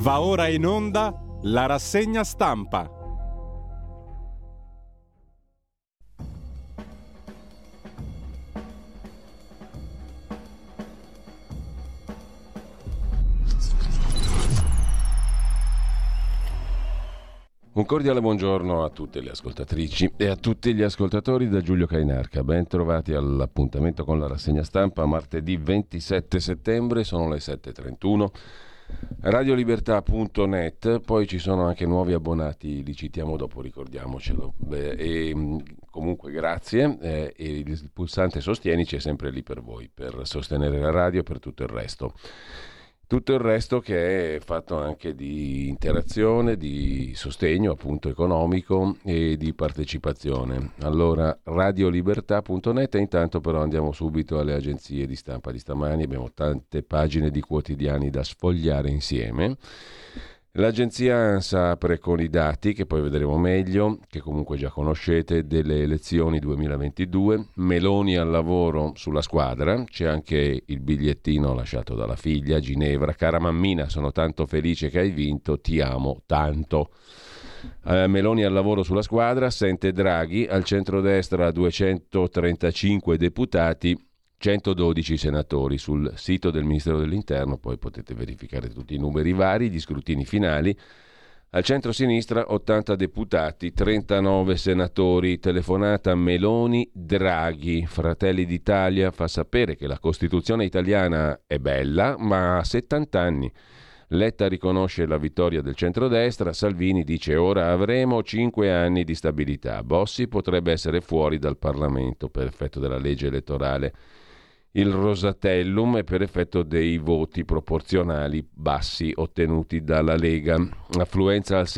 Va ora in onda la rassegna stampa. Un cordiale buongiorno a tutte le ascoltatrici e a tutti gli ascoltatori da Giulio Cainarca. Ben trovati all'appuntamento con la rassegna stampa martedì 27 settembre, sono le 7.31. Radiolibertà.net, poi ci sono anche nuovi abbonati, li citiamo dopo, ricordiamocelo. Comunque grazie, e il pulsante Sostienici è sempre lì per voi, per sostenere la radio e per tutto il resto. Tutto il resto che è fatto anche di interazione, di sostegno appunto economico e di partecipazione. Allora, radiolibertà.net, e intanto però andiamo subito alle agenzie di stampa di stamani. Abbiamo tante pagine di quotidiani da sfogliare insieme. L'agenzia ANSA apre con i dati, che poi vedremo meglio, che comunque già conoscete, delle elezioni 2022. Meloni al lavoro sulla squadra, c'è anche il bigliettino lasciato dalla figlia, Ginevra: cara mammina, sono tanto felice che hai vinto, ti amo tanto. Meloni al lavoro sulla squadra, sente Draghi, al centrodestra 235 deputati, 112 senatori. Sul sito del Ministero dell'Interno poi potete verificare tutti i numeri vari, gli scrutini finali. Al centro-sinistra 80 deputati, 39 senatori. Telefonata Meloni-Draghi. Fratelli d'Italia fa sapere che la Costituzione italiana è bella, ma ha 70 anni. Letta riconosce la vittoria del centrodestra. Salvini dice: ora avremo 5 anni di stabilità. Bossi potrebbe essere fuori dal Parlamento per effetto della legge elettorale. Il Rosatellum è per effetto dei voti proporzionali bassi ottenuti dalla Lega. Affluenza al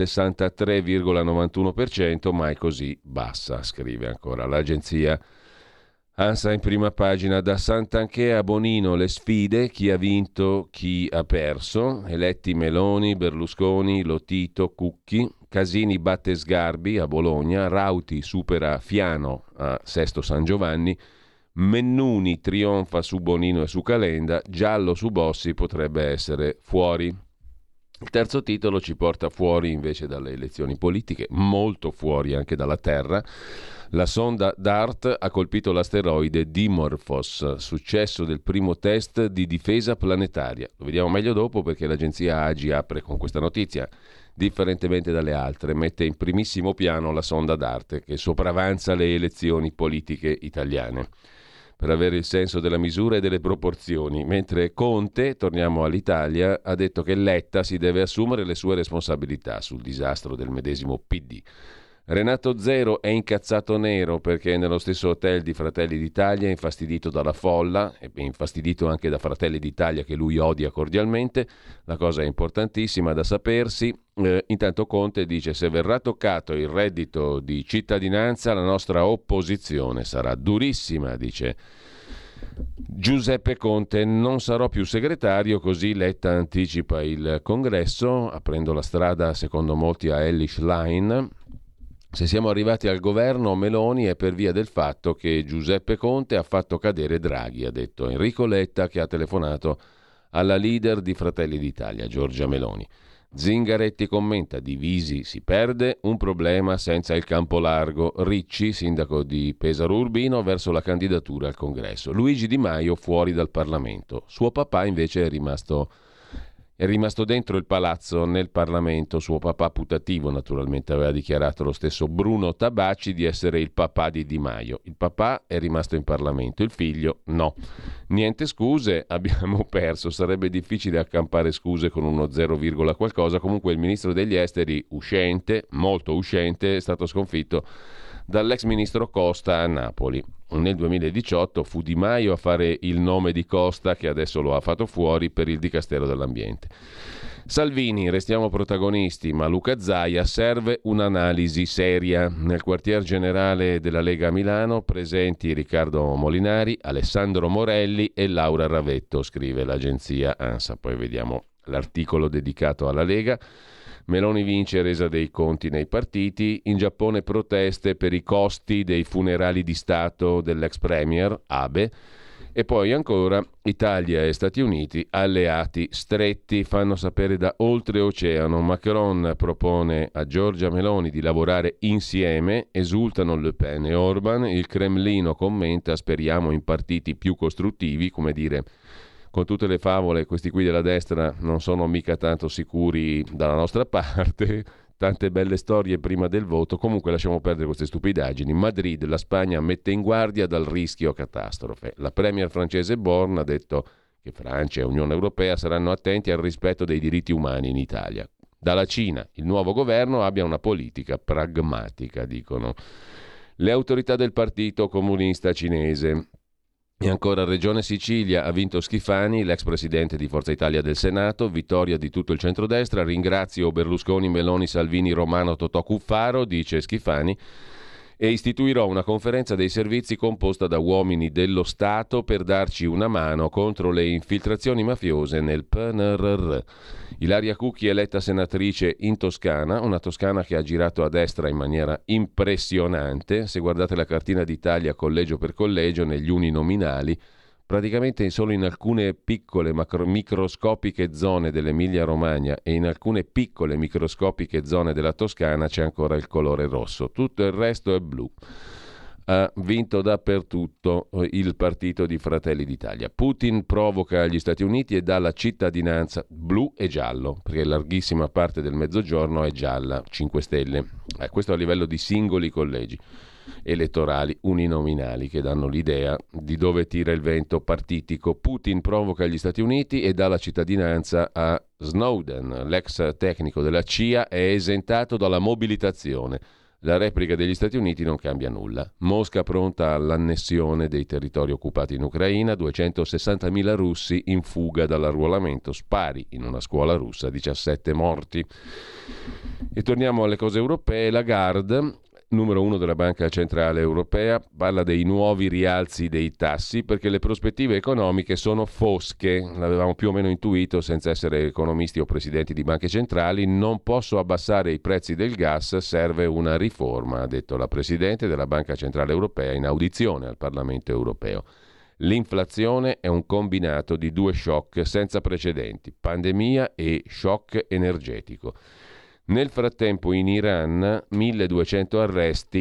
63,91%, mai così bassa, scrive ancora l'agenzia ANSA in prima pagina. Da Santanchè a Bonino le sfide, chi ha vinto, chi ha perso. Eletti Meloni, Berlusconi, Lotito, Cucchi. Casini batte Sgarbi a Bologna. Rauti supera Fiano a Sesto San Giovanni. Mennuni trionfa su Bonino e su Calenda. Giallo su Bossi, potrebbe essere fuori. Il terzo titolo ci porta fuori invece dalle elezioni politiche, molto fuori anche dalla Terra. La sonda DART ha colpito l'asteroide Dimorphos, successo del primo test di difesa planetaria. Lo vediamo meglio dopo, perché l'agenzia AGI apre con questa notizia. Differentemente dalle altre, mette in primissimo piano la sonda DART, che sopravanza le elezioni politiche italiane, per avere il senso della misura e delle proporzioni, mentre Conte, torniamo all'Italia, ha detto che Letta si deve assumere le sue responsabilità sul disastro del medesimo PD. Renato Zero è incazzato nero perché nello stesso hotel di Fratelli d'Italia, infastidito dalla folla e infastidito anche da Fratelli d'Italia che lui odia cordialmente. La cosa è importantissima da sapersi. Intanto Conte dice: se verrà toccato il reddito di cittadinanza la nostra opposizione sarà durissima, dice Giuseppe Conte. Non sarò più segretario, così Letta anticipa il congresso, aprendo la strada secondo molti a Ellis Line. Se siamo arrivati al governo Meloni è per via del fatto che Giuseppe Conte ha fatto cadere Draghi, ha detto Enrico Letta, che ha telefonato alla leader di Fratelli d'Italia, Giorgia Meloni. Zingaretti commenta: divisi si perde, un problema senza il campo largo. Ricci, sindaco di Pesaro Urbino, verso la candidatura al congresso. Luigi Di Maio fuori dal Parlamento. Suo papà invece è rimasto dentro il palazzo nel Parlamento. Suo papà putativo, naturalmente, aveva dichiarato lo stesso Bruno Tabacci di essere il papà di Di Maio. Il papà è rimasto in Parlamento, il figlio no. Niente scuse, abbiamo perso. Sarebbe difficile accampare scuse con uno 0, qualcosa. Comunque il ministro degli esteri uscente, molto uscente, è stato sconfitto dall'ex ministro Costa a Napoli. Nel 2018 fu Di Maio a fare il nome di Costa, che adesso lo ha fatto fuori per il Dicastero dell'Ambiente. Salvini, restiamo protagonisti, ma Luca Zaia: serve un'analisi seria. Nel quartier generale della Lega a Milano presenti Riccardo Molinari, Alessandro Morelli e Laura Ravetto, scrive l'agenzia ANSA. Poi vediamo l'articolo dedicato alla Lega. Meloni vince, resa dei conti nei partiti. In Giappone proteste per i costi dei funerali di Stato dell'ex premier Abe. E poi ancora Italia e Stati Uniti alleati stretti, fanno sapere da oltreoceano. Macron propone a Giorgia Meloni di lavorare insieme, esultano Le Pen e Orban, il Cremlino commenta speriamo in partiti più costruttivi, come dire con tutte le favole questi qui della destra non sono mica tanto sicuri dalla nostra parte. Tante belle storie prima del voto, comunque lasciamo perdere queste stupidaggini. Madrid, la Spagna mette in guardia dal rischio catastrofe. La premier francese Borne ha detto che Francia e Unione Europea saranno attenti al rispetto dei diritti umani in Italia. Dalla Cina, il nuovo governo abbia una politica pragmatica, dicono le autorità del partito comunista cinese. E ancora Regione Sicilia, ha vinto Schifani, l'ex presidente di Forza Italia del Senato, vittoria di tutto il centrodestra, ringrazio Berlusconi, Meloni, Salvini, Romano, Totò Cuffaro, dice Schifani, e istituirò una conferenza dei servizi composta da uomini dello Stato per darci una mano contro le infiltrazioni mafiose nel PNRR. Ilaria Cucchi eletta senatrice in Toscana, una Toscana che ha girato a destra in maniera impressionante. Se guardate la cartina d'Italia collegio per collegio, negli uninominali, praticamente solo in alcune piccole microscopiche zone dell'Emilia-Romagna e in alcune piccole microscopiche zone della Toscana c'è ancora il colore rosso, tutto il resto è blu. Ha vinto dappertutto il partito di Fratelli d'Italia. Putin provoca gli Stati Uniti e dà la cittadinanza blu e giallo, perché larghissima parte del mezzogiorno è gialla, 5 Stelle. Questo a livello di singoli collegi elettorali uninominali che danno l'idea di dove tira il vento partitico. Putin provoca gli Stati Uniti e dà la cittadinanza a Snowden. L'ex tecnico della CIA è esentato dalla mobilitazione. La replica degli Stati Uniti non cambia nulla. Mosca pronta all'annessione dei territori occupati in Ucraina, 260.000 russi in fuga dall'arruolamento, spari in una scuola russa, 17 morti. E torniamo alle cose europee. Lagarde, numero 1 della Banca Centrale Europea, parla dei nuovi rialzi dei tassi perché le prospettive economiche sono fosche. L'avevamo più o meno intuito senza essere economisti o presidenti di banche centrali. Non posso abbassare i prezzi del gas, serve una riforma, ha detto la Presidente della Banca Centrale Europea in audizione al Parlamento Europeo. L'inflazione è un combinato di 2 shock senza precedenti, pandemia e shock energetico. Nel frattempo in Iran 1200 arresti,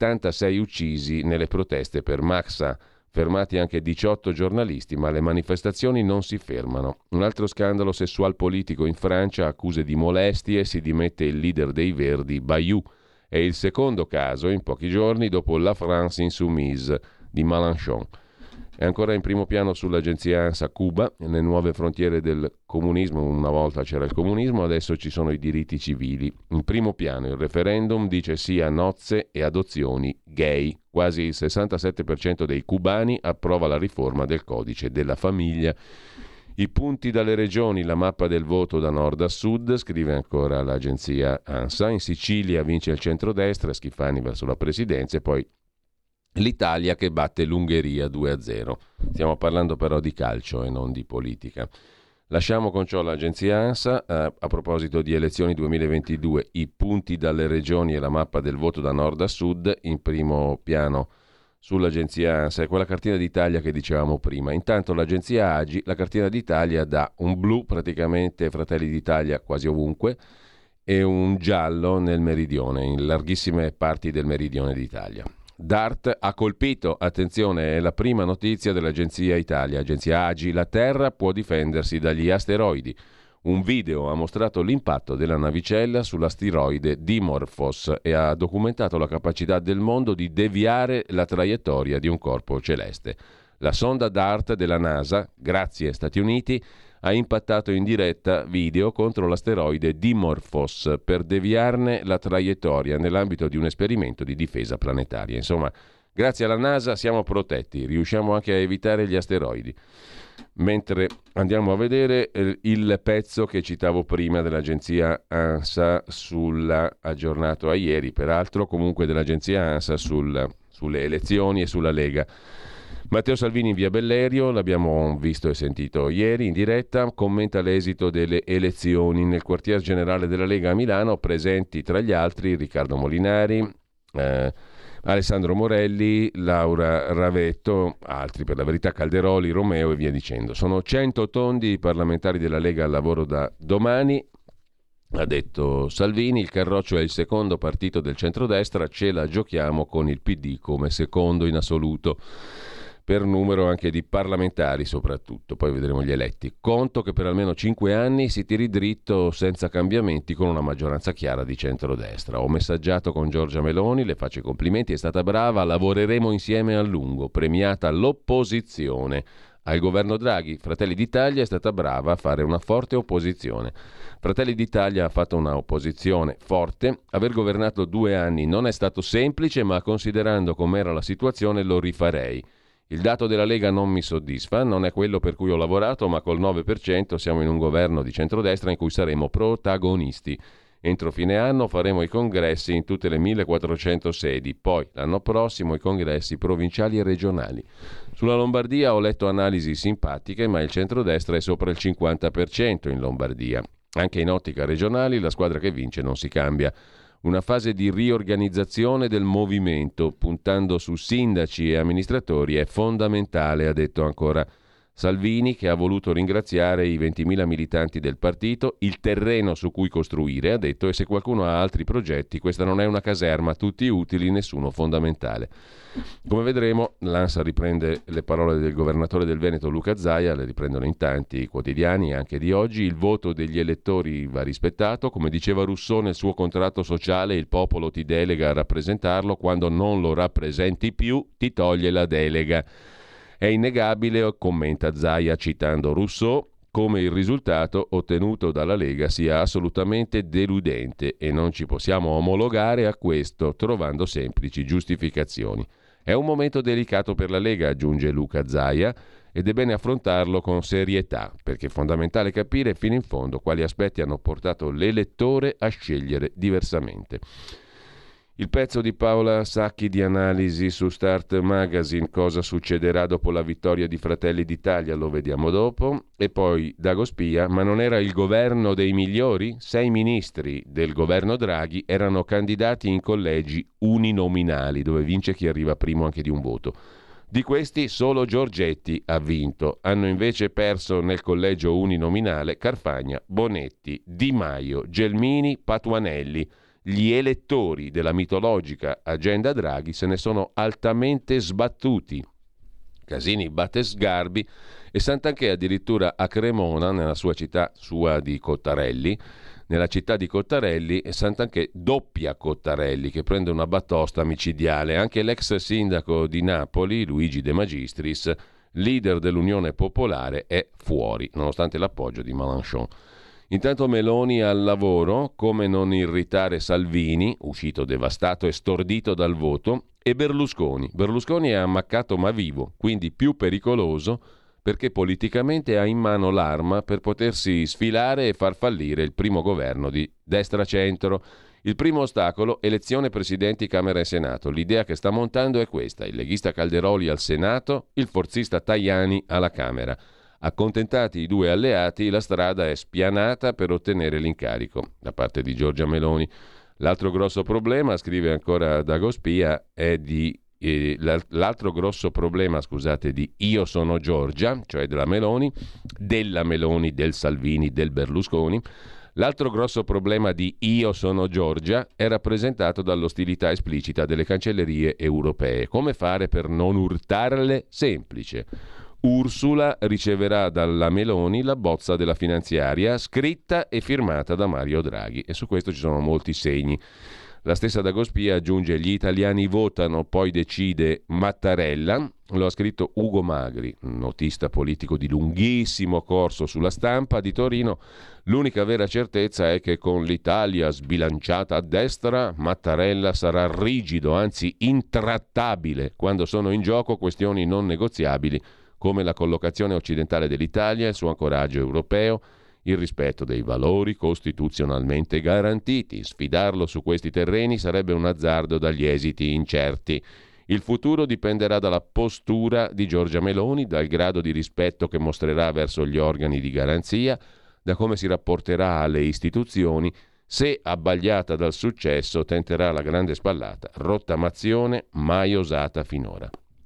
76 uccisi nelle proteste per Mahsa, fermati anche 18 giornalisti, ma le manifestazioni non si fermano. Un altro scandalo sessual politico in Francia, accuse di molestie, si dimette il leader dei Verdi, Bayou. È il secondo caso in pochi giorni dopo La France Insoumise di Mélenchon. È ancora in primo piano sull'agenzia ANSA Cuba, le nuove frontiere del comunismo. Una volta c'era il comunismo, adesso ci sono i diritti civili. In primo piano il referendum dice sì a nozze e adozioni gay. Quasi il 67% dei cubani approva la riforma del codice della famiglia. I punti dalle regioni, la mappa del voto da nord a sud, scrive ancora l'agenzia ANSA. In Sicilia vince il centrodestra, Schifani verso la presidenza e poi l'Italia che batte l'Ungheria 2-0. Stiamo parlando però di calcio e non di politica. Lasciamo con ciò l'agenzia ANSA. A proposito di elezioni 2022, i punti dalle regioni e la mappa del voto da nord a sud, in primo piano sull'agenzia ANSA è quella cartina d'Italia che dicevamo prima. Intanto l'agenzia AGI, la cartina d'Italia dà un blu praticamente Fratelli d'Italia quasi ovunque e un giallo nel meridione, in larghissime parti del meridione d'Italia. DART ha colpito, attenzione, è la prima notizia dell'agenzia Italia, agenzia AGI, la Terra può difendersi dagli asteroidi. Un video ha mostrato l'impatto della navicella sull'asteroide Dimorphos e ha documentato la capacità del mondo di deviare la traiettoria di un corpo celeste. La sonda DART della NASA, grazie Stati Uniti, ha impattato in diretta video contro l'asteroide Dimorphos per deviarne la traiettoria nell'ambito di un esperimento di difesa planetaria. Insomma, grazie alla NASA siamo protetti, riusciamo anche a evitare gli asteroidi. Mentre andiamo a vedere il pezzo che citavo prima dell'agenzia ANSA aggiornato a ieri, peraltro comunque dell'agenzia ANSA sulle elezioni e sulla Lega. Matteo Salvini in via Bellerio, l'abbiamo visto e sentito ieri in diretta, commenta l'esito delle elezioni nel quartier generale della Lega a Milano, presenti tra gli altri Riccardo Molinari, Alessandro Morelli, Laura Ravetto, altri per la verità, Calderoli, Romeo e via dicendo. Sono 100 tondi i parlamentari della Lega al lavoro da domani, ha detto Salvini. Il Carroccio è il secondo partito del centrodestra, ce la giochiamo con il PD come secondo in assoluto, per numero anche di parlamentari soprattutto, poi vedremo gli eletti. Conto che per almeno 5 anni si tiri dritto senza cambiamenti con una maggioranza chiara di centrodestra. Ho messaggiato con Giorgia Meloni, le faccio i complimenti, è stata brava, lavoreremo insieme a lungo, premiata l'opposizione. Al governo Draghi, Fratelli d'Italia è stata brava a fare una forte opposizione. Fratelli d'Italia ha fatto una opposizione forte. Aver governato 2 anni non è stato semplice, ma considerando com'era la situazione lo rifarei. Il dato della Lega non mi soddisfa, non è quello per cui ho lavorato, ma col 9% siamo in un governo di centrodestra in cui saremo protagonisti. Entro fine anno faremo i congressi in tutte le 1400 sedi, poi l'anno prossimo i congressi provinciali e regionali. Sulla Lombardia ho letto analisi simpatiche, ma il centrodestra è sopra il 50% in Lombardia. Anche in ottica regionali la squadra che vince non si cambia. Una fase di riorganizzazione del movimento, puntando su sindaci e amministratori, è fondamentale, ha detto ancora Salvini, che ha voluto ringraziare i 20.000 militanti del partito, il terreno su cui costruire, ha detto, e se qualcuno ha altri progetti, questa non è una caserma, tutti utili, nessuno fondamentale. Come vedremo, l'ANSA riprende le parole del governatore del Veneto Luca Zaia, le riprendono in tanti quotidiani anche di oggi. Il voto degli elettori va rispettato, come diceva Rousseau nel suo contratto sociale, il popolo ti delega a rappresentarlo, quando non lo rappresenti più ti toglie la delega. È innegabile, commenta Zaia citando Rousseau, come il risultato ottenuto dalla Lega sia assolutamente deludente e non ci possiamo omologare a questo trovando semplici giustificazioni. È un momento delicato per la Lega, aggiunge Luca Zaia, ed è bene affrontarlo con serietà, perché è fondamentale capire fino in fondo quali aspetti hanno portato l'elettore a scegliere diversamente. Il pezzo di Paola Sacchi di analisi su Start Magazine, cosa succederà dopo la vittoria di Fratelli d'Italia, lo vediamo dopo. E poi Dago Spia, ma non era il governo dei migliori? 6 ministri del governo Draghi erano candidati in collegi uninominali, dove vince chi arriva primo anche di un voto. Di questi solo Giorgetti ha vinto, hanno invece perso nel collegio uninominale Carfagna, Bonetti, Di Maio, Gelmini, Patuanelli. Gli elettori della mitologica agenda Draghi se ne sono altamente sbattuti. Casini batte Sgarbi e Santanchè addirittura a Cremona, nella sua città di Cottarelli, nella città di Cottarelli, Santanchè doppia Cottarelli che prende una batosta micidiale. Anche l'ex sindaco di Napoli, Luigi De Magistris, leader dell'Unione Popolare, è fuori, nonostante l'appoggio di Mélenchon. Intanto Meloni al lavoro, come non irritare Salvini, uscito devastato e stordito dal voto, e Berlusconi. Berlusconi è ammaccato ma vivo, quindi più pericoloso perché politicamente ha in mano l'arma per potersi sfilare e far fallire il primo governo di destra-centro. Il primo ostacolo, elezione presidenti Camera e Senato. L'idea che sta montando è questa, il leghista Calderoli al Senato, il forzista Tajani alla Camera. Accontentati i due alleati, la strada è spianata per ottenere l'incarico da parte di Giorgia Meloni. L'altro grosso problema, scrive ancora Dago Spia, è l'altro grosso problema, di Io sono Giorgia, cioè della Meloni, del Salvini, del Berlusconi. L'altro grosso problema di Io sono Giorgia è rappresentato dall'ostilità esplicita delle cancellerie europee. Come fare per non urtarle? Semplice. Ursula riceverà dalla Meloni la bozza della finanziaria scritta e firmata da Mario Draghi e su questo ci sono molti segni. La stessa Dagospia aggiunge gli italiani votano, poi decide Mattarella, lo ha scritto Ugo Magri, notista politico di lunghissimo corso sulla Stampa di Torino. L'unica vera certezza è che con l'Italia sbilanciata a destra Mattarella sarà rigido, anzi intrattabile, quando sono in gioco questioni non negoziabili come la collocazione occidentale dell'Italia, il suo ancoraggio europeo, il rispetto dei valori costituzionalmente garantiti. Sfidarlo su questi terreni sarebbe un azzardo dagli esiti incerti. Il futuro dipenderà dalla postura di Giorgia Meloni, dal grado di rispetto che mostrerà verso gli organi di garanzia, da come si rapporterà alle istituzioni, Se abbagliata dal successo, tenterà la grande spallata, rottamazione mai osata finora.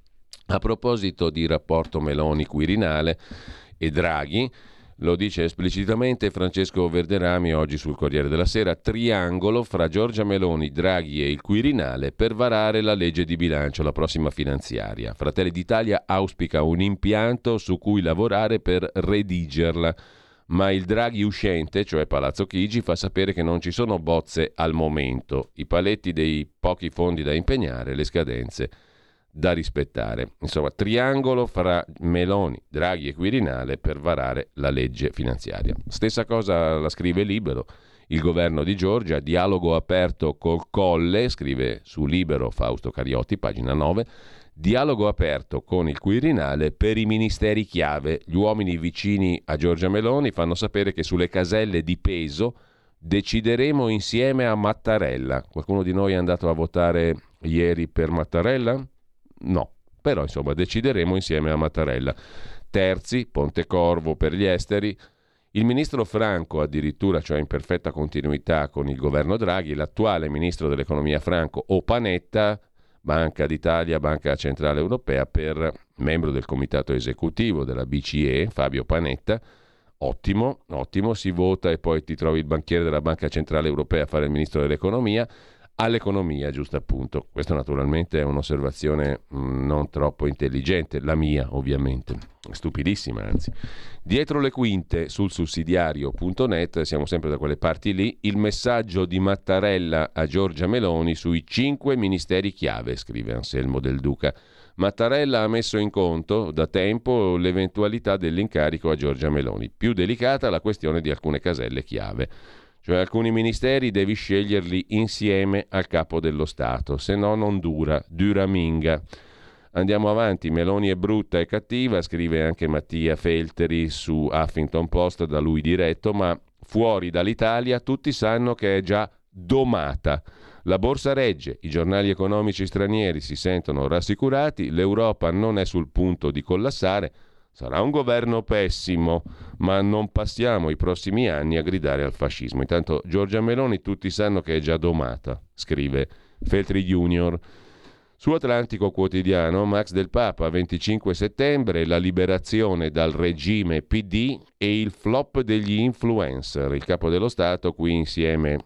A proposito di rapporto Meloni-Quirinale e Draghi, lo dice esplicitamente Francesco Verderami oggi sul Corriere della Sera, triangolo fra Giorgia Meloni, Draghi e il Quirinale per varare la legge di bilancio, la prossima finanziaria. Fratelli d'Italia auspica un impianto su cui lavorare per redigerla, ma il Draghi uscente, cioè Palazzo Chigi, fa sapere che non ci sono bozze al momento, i paletti dei pochi fondi da impegnare, le scadenze da rispettare. Insomma, triangolo fra Meloni, Draghi e Quirinale per varare la legge finanziaria. Stessa cosa la scrive Libero. Il governo di Giorgia, dialogo aperto col Colle, scrive su Libero Fausto Cariotti, pagina 9, dialogo aperto con il Quirinale per i ministeri chiave. Gli uomini vicini a Giorgia Meloni fanno sapere che sulle caselle di peso decideremo insieme a Mattarella. Qualcuno di noi è andato a votare ieri per Mattarella? No, però insomma decideremo insieme a Mattarella. Terzi, Pontecorvo per gli esteri. Il ministro Franco addirittura, cioè in perfetta continuità con il governo Draghi, l'attuale ministro dell'economia Franco o Panetta, Banca d'Italia, Banca Centrale Europea, per membro del comitato esecutivo della BCE, Fabio Panetta. Ottimo, si vota e poi ti trovi il banchiere della Banca Centrale Europea a fare il ministro dell'economia. All'economia, giusto appunto. Questa naturalmente è un'osservazione non troppo intelligente, la mia ovviamente, stupidissima anzi. Dietro le quinte sul sussidiario.net, siamo sempre da quelle parti lì, il messaggio di Mattarella a Giorgia Meloni sui 5 ministeri chiave, scrive Anselmo Del Duca. Mattarella ha messo in conto da tempo l'eventualità dell'incarico a Giorgia Meloni. Più delicata la questione di alcune caselle chiave. Cioè alcuni ministeri devi sceglierli insieme al capo dello Stato, se no non dura minga. Andiamo avanti, Meloni è brutta e cattiva, scrive anche Mattia Felteri su Huffington Post, da lui diretto, ma fuori dall'Italia tutti sanno che è già domata. La borsa regge, i giornali economici stranieri si sentono rassicurati, l'Europa non è sul punto di collassare. Sarà un governo pessimo, ma non passiamo i prossimi anni a gridare al fascismo. Intanto Giorgia Meloni tutti sanno che è già domata, scrive Feltri Junior. Su Atlantico Quotidiano, Max Del Papa, 25 settembre, la liberazione dal regime PD e il flop degli influencer. Il capo dello Stato qui insieme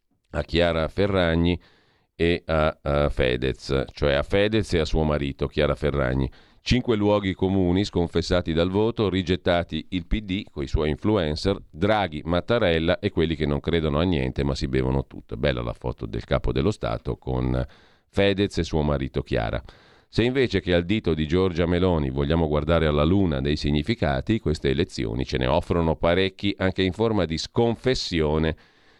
a Chiara Ferragni e a Fedez, cioè a Fedez e a suo marito, Chiara Ferragni. 5 luoghi comuni sconfessati dal voto, rigettati il PD con i suoi influencer, Draghi, Mattarella e quelli che non credono a niente ma si bevono tutto. Bella la foto del capo dello Stato con Fedez e suo marito Chiara. Se invece che al dito di Giorgia Meloni vogliamo guardare alla luna dei significati, queste elezioni ce ne offrono parecchi anche in forma di sconfessione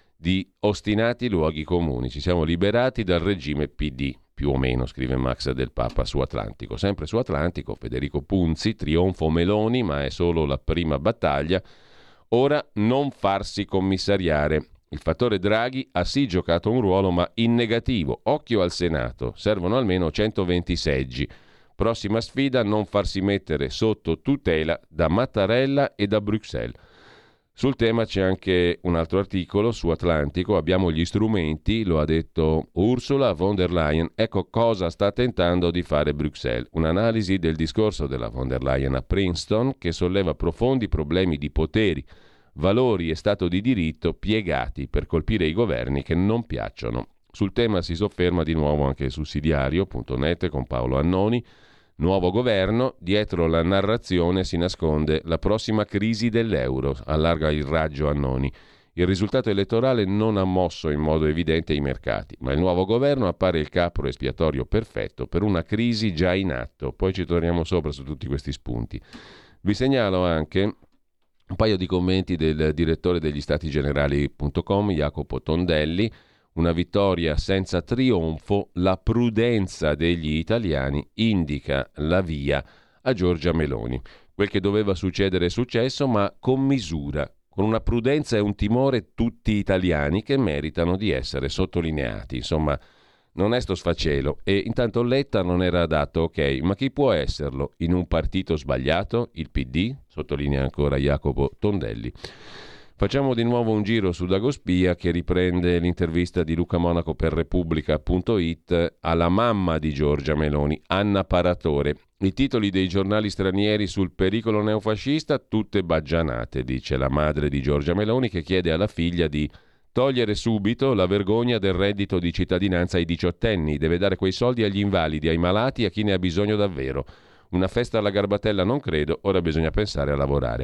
di ostinati luoghi comuni. Ci siamo liberati dal regime PD. Più o meno, scrive Max Del Papa su Atlantico. Sempre su Atlantico, Federico Punzi, trionfo Meloni, ma è solo la prima battaglia. Ora non farsi commissariare. Il fattore Draghi ha sì giocato un ruolo, ma in negativo. Occhio al Senato, servono almeno 120 seggi. Prossima sfida, non farsi mettere sotto tutela da Mattarella e da Bruxelles. Sul tema c'è anche un altro articolo su Atlantico, abbiamo gli strumenti, lo ha detto Ursula von der Leyen, ecco cosa sta tentando di fare Bruxelles. Un'analisi del discorso della von der Leyen a Princeton che solleva profondi problemi di poteri, valori e stato di diritto piegati per colpire i governi che non piacciono. Sul tema si sofferma di nuovo anche sussidiario.net con Paolo Annoni. Nuovo governo, dietro la narrazione si nasconde la prossima crisi dell'euro, allarga il raggio Annoni. Il risultato elettorale non ha mosso in modo evidente i mercati, ma il nuovo governo appare il capro espiatorio perfetto per una crisi già in atto. Poi ci torniamo sopra su tutti questi spunti. Vi segnalo anche un paio di commenti del direttore degli statigenerali.com, Jacopo Tondelli. Una vittoria senza trionfo, la prudenza degli italiani indica la via a Giorgia Meloni. Quel che doveva succedere è successo, ma con misura, con una prudenza e un timore tutti italiani che meritano di essere sottolineati. Insomma, non è sto sfacelo. E intanto Letta non era adatto, ok, ma chi può esserlo in un partito sbagliato? Il PD, sottolinea ancora Jacopo Tondelli. Facciamo di nuovo un giro su Dagospia, che riprende l'intervista di Luca Monaco per Repubblica.it alla mamma di Giorgia Meloni, Anna Paratore. I titoli dei giornali stranieri sul pericolo neofascista, tutte baggianate, dice la madre di Giorgia Meloni, che chiede alla figlia di togliere subito la vergogna del reddito di cittadinanza ai diciottenni, deve dare quei soldi agli invalidi, ai malati, a chi ne ha bisogno davvero. Una festa alla Garbatella non credo, ora bisogna pensare a lavorare.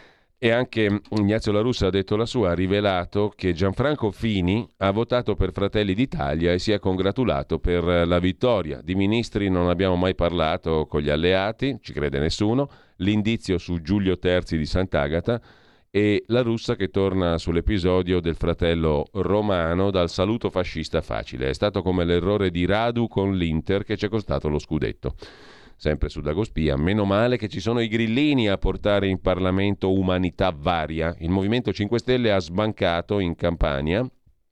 E anche Ignazio La Russa ha detto la sua, ha rivelato che Gianfranco Fini ha votato per Fratelli d'Italia e si è congratulato per la vittoria. Di ministri non abbiamo mai parlato con gli alleati, ci crede nessuno, l'indizio su Giulio Terzi di Sant'Agata e La Russa che torna sull'episodio del fratello Romano dal saluto fascista facile. È stato come l'errore di Radu con l'Inter che ci è costato lo scudetto. Sempre su Dagospia, meno male che ci sono i grillini a portare in Parlamento umanità varia. Il Movimento 5 Stelle ha sbancato in Campania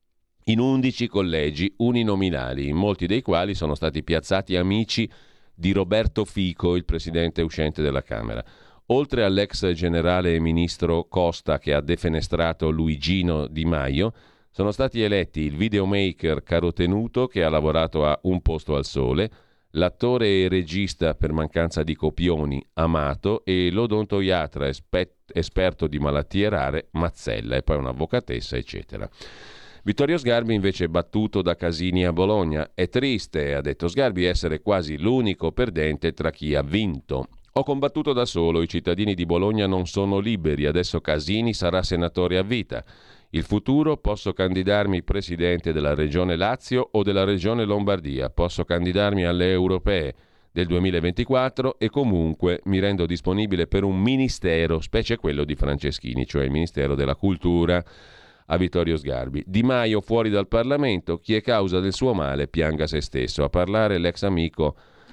in 11 collegi uninominali, in molti dei quali sono stati piazzati amici di Roberto Fico, il presidente uscente della Camera. Oltre all'ex generale e ministro Costa che ha defenestrato Luigino Di Maio, sono stati eletti il videomaker Carotenuto che ha lavorato a Un posto al sole, l'attore e regista per mancanza di copioni Amato e l'odontoiatra esperto di malattie rare Mazzella e poi un'avvocatessa eccetera. Vittorio Sgarbi invece è battuto da Casini a Bologna. È triste, ha detto Sgarbi, essere quasi l'unico perdente tra chi ha vinto. Ho combattuto da solo, i cittadini di Bologna non sono liberi, adesso Casini sarà senatore a vita. Il futuro posso candidarmi presidente della regione Lazio o della regione Lombardia, posso candidarmi alle europee del 2024 e comunque mi rendo disponibile per un ministero, specie quello di Franceschini, cioè il Ministero della Cultura, a Vittorio Sgarbi. Di Maio fuori dal Parlamento, chi è causa del suo male pianga se stesso. A parlare l'ex amico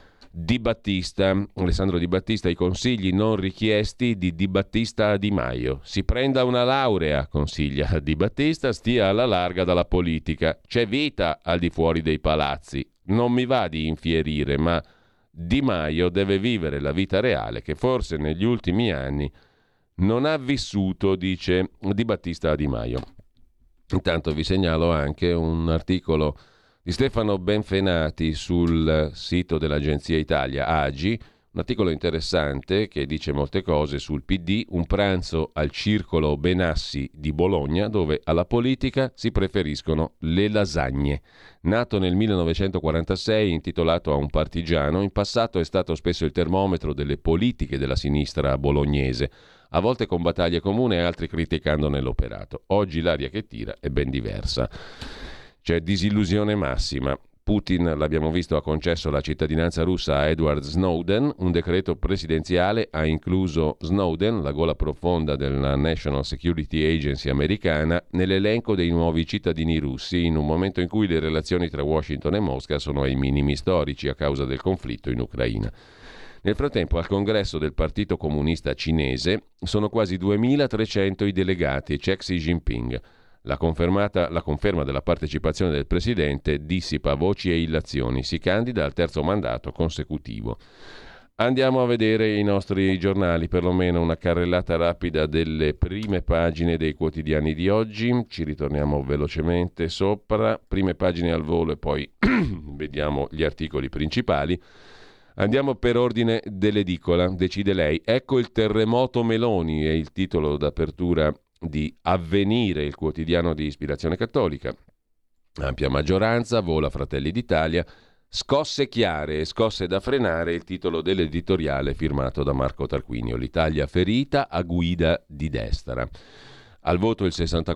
Di Battista, Alessandro Di Battista, i consigli non richiesti di Di Battista a Di Maio. Si prenda una laurea, consiglia Di Battista, stia alla larga dalla politica. C'è vita al di fuori dei palazzi. Non mi va di infierire, ma Di Maio deve vivere la vita reale che forse negli ultimi anni non ha vissuto, dice Di Battista a Di Maio. Intanto vi segnalo anche un articolo di Stefano Benfenati sul sito dell'Agenzia Italia, AGI, un articolo interessante che dice molte cose sul PD, un pranzo al Circolo Benassi di Bologna, dove alla politica si preferiscono le lasagne. Nato nel 1946, intitolato a un partigiano, in passato è stato spesso il termometro delle politiche della sinistra bolognese, a volte con battaglie comuni e altri criticandone l'operato. Oggi l'aria che tira è ben diversa. C'è disillusione massima. Putin, l'abbiamo visto, ha concesso la cittadinanza russa a Edward Snowden. Un decreto presidenziale ha incluso Snowden, la gola profonda della National Security Agency americana, nell'elenco dei nuovi cittadini russi in un momento in cui le relazioni tra Washington e Mosca sono ai minimi storici a causa del conflitto in Ucraina. Nel frattempo, al congresso del Partito Comunista Cinese sono quasi 2.300 i delegati, c'è Xi Jinping. La conferma della partecipazione del presidente dissipa voci e illazioni. Si candida al terzo mandato consecutivo. Andiamo a vedere i nostri giornali, perlomeno una carrellata rapida delle prime pagine dei quotidiani di oggi. Ci ritorniamo velocemente sopra. Prime pagine al volo e poi vediamo gli articoli principali. Andiamo per ordine dell'edicola, decide lei. Ecco il terremoto Meloni, è il titolo d'apertura di Avvenire, il quotidiano di ispirazione cattolica. Ampia maggioranza, vola Fratelli d'Italia, scosse chiare e scosse da frenare, il titolo dell'editoriale firmato da Marco Tarquinio. L'Italia ferita a guida di Destara. Al voto il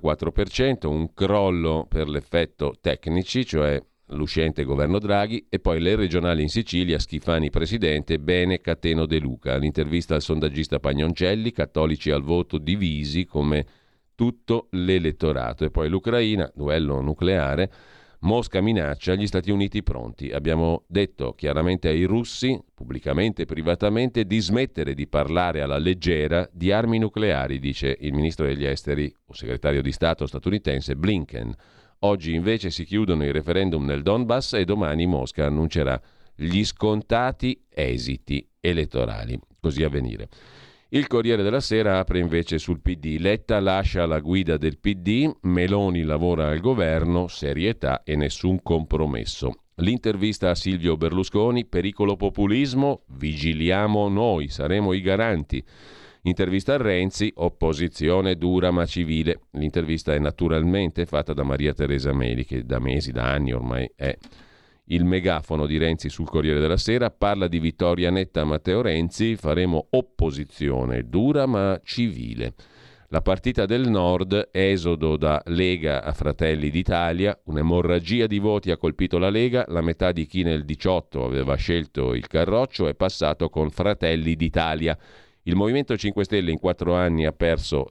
64%, un crollo per l'effetto tecnici, cioè l'uscente governo Draghi, e poi le regionali in Sicilia, Schifani presidente, bene Cateno De Luca. L'intervista al sondaggista Pagnoncelli, cattolici al voto divisi come tutto l'elettorato. E poi l'Ucraina, duello nucleare, Mosca minaccia, gli Stati Uniti pronti. Abbiamo detto chiaramente ai russi, pubblicamente e privatamente, di smettere di parlare alla leggera di armi nucleari, dice il ministro degli esteri o segretario di Stato statunitense Blinken. Oggi invece si chiudono i referendum nel Donbass e domani Mosca annuncerà gli scontati esiti elettorali. Così Avvenire. Il Corriere della Sera apre invece sul PD. Letta lascia la guida del PD, Meloni lavora al governo, serietà e nessun compromesso. L'intervista a Silvio Berlusconi, pericolo populismo, vigiliamo noi, saremo i garanti. Intervista a Renzi, opposizione dura ma civile. L'intervista è naturalmente fatta da Maria Teresa Meli, che da mesi, da anni ormai è il megafono di Renzi sul Corriere della Sera. Parla di vittoria netta a Matteo Renzi, faremo opposizione dura ma civile. La partita del Nord, esodo da Lega a Fratelli d'Italia, un'emorragia di voti ha colpito la Lega, la metà di chi nel 18 aveva scelto il Carroccio è passato con Fratelli d'Italia. Il Movimento 5 Stelle in 4 anni ha perso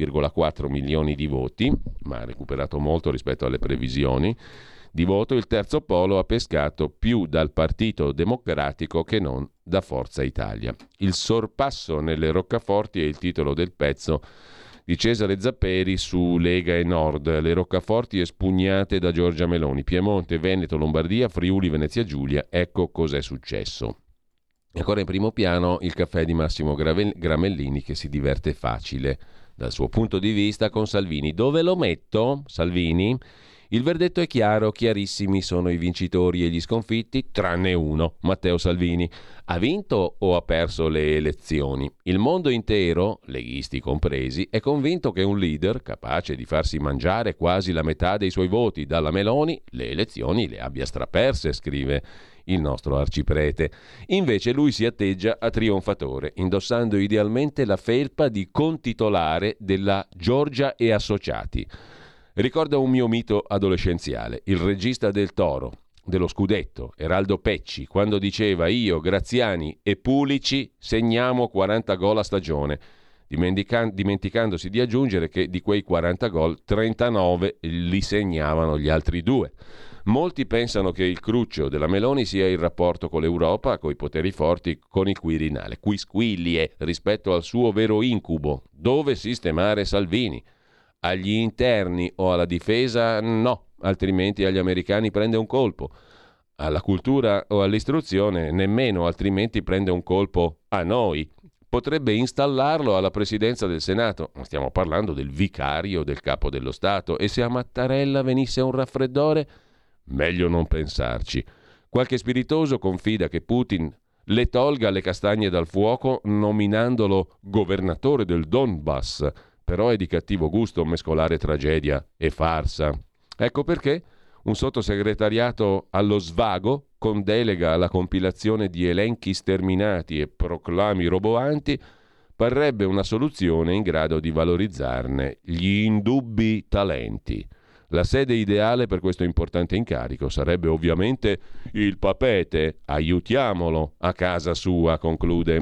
6,4 milioni di voti, ma ha recuperato molto rispetto alle previsioni di voto. Il terzo polo ha pescato più dal Partito Democratico che non da Forza Italia. Il sorpasso nelle roccaforti è il titolo del pezzo di Cesare Zapperi su Lega e Nord. Le roccaforti espugnate da Giorgia Meloni. Piemonte, Veneto, Lombardia, Friuli, Venezia Giulia. Ecco cos'è successo. E ancora in primo piano il caffè di Massimo Gramellini, che si diverte facile dal suo punto di vista con Salvini. Dove lo metto, Salvini? Il verdetto è chiaro, chiarissimi sono i vincitori e gli sconfitti, tranne uno, Matteo Salvini. Ha vinto o ha perso le elezioni? Il mondo intero, leghisti compresi, è convinto che un leader capace di farsi mangiare quasi la metà dei suoi voti dalla Meloni le elezioni le abbia straperse, scrive il nostro arciprete. Invece lui si atteggia a trionfatore, indossando idealmente la felpa di contitolare della Giorgia e Associati. Ricorda un mio mito adolescenziale, il regista del Toro, dello Scudetto, Eraldo Pecci, quando diceva: io, Graziani e Pulici segniamo 40 gol a stagione, dimenticandosi di aggiungere che di quei 40 gol 39 li segnavano gli altri due. Molti pensano che il cruccio della Meloni sia il rapporto con l'Europa, coi poteri forti, con il Quirinale, quisquilie rispetto al suo vero incubo, dove sistemare Salvini. Agli interni o alla difesa no, altrimenti agli americani prende un colpo. Alla cultura o all'istruzione nemmeno, altrimenti prende un colpo a noi. Potrebbe installarlo alla presidenza del Senato, ma stiamo parlando del vicario del capo dello Stato, e se a Mattarella venisse un raffreddore? Meglio non pensarci. Qualche spiritoso confida che Putin le tolga le castagne dal fuoco nominandolo governatore del Donbass. Però è di cattivo gusto mescolare tragedia e farsa. Ecco perché un sottosegretariato allo svago, con delega alla compilazione di elenchi sterminati e proclami roboanti, parrebbe una soluzione in grado di valorizzarne gli indubbi talenti. La sede ideale per questo importante incarico sarebbe ovviamente il Papete. Aiutiamolo a casa sua, conclude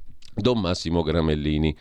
Don Massimo Gramellini.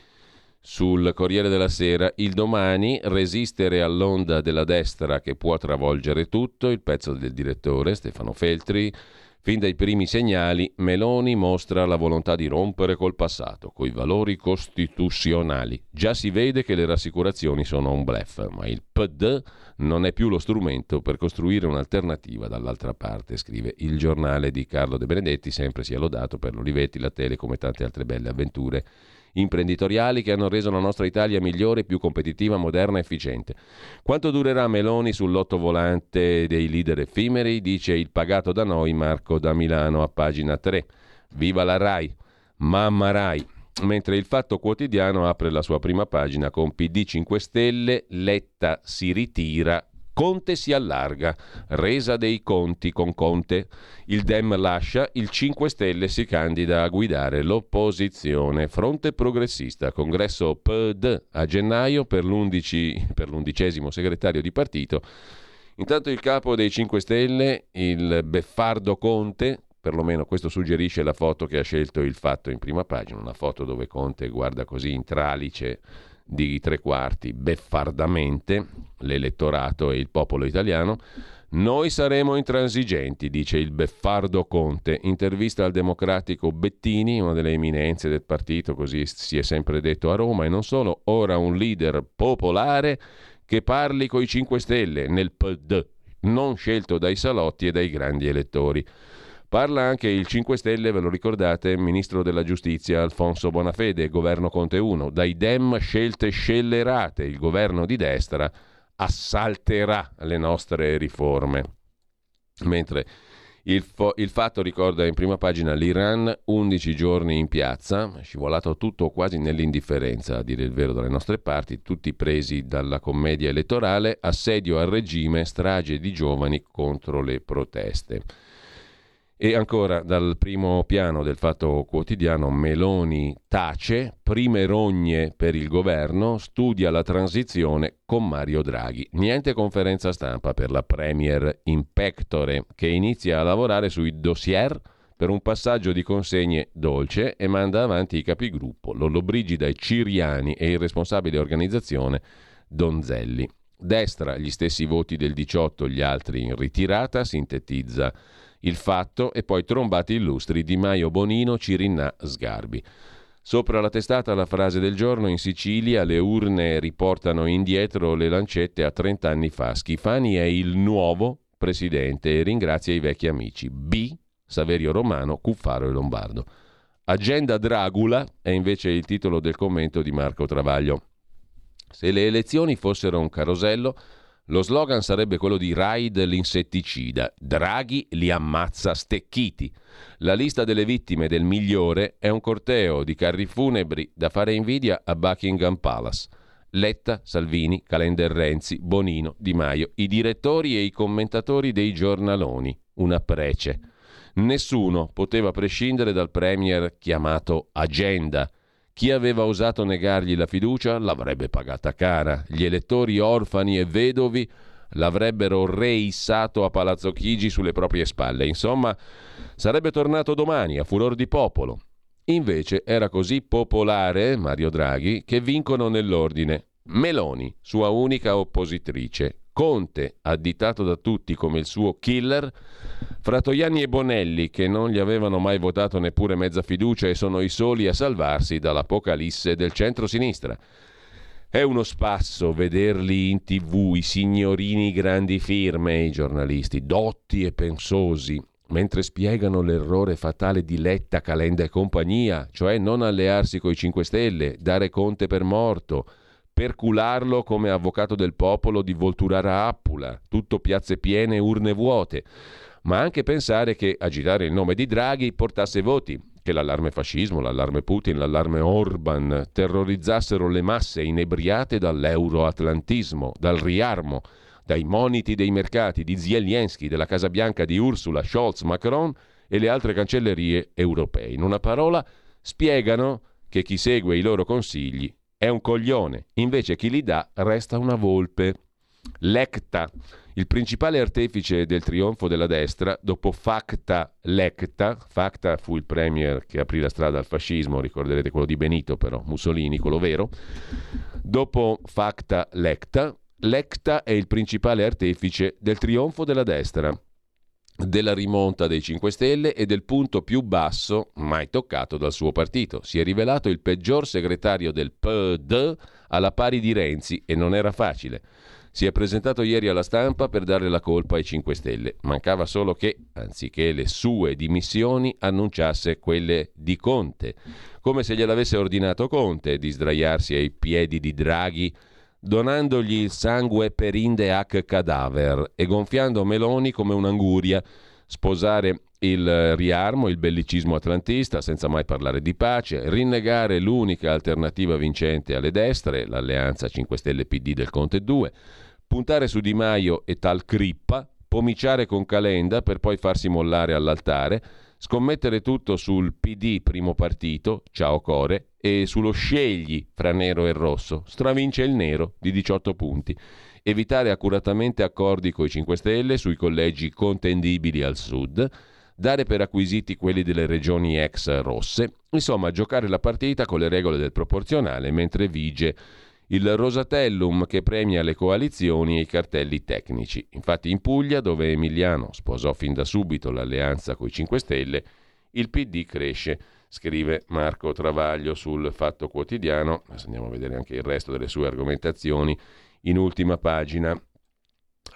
Sul Corriere della Sera, il Domani, resistere all'onda della destra che può travolgere tutto, il pezzo del direttore Stefano Feltri. Fin dai primi segnali, Meloni mostra la volontà di rompere col passato, coi valori costituzionali. Già si vede che le rassicurazioni sono un bluff, ma il PD non è più lo strumento per costruire un'alternativa dall'altra parte, scrive il Giornale di Carlo De Benedetti, sempre sia lodato per l'Olivetti, la Telecom e tante altre belle avventure imprenditoriali che hanno reso la nostra Italia migliore, più competitiva, moderna e efficiente. Quanto durerà Meloni sull'ottovolante dei leader effimeri? Dice il pagato da noi Marco da Milano a pagina 3. Viva la Rai, mamma Rai. Mentre il Fatto Quotidiano apre la sua prima pagina con PD 5 Stelle, Letta si ritira, Conte si allarga, resa dei conti con Conte. Il Dem lascia, il 5 Stelle si candida a guidare l'opposizione. Fronte progressista, congresso PD a gennaio per l'11° segretario di partito. Intanto il capo dei 5 Stelle, il beffardo Conte, perlomeno questo suggerisce la foto che ha scelto il Fatto in prima pagina, una foto dove Conte guarda così in tralice di 3/4 beffardamente l'elettorato e il popolo italiano. Noi saremo intransigenti, dice il beffardo Conte. Intervista al democratico Bettini, una delle eminenze del partito, così si è sempre detto a Roma e non solo. Ora un leader popolare che parli coi 5 Stelle nel PD, non scelto dai salotti e dai grandi elettori. Parla anche il 5 Stelle, ve lo ricordate, ministro della giustizia Alfonso Bonafede, governo Conte 1. Dai Dem scelte scellerate, il governo di destra assalterà le nostre riforme. Mentre il Fatto ricorda in prima pagina l'Iran, 11 giorni in piazza, scivolato tutto quasi nell'indifferenza, a dire il vero, dalle nostre parti, tutti presi dalla commedia elettorale, assedio al regime, strage di giovani contro le proteste. E ancora dal primo piano del Fatto Quotidiano, Meloni tace, prime rogne per il governo, studia la transizione con Mario Draghi. Niente conferenza stampa per la Premier in pectore, che inizia a lavorare sui dossier per un passaggio di consegne dolce e manda avanti i capigruppo, Lollobrigida e Ciriani e il responsabile organizzazione Donzelli. Destra gli stessi voti del 18, gli altri in ritirata, sintetizza il Fatto, e poi trombati illustri Di Maio, Bonino, Cirinnà, Sgarbi. Sopra la testata la frase del giorno: in Sicilia le urne riportano indietro le lancette a 30 anni fa. Schifani è il nuovo presidente e ringrazia i vecchi amici. B. Saverio Romano, Cuffaro e Lombardo. Agenda Dragula è invece il titolo del commento di Marco Travaglio. Se le elezioni fossero un carosello, lo slogan sarebbe quello di Raid l'insetticida. Draghi li ammazza stecchiti. La lista delle vittime del migliore è un corteo di carri funebri da fare invidia a Buckingham Palace. Letta, Salvini, Calenda e Renzi, Bonino, Di Maio, i direttori e i commentatori dei giornaloni. Una prece. Nessuno poteva prescindere dal premier chiamato Agenda. Chi aveva osato negargli la fiducia l'avrebbe pagata cara. Gli elettori orfani e vedovi l'avrebbero reissato a Palazzo Chigi sulle proprie spalle. Insomma, sarebbe tornato domani a furor di popolo. Invece era così popolare Mario Draghi che vincono nell'ordine Meloni, sua unica oppositrice, Conte, additato da tutti come il suo killer, Fratoianni e Bonelli, che non gli avevano mai votato neppure mezza fiducia e sono i soli a salvarsi dall'apocalisse del centro-sinistra. È uno spasso vederli in TV, i signorini grandi firme, i giornalisti dotti e pensosi, mentre spiegano l'errore fatale di Letta, Calenda e compagnia, cioè non allearsi coi 5 Stelle, dare Conte per morto, percularlo come avvocato del popolo di Volturara Appula, tutto piazze piene, urne vuote, ma anche pensare che agitare il nome di Draghi portasse voti, che l'allarme fascismo, l'allarme Putin, l'allarme Orban terrorizzassero le masse inebriate dall'euroatlantismo, dal riarmo, dai moniti dei mercati di Zelensky, della Casa Bianca di Ursula, Scholz, Macron e le altre cancellerie europee. In una parola, spiegano che chi segue i loro consigli è un coglione, invece chi li dà resta una volpe. Letta, il principale artefice del trionfo della destra, dopo Facta Letta, Facta fu il premier che aprì la strada al fascismo, ricorderete quello di Benito però, Mussolini, quello vero, dopo Facta Letta, Letta è il principale artefice del trionfo della destra, della rimonta dei 5 Stelle e del punto più basso mai toccato dal suo partito. Si è rivelato il peggior segretario del PD alla pari di Renzi e non era facile. Si è presentato ieri alla stampa per dare la colpa ai 5 Stelle. Mancava solo che, anziché le sue dimissioni, annunciasse quelle di Conte, come se gliel'avesse ordinato Conte di sdraiarsi ai piedi di Draghi, donandogli il sangue per inde hac cadaver e gonfiando Meloni come un'anguria, sposare il riarmo, il bellicismo atlantista senza mai parlare di pace, rinnegare l'unica alternativa vincente alle destre, l'alleanza 5 Stelle PD del Conte 2, puntare su Di Maio e tal Crippa, pomiciare con Calenda per poi farsi mollare all'altare, scommettere tutto sul PD primo partito, ciao Core, e sullo scegli fra nero e rosso, stravince il nero di 18 punti. Evitare accuratamente accordi coi 5 Stelle sui collegi contendibili al sud, dare per acquisiti quelli delle regioni ex rosse, insomma giocare la partita con le regole del proporzionale mentre vige il Rosatellum che premia le coalizioni e i cartelli tecnici. Infatti in Puglia, dove Emiliano sposò fin da subito l'alleanza coi 5 Stelle, il PD cresce, scrive Marco Travaglio sul Fatto Quotidiano. Adesso andiamo a vedere anche il resto delle sue argomentazioni in ultima pagina.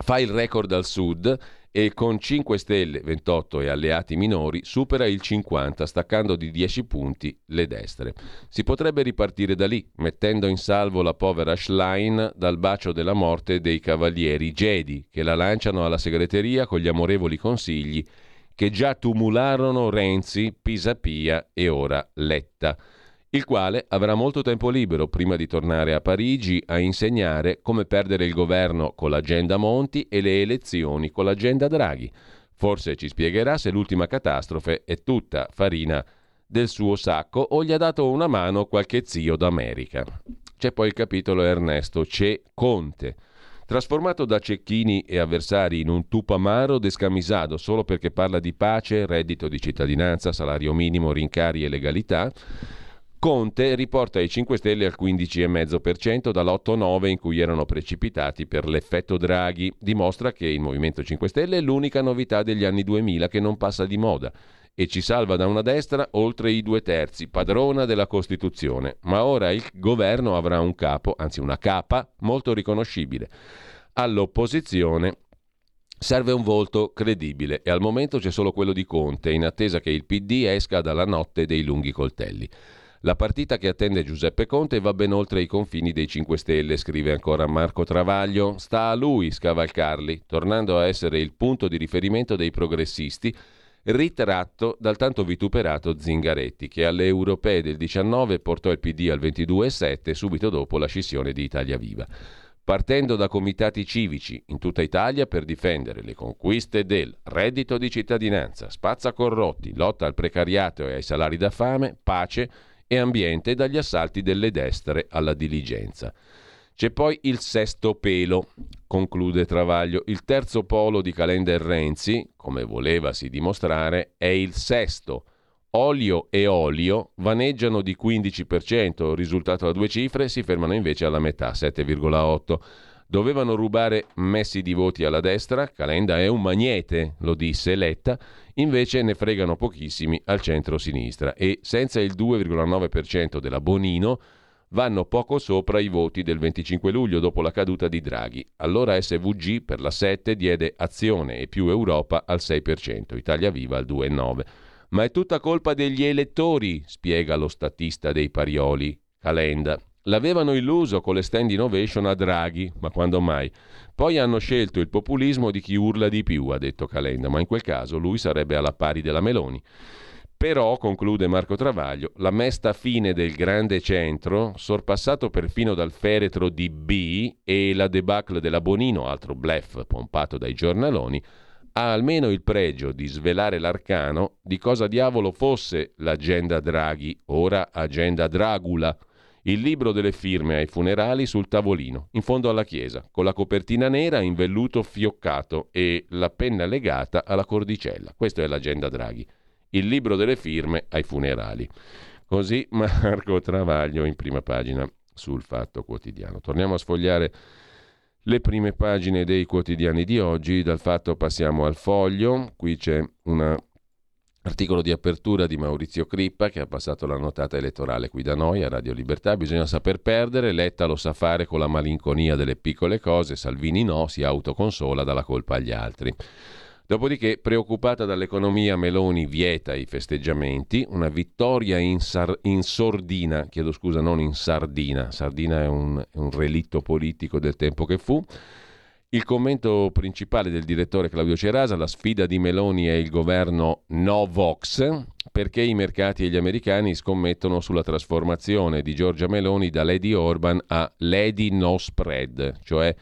fa il record al sud e con 5 Stelle, 28 e alleati minori supera il 50, staccando di 10 punti le destre. Si potrebbe ripartire da lì, mettendo in salvo la povera Schlein dal bacio della morte dei cavalieri Jedi, che la lanciano alla segreteria con gli amorevoli consigli che già tumularono Renzi, Pisapia e ora Letta, il quale avrà molto tempo libero prima di tornare a Parigi a insegnare come perdere il governo con l'agenda Monti e le elezioni con l'agenda Draghi. Forse ci spiegherà se l'ultima catastrofe è tutta farina del suo sacco o gli ha dato una mano qualche zio d'America. C'è poi il capitolo Ernesto Che Conte, trasformato da cecchini e avversari in un tupamaro descamisato solo perché parla di pace, reddito di cittadinanza, salario minimo, rincari e legalità. Conte riporta i 5 Stelle al 15,5% dall'8,9% in cui erano precipitati per l'effetto Draghi. Dimostra che il Movimento 5 Stelle è l'unica novità degli anni 2000 che non passa di moda e ci salva da una destra oltre i 2/3, padrona della Costituzione. Ma ora il governo avrà un capo, anzi una capa, molto riconoscibile. All'opposizione serve un volto credibile e al momento c'è solo quello di Conte, in attesa che il PD esca dalla notte dei lunghi coltelli. La partita che attende Giuseppe Conte va ben oltre i confini dei 5 Stelle, scrive ancora Marco Travaglio. Sta a lui scavalcarli, tornando a essere il punto di riferimento dei progressisti, ritratto dal tanto vituperato Zingaretti, che alle europee del 19 portò il PD al 22,7 subito dopo la scissione di Italia Viva. Partendo da comitati civici in tutta Italia per difendere le conquiste del reddito di cittadinanza, spazza corrotti, lotta al precariato e ai salari da fame, pace e ambiente dagli assalti delle destre alla diligenza. C'è poi il sesto pelo, conclude Travaglio. Il terzo polo di Calenda e Renzi, come volevasi dimostrare, è il sesto. Olio e olio vaneggiano di 15%, risultato a 2 cifre, si fermano invece alla metà, 7,8%. Dovevano rubare messi di voti alla destra, Calenda è un magnete, lo disse Letta, invece ne fregano pochissimi al centro-sinistra e senza il 2,9% della Bonino vanno poco sopra i voti del 25 luglio dopo la caduta di Draghi. Allora SVG per la 7 diede Azione e più Europa al 6%, Italia Viva al 2,9%. Ma è tutta colpa degli elettori, spiega lo statista dei Parioli, Calenda. L'avevano illuso con le stand innovation a Draghi, ma quando mai? Poi hanno scelto il populismo di chi urla di più, ha detto Calenda, ma in quel caso lui sarebbe alla pari della Meloni. Però, conclude Marco Travaglio, la mesta fine del grande centro, sorpassato perfino dal feretro di B e la debacle della Bonino, altro bluff pompato dai giornaloni, ha almeno il pregio di svelare l'arcano di cosa diavolo fosse l'agenda Draghi, ora agenda Dragula. Il libro delle firme ai funerali sul tavolino, in fondo alla chiesa, con la copertina nera in velluto fioccato e la penna legata alla cordicella. Questo è l'agenda Draghi. Il libro delle firme ai funerali. Così Marco Travaglio in prima pagina sul Fatto Quotidiano. Torniamo a sfogliare le prime pagine dei quotidiani di oggi. Dal Fatto passiamo al Foglio. Qui c'è un articolo di apertura di Maurizio Crippa che ha passato la notata elettorale qui da noi a Radio Libertà. Bisogna saper perdere, Letta lo sa fare con la malinconia delle piccole cose, Salvini no, si autoconsola dalla colpa agli altri. Dopodiché, preoccupata dall'economia, Meloni vieta i festeggiamenti, una vittoria in sordina, non in Sardina, Sardina è un relitto politico del tempo che fu. Il commento principale del direttore Claudio Cerasa: la sfida di Meloni è il governo no Vox, perché i mercati e gli americani scommettono sulla trasformazione di Giorgia Meloni da Lady Orban a Lady No Spread, cioè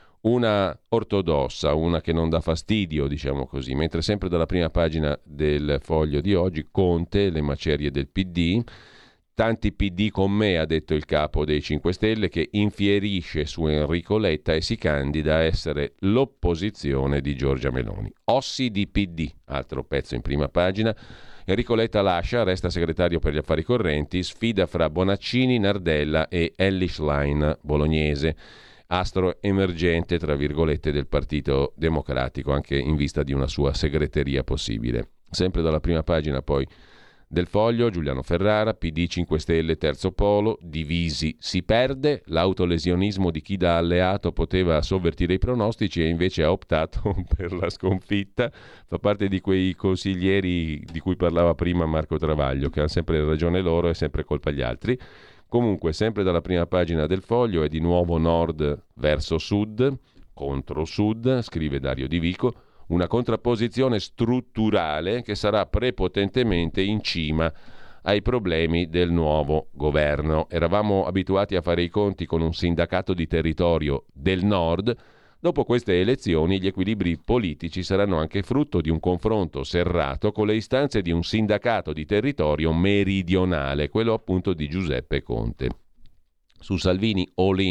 una ortodossa, una che non dà fastidio, diciamo così. Mentre sempre dalla prima pagina del Foglio di oggi, Conte, le macerie del PD. Tanti PD con me, ha detto il capo dei 5 Stelle, che infierisce su Enrico Letta e si candida a essere l'opposizione di Giorgia Meloni. Ossi di PD, altro pezzo in prima pagina. Enrico Letta lascia, resta segretario per gli affari correnti, sfida fra Bonaccini, Nardella e Elly Schlein, bolognese, astro emergente, tra virgolette, del Partito Democratico, anche in vista di una sua segreteria possibile. Sempre dalla prima pagina poi Del Foglio, Giuliano Ferrara, PD 5 Stelle, terzo polo, divisi, si perde, l'autolesionismo di chi da alleato poteva sovvertire i pronostici e invece ha optato per la sconfitta, fa parte di quei consiglieri di cui parlava prima Marco Travaglio, che hanno sempre ragione loro e sempre colpa agli altri. Comunque, sempre dalla prima pagina del Foglio, è di nuovo nord verso sud, contro sud, scrive Dario Di Vico, una contrapposizione strutturale che sarà prepotentemente in cima ai problemi del nuovo governo. Eravamo abituati a fare i conti con un sindacato di territorio del nord. Dopo queste elezioni gli equilibri politici saranno anche frutto di un confronto serrato con le istanze di un sindacato di territorio meridionale, quello appunto di Giuseppe Conte. Su Salvini all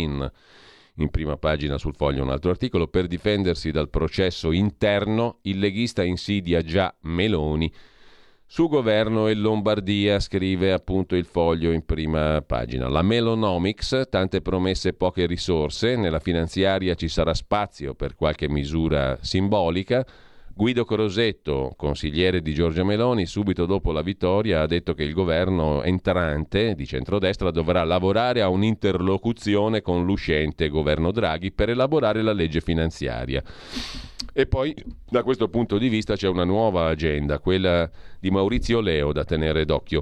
in prima pagina sul Foglio un altro articolo, per difendersi dal processo interno il leghista insidia già Meloni su governo e Lombardia, scrive appunto il Foglio in prima pagina. La Melonomics, tante promesse, poche risorse, nella finanziaria ci sarà spazio per qualche misura simbolica. Guido Crosetto, consigliere di Giorgia Meloni, subito dopo la vittoria ha detto che il governo entrante di centrodestra dovrà lavorare a un'interlocuzione con l'uscente governo Draghi per elaborare la legge finanziaria. E poi da questo punto di vista c'è una nuova agenda, quella di Maurizio Leo, da tenere d'occhio.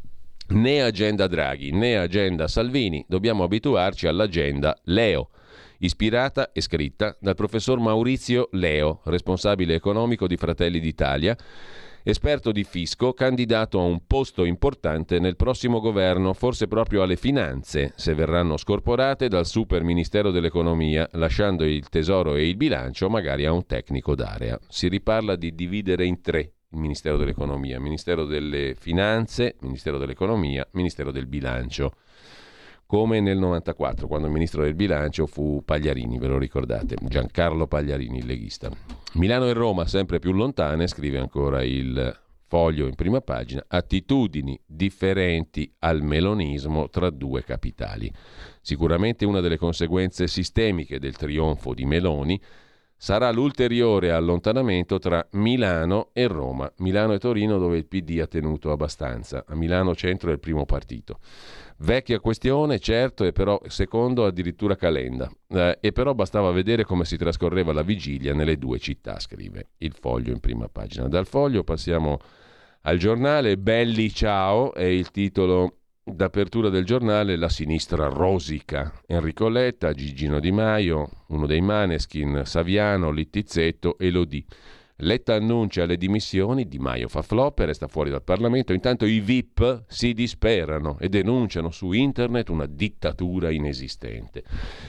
Né agenda Draghi né agenda Salvini, dobbiamo abituarci all'agenda Leo, ispirata e scritta dal professor Maurizio Leo, responsabile economico di Fratelli d'Italia, esperto di fisco, candidato a un posto importante nel prossimo governo, forse proprio alle finanze, se verranno scorporate dal super ministero dell'economia, lasciando il tesoro e il bilancio magari a un tecnico d'area. Si riparla di dividere in tre il Ministero dell'Economia, Ministero delle Finanze, Ministero dell'Economia, Ministero del Bilancio. Come nel 94, quando il ministro del bilancio fu Pagliarini, ve lo ricordate? Giancarlo Pagliarini, il leghista. Milano e Roma sempre più lontane, scrive ancora il Foglio in prima pagina, attitudini differenti al melonismo tra due capitali. Sicuramente una delle conseguenze sistemiche del trionfo di Meloni sarà l'ulteriore allontanamento tra Milano e Roma. Milano e Torino, dove il PD ha tenuto abbastanza. A Milano Centro è il primo partito. Vecchia questione, certo, e però secondo addirittura Calenda. E però bastava vedere come si trascorreva la vigilia nelle due città, scrive il Foglio in prima pagina. Dal Foglio passiamo al Giornale. Belli ciao è il titolo d'apertura del giornale. La sinistra rosica. Enrico Letta, Gigino Di Maio, uno dei Maneskin, Saviano, Littizzetto e Lodì. Letta annuncia le dimissioni, Di Maio fa flop e resta fuori dal Parlamento. Intanto i VIP si disperano e denunciano su internet una dittatura inesistente.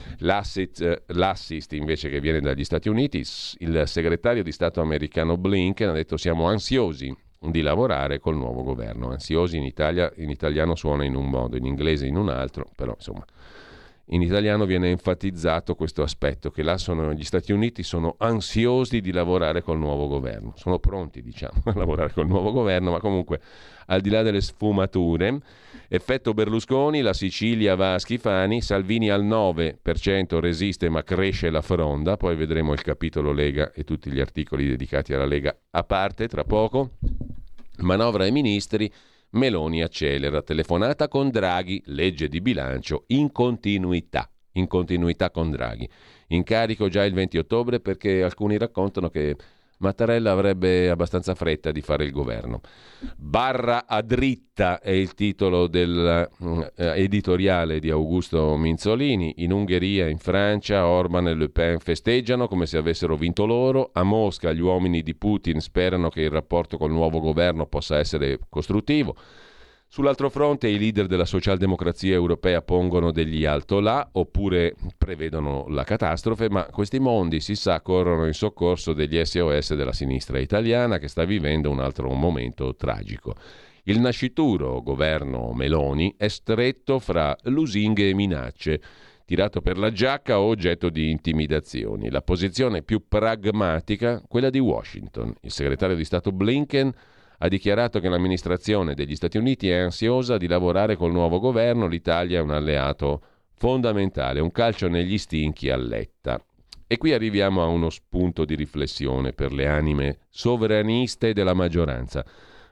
L'assist invece, che viene dagli Stati Uniti, il segretario di Stato americano Blinken ha detto: siamo ansiosi di lavorare col nuovo governo. Ansiosi in Italia, in italiano suona in un modo, in inglese in un altro, però insomma in italiano viene enfatizzato questo aspetto, che là gli Stati Uniti sono ansiosi di lavorare col nuovo governo, sono pronti, diciamo, a lavorare col nuovo governo, ma comunque al di là delle sfumature, effetto Berlusconi, la Sicilia va a Schifani, Salvini al 9% resiste ma cresce la fronda, poi vedremo il capitolo Lega e tutti gli articoli dedicati alla Lega a parte tra poco. Manovra ai ministri, Meloni accelera, telefonata con Draghi, legge di bilancio in continuità con Draghi. Incarico già il 20 ottobre perché alcuni raccontano che Mattarella avrebbe abbastanza fretta di fare il governo. Barra a dritta è il titolo dell'editoriale di Augusto Minzolini. In Ungheria, in Francia, Orban e Le Pen festeggiano come se avessero vinto loro. A Mosca gli uomini di Putin sperano che il rapporto col nuovo governo possa essere costruttivo. Sull'altro fronte i leader della socialdemocrazia europea pongono degli altolà oppure prevedono la catastrofe, ma questi mondi, si sa, corrono in soccorso degli SOS della sinistra italiana, che sta vivendo un altro momento tragico. Il nascituro governo Meloni è stretto fra lusinghe e minacce, tirato per la giacca o oggetto di intimidazioni. La posizione più pragmatica, quella di Washington. Il segretario di Stato Blinken ha dichiarato che l'amministrazione degli Stati Uniti è ansiosa di lavorare col nuovo governo, l'Italia è un alleato fondamentale, un calcio negli stinchi a Letta. E qui arriviamo a uno spunto di riflessione per le anime sovraniste della maggioranza.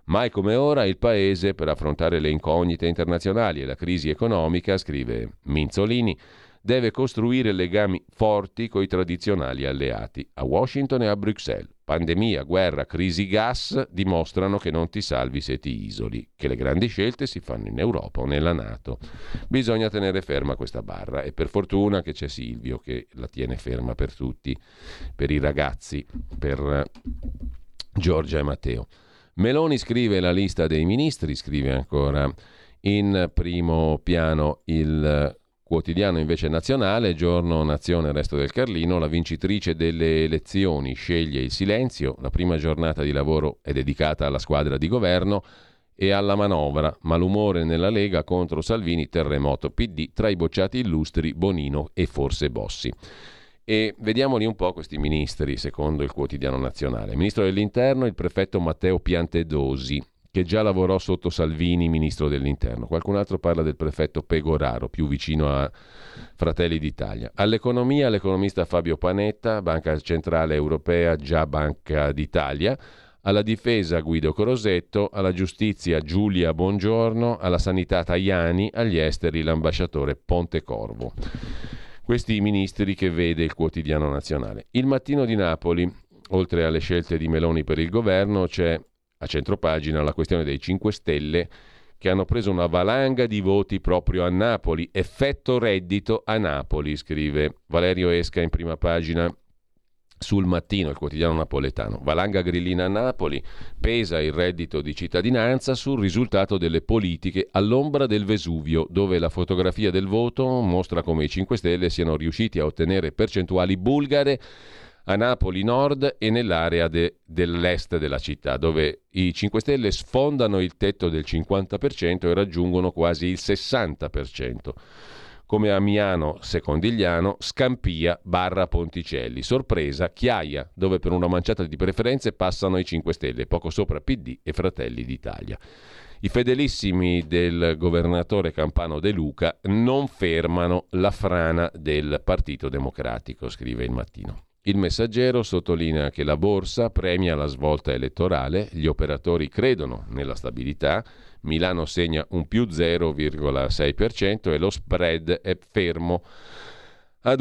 Mai come ora il Paese, per affrontare le incognite internazionali e la crisi economica, scrive Minzolini, deve costruire legami forti coi tradizionali alleati, a Washington e a Bruxelles. Pandemia, guerra, crisi gas dimostrano che non ti salvi se ti isoli, che le grandi scelte si fanno in Europa o nella NATO. Bisogna tenere ferma questa barra e per fortuna che c'è Silvio che la tiene ferma per tutti, per i ragazzi, per Giorgia e Matteo. Meloni scrive la lista dei ministri, scrive ancora in primo piano il quotidiano invece nazionale, Giorno, Nazione, Resto del Carlino, la vincitrice delle elezioni sceglie il silenzio, la prima giornata di lavoro è dedicata alla squadra di governo e alla manovra, malumore nella Lega contro Salvini, terremoto PD, tra i bocciati illustri Bonino e forse Bossi. E vediamoli un po' questi ministri, secondo il quotidiano nazionale. Ministro dell'Interno, il prefetto Matteo Piantedosi, che già lavorò sotto Salvini, ministro dell'Interno. Qualcun altro parla del prefetto Pegoraro, più vicino a Fratelli d'Italia. All'economia, l'economista Fabio Panetta, Banca Centrale Europea, già Banca d'Italia. Alla difesa Guido Crosetto, alla giustizia Giulia Bongiorno, alla sanità Tajani, agli esteri l'ambasciatore Pontecorvo. Questi i ministri che vede il quotidiano nazionale. Il Mattino di Napoli, oltre alle scelte di Meloni per il governo, c'è a centropagina la questione dei 5 Stelle che hanno preso una valanga di voti proprio a Napoli. Effetto reddito a Napoli, scrive Valerio Esca in prima pagina sul Mattino, il quotidiano napoletano. Valanga grillina a Napoli, pesa il reddito di cittadinanza sul risultato delle politiche all'ombra del Vesuvio, dove la fotografia del voto mostra come i 5 Stelle siano riusciti a ottenere percentuali bulgare a Napoli Nord e nell'area dell'est della città, dove i 5 Stelle sfondano il tetto del 50% e raggiungono quasi il 60%. Come a Miano Secondigliano, Scampia barra Ponticelli. Sorpresa, Chiaia, dove per una manciata di preferenze passano i 5 Stelle, poco sopra PD e Fratelli d'Italia. I fedelissimi del governatore campano De Luca non fermano la frana del Partito Democratico, scrive il Mattino. Il Messaggero sottolinea che la borsa premia la svolta elettorale, gli operatori credono nella stabilità, Milano segna un più 0,6% e lo spread è fermo a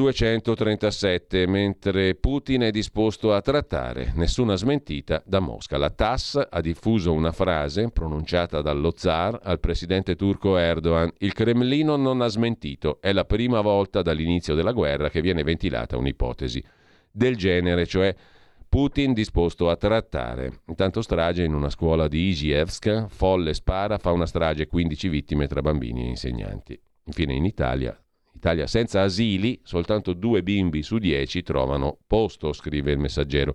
237, mentre Putin è disposto a trattare. Nessuna smentita da Mosca. La TASS ha diffuso una frase pronunciata dallo zar al presidente turco Erdogan. Il Cremlino non ha smentito. È la prima volta dall'inizio della guerra che viene ventilata un'ipotesi del genere, cioè Putin disposto a trattare. Intanto strage in una scuola di Izhevsk, folle spara, fa una strage, 15 vittime tra bambini e insegnanti. Infine in Italia senza asili, soltanto 2 bimbi su 10 trovano posto, scrive il Messaggero.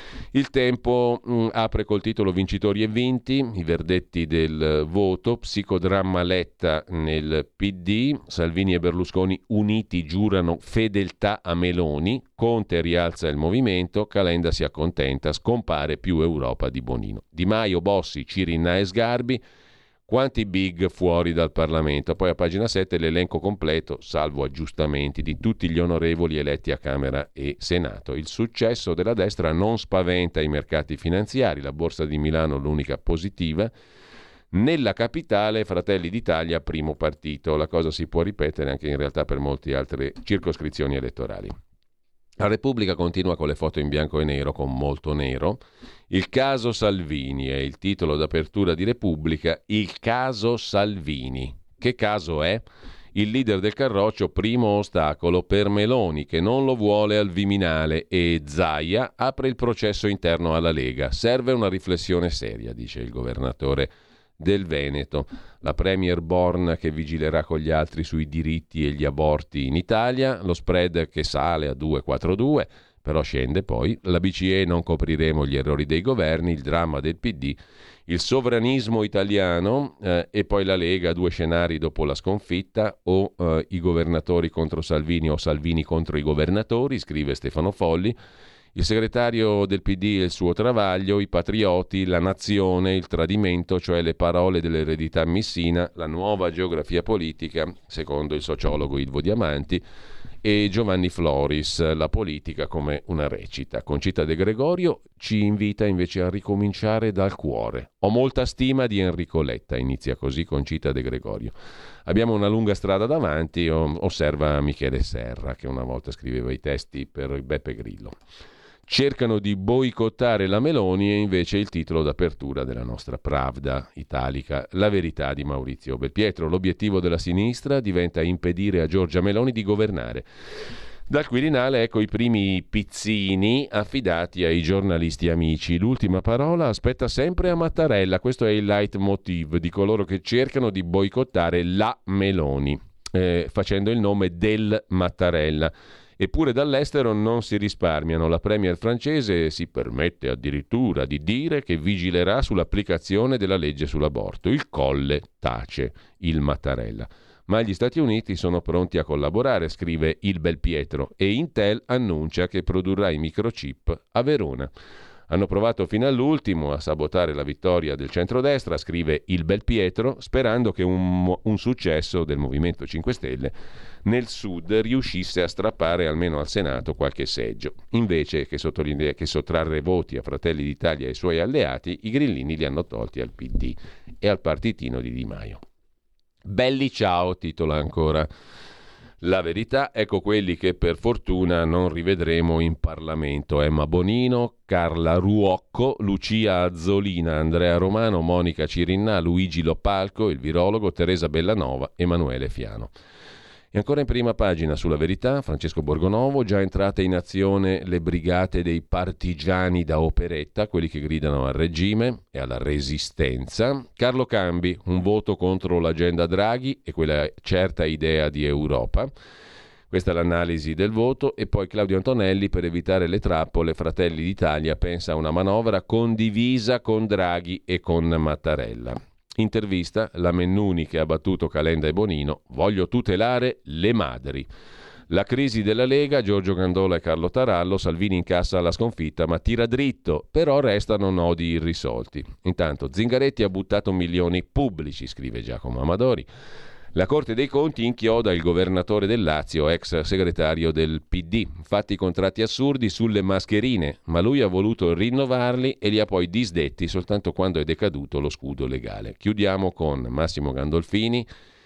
Il Tempo apre col titolo Vincitori e vinti, i verdetti del voto, psicodramma Letta nel PD, Salvini e Berlusconi uniti giurano fedeltà a Meloni, Conte rialza il movimento, Calenda si accontenta, scompare più Europa di Bonino. Di Maio, Bossi, Cirinna e Sgarbi, quanti big fuori dal Parlamento. Poi a pagina 7 l'elenco completo, salvo aggiustamenti, di tutti gli onorevoli eletti a Camera e Senato. Il successo della destra non spaventa i mercati finanziari, la Borsa di Milano l'unica positiva. Nella capitale Fratelli d'Italia primo partito. La cosa si può ripetere anche in realtà per molte altre circoscrizioni elettorali. La Repubblica continua con le foto in bianco e nero, con molto nero. Il caso Salvini è il titolo d'apertura di Repubblica. Il caso Salvini. Che caso è? Il leader del Carroccio, primo ostacolo per Meloni, che non lo vuole al Viminale, e Zaia apre il processo interno alla Lega. Serve una riflessione seria, dice il governatore del Veneto. La premier Born che vigilerà con gli altri sui diritti e gli aborti in Italia, lo spread che sale a 2,42, però scende poi, la BCE non copriremo gli errori dei governi, il dramma del PD, il sovranismo italiano e poi la Lega, 2 scenari dopo la sconfitta, o i governatori contro Salvini o Salvini contro i governatori, scrive Stefano Folli. Il segretario del PD e il suo travaglio, i patrioti, la nazione, il tradimento, cioè le parole dell'eredità missina, la nuova geografia politica, secondo il sociologo Ilvo Diamanti, e Giovanni Floris, la politica come una recita. Concita De Gregorio ci invita invece a ricominciare dal cuore. Ho molta stima di Enrico Letta, inizia così Concita De Gregorio. Abbiamo una lunga strada davanti, osserva Michele Serra, che una volta scriveva i testi per Beppe Grillo. Cercano di boicottare la Meloni, e invece il titolo d'apertura della nostra Pravda italica, La verità di Maurizio Belpietro. L'obiettivo della sinistra diventa impedire a Giorgia Meloni di governare. Dal Quirinale ecco i primi pizzini affidati ai giornalisti amici. L'ultima parola aspetta sempre a Mattarella, questo è il leitmotiv di coloro che cercano di boicottare la Meloni, facendo il nome del Mattarella. Eppure dall'estero non si risparmiano. La premier francese si permette addirittura di dire che vigilerà sull'applicazione della legge sull'aborto. Il Colle tace il Mattarella. Ma gli Stati Uniti sono pronti a collaborare, scrive il Belpietro, e Intel annuncia che produrrà i microchip a Verona. Hanno provato fino all'ultimo a sabotare la vittoria del centrodestra, scrive il Belpietro, sperando che un successo del Movimento 5 Stelle nel Sud riuscisse a strappare almeno al Senato qualche seggio. Invece che sottrarre voti a Fratelli d'Italia e ai suoi alleati, i grillini li hanno tolti al PD e al partitino di Di Maio. Belli ciao, titola ancora La Verità, ecco quelli che per fortuna non rivedremo in Parlamento: Emma Bonino, Carla Ruocco, Lucia Azzolina, Andrea Romano, Monica Cirinnà, Luigi Lopalco, il virologo, Teresa Bellanova, Emanuele Fiano. E ancora in prima pagina sulla Verità, Francesco Borgonovo, già entrate in azione le brigate dei partigiani da operetta, quelli che gridano al regime e alla resistenza. Carlo Cambi, un voto contro l'agenda Draghi e quella certa idea di Europa. Questa è l'analisi del voto. E poi Claudio Antonelli, per evitare le trappole, Fratelli d'Italia pensa a una manovra condivisa con Draghi e con Mattarella. Intervista, la Mennuni che ha battuto Calenda e Bonino, voglio tutelare le madri. La crisi della Lega, Giorgio Gandola e Carlo Tarallo, Salvini incassa la sconfitta ma tira dritto, però restano nodi irrisolti. Intanto Zingaretti ha buttato milioni pubblici, scrive Giacomo Amadori. La Corte dei Conti inchioda il governatore del Lazio, ex segretario del PD. Fatti contratti assurdi sulle mascherine, ma lui ha voluto rinnovarli e li ha poi disdetti soltanto quando è decaduto lo scudo legale. Chiudiamo con Massimo Gandolfini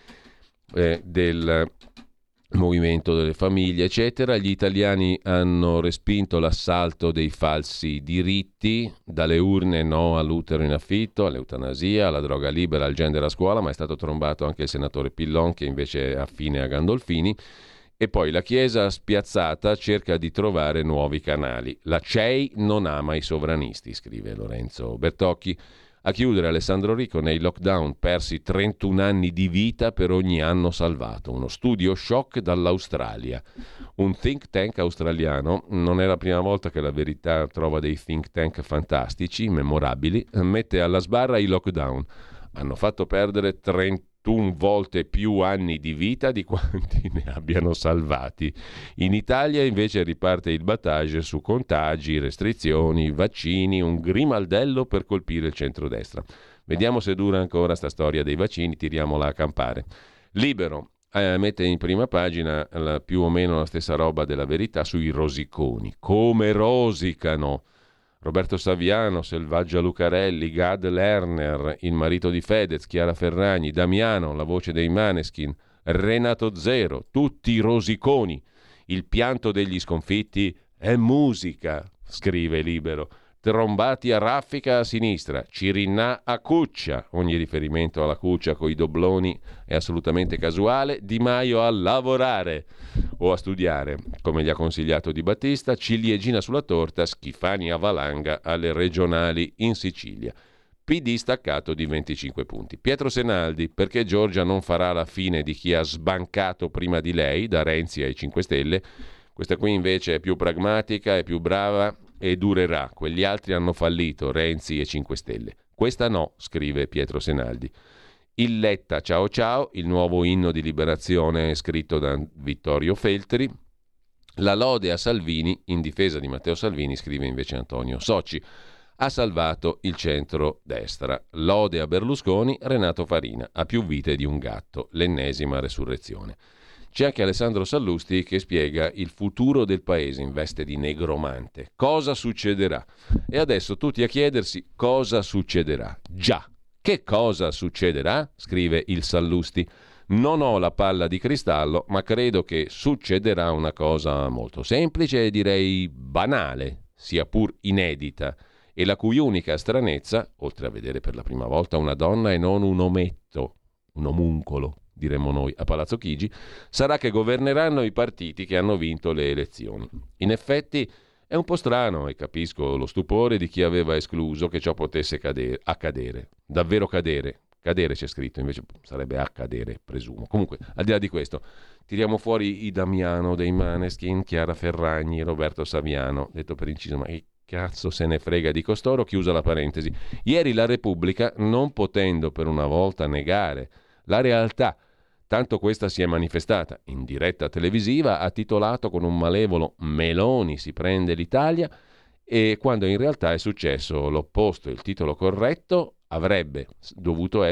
del Movimento delle Famiglie, eccetera. Gli italiani hanno respinto l'assalto dei falsi diritti, dalle urne no all'utero in affitto, all'eutanasia, alla droga libera, al gender a scuola, ma è stato trombato anche il senatore Pillon, che invece è affine a Gandolfini. E poi la Chiesa spiazzata cerca di trovare nuovi canali. La CEI non ama i sovranisti, scrive Lorenzo Bertocchi. A chiudere Alessandro Rico, nei lockdown persi 31 anni di vita per ogni anno salvato. Uno studio shock dall'Australia. Un think tank australiano, non è la prima volta che La Verità trova dei think tank fantastici, memorabili, mette alla sbarra i lockdown. Hanno fatto perdere 31 volte più anni di vita di quanti ne abbiano salvati. In Italia invece riparte il battage su contagi, restrizioni, vaccini, un grimaldello per colpire il centrodestra. Vediamo se dura ancora sta storia dei vaccini, tiriamola a campare. Libero mette in prima pagina più o meno la stessa roba della Verità sui rosiconi. Come rosicano! Roberto Saviano, Selvaggia Lucarelli, Gad Lerner, il marito di Fedez, Chiara Ferragni, Damiano, la voce dei Maneskin, Renato Zero, tutti rosiconi. Il pianto degli sconfitti è musica, scrive Libero. Trombati a raffica a sinistra, Cirinnà a Cuccia, ogni riferimento alla Cuccia coi dobloni è assolutamente casuale, Di Maio a lavorare o a studiare, come gli ha consigliato Di Battista, ciliegina sulla torta, Schifani a valanga alle regionali in Sicilia. PD staccato di 25 punti. Pietro Senaldi, perché Giorgia non farà la fine di chi ha sbancato prima di lei, da Renzi ai 5 Stelle, questa qui invece è più pragmatica, è più brava e durerà. Quegli altri hanno fallito, Renzi e 5 Stelle. Questa no, scrive Pietro Senaldi. Il Letta ciao ciao, il nuovo inno di liberazione scritto da Vittorio Feltri. La lode a Salvini, in difesa di Matteo Salvini, scrive invece Antonio Socci. Ha salvato il centro-destra. Lode a Berlusconi, Renato Farina. Ha più vite di un gatto, l'ennesima resurrezione. C'è anche Alessandro Sallusti che spiega il futuro del paese in veste di negromante. Cosa succederà? E adesso tutti a chiedersi cosa succederà. Già, che cosa succederà? Scrive il Sallusti. Non ho la palla di cristallo, ma credo che succederà una cosa molto semplice e direi banale, sia pur inedita, e la cui unica stranezza, oltre a vedere per la prima volta una donna e non un ometto, un omuncolo, diremmo noi a Palazzo Chigi, sarà che governeranno i partiti che hanno vinto le elezioni. In effetti è un po' strano e capisco lo stupore di chi aveva escluso che ciò potesse accadere. Davvero cadere. Cadere c'è scritto, invece sarebbe accadere, presumo. Comunque, al di là di questo, tiriamo fuori i Damiano dei Maneskin, Chiara Ferragni, Roberto Saviano, detto per inciso, ma che cazzo se ne frega di costoro, chiusa la parentesi. Ieri la Repubblica, non potendo per una volta negare la realtà, tanto questa si è manifestata in diretta televisiva, ha titolato con un malevolo "Meloni si prende l'Italia", e quando in realtà è successo l'opposto. Il titolo corretto sarebbe dovuto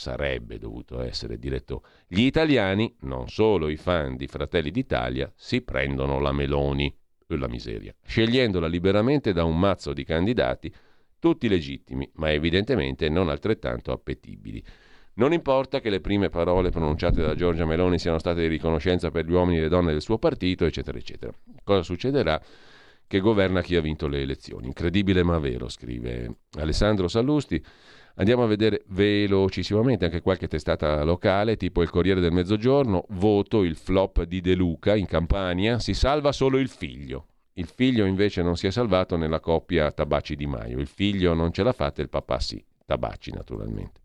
essere diretto: gli italiani, non solo i fan di Fratelli d'Italia, si prendono la Meloni, la miseria, scegliendola liberamente da un mazzo di candidati, tutti legittimi, ma evidentemente non altrettanto appetibili. Non importa che le prime parole pronunciate da Giorgia Meloni siano state di riconoscenza per gli uomini e le donne del suo partito, eccetera, eccetera. Cosa succederà? Che governa chi ha vinto le elezioni. Incredibile ma vero, scrive Alessandro Sallusti. Andiamo a vedere velocissimamente anche qualche testata locale, tipo il Corriere del Mezzogiorno. Voto, il flop di De Luca in Campania, si salva solo il figlio. Il figlio invece non si è salvato nella coppia Tabacci-Di Maio. Il figlio non ce l'ha fatta, il papà sì. Tabacci naturalmente.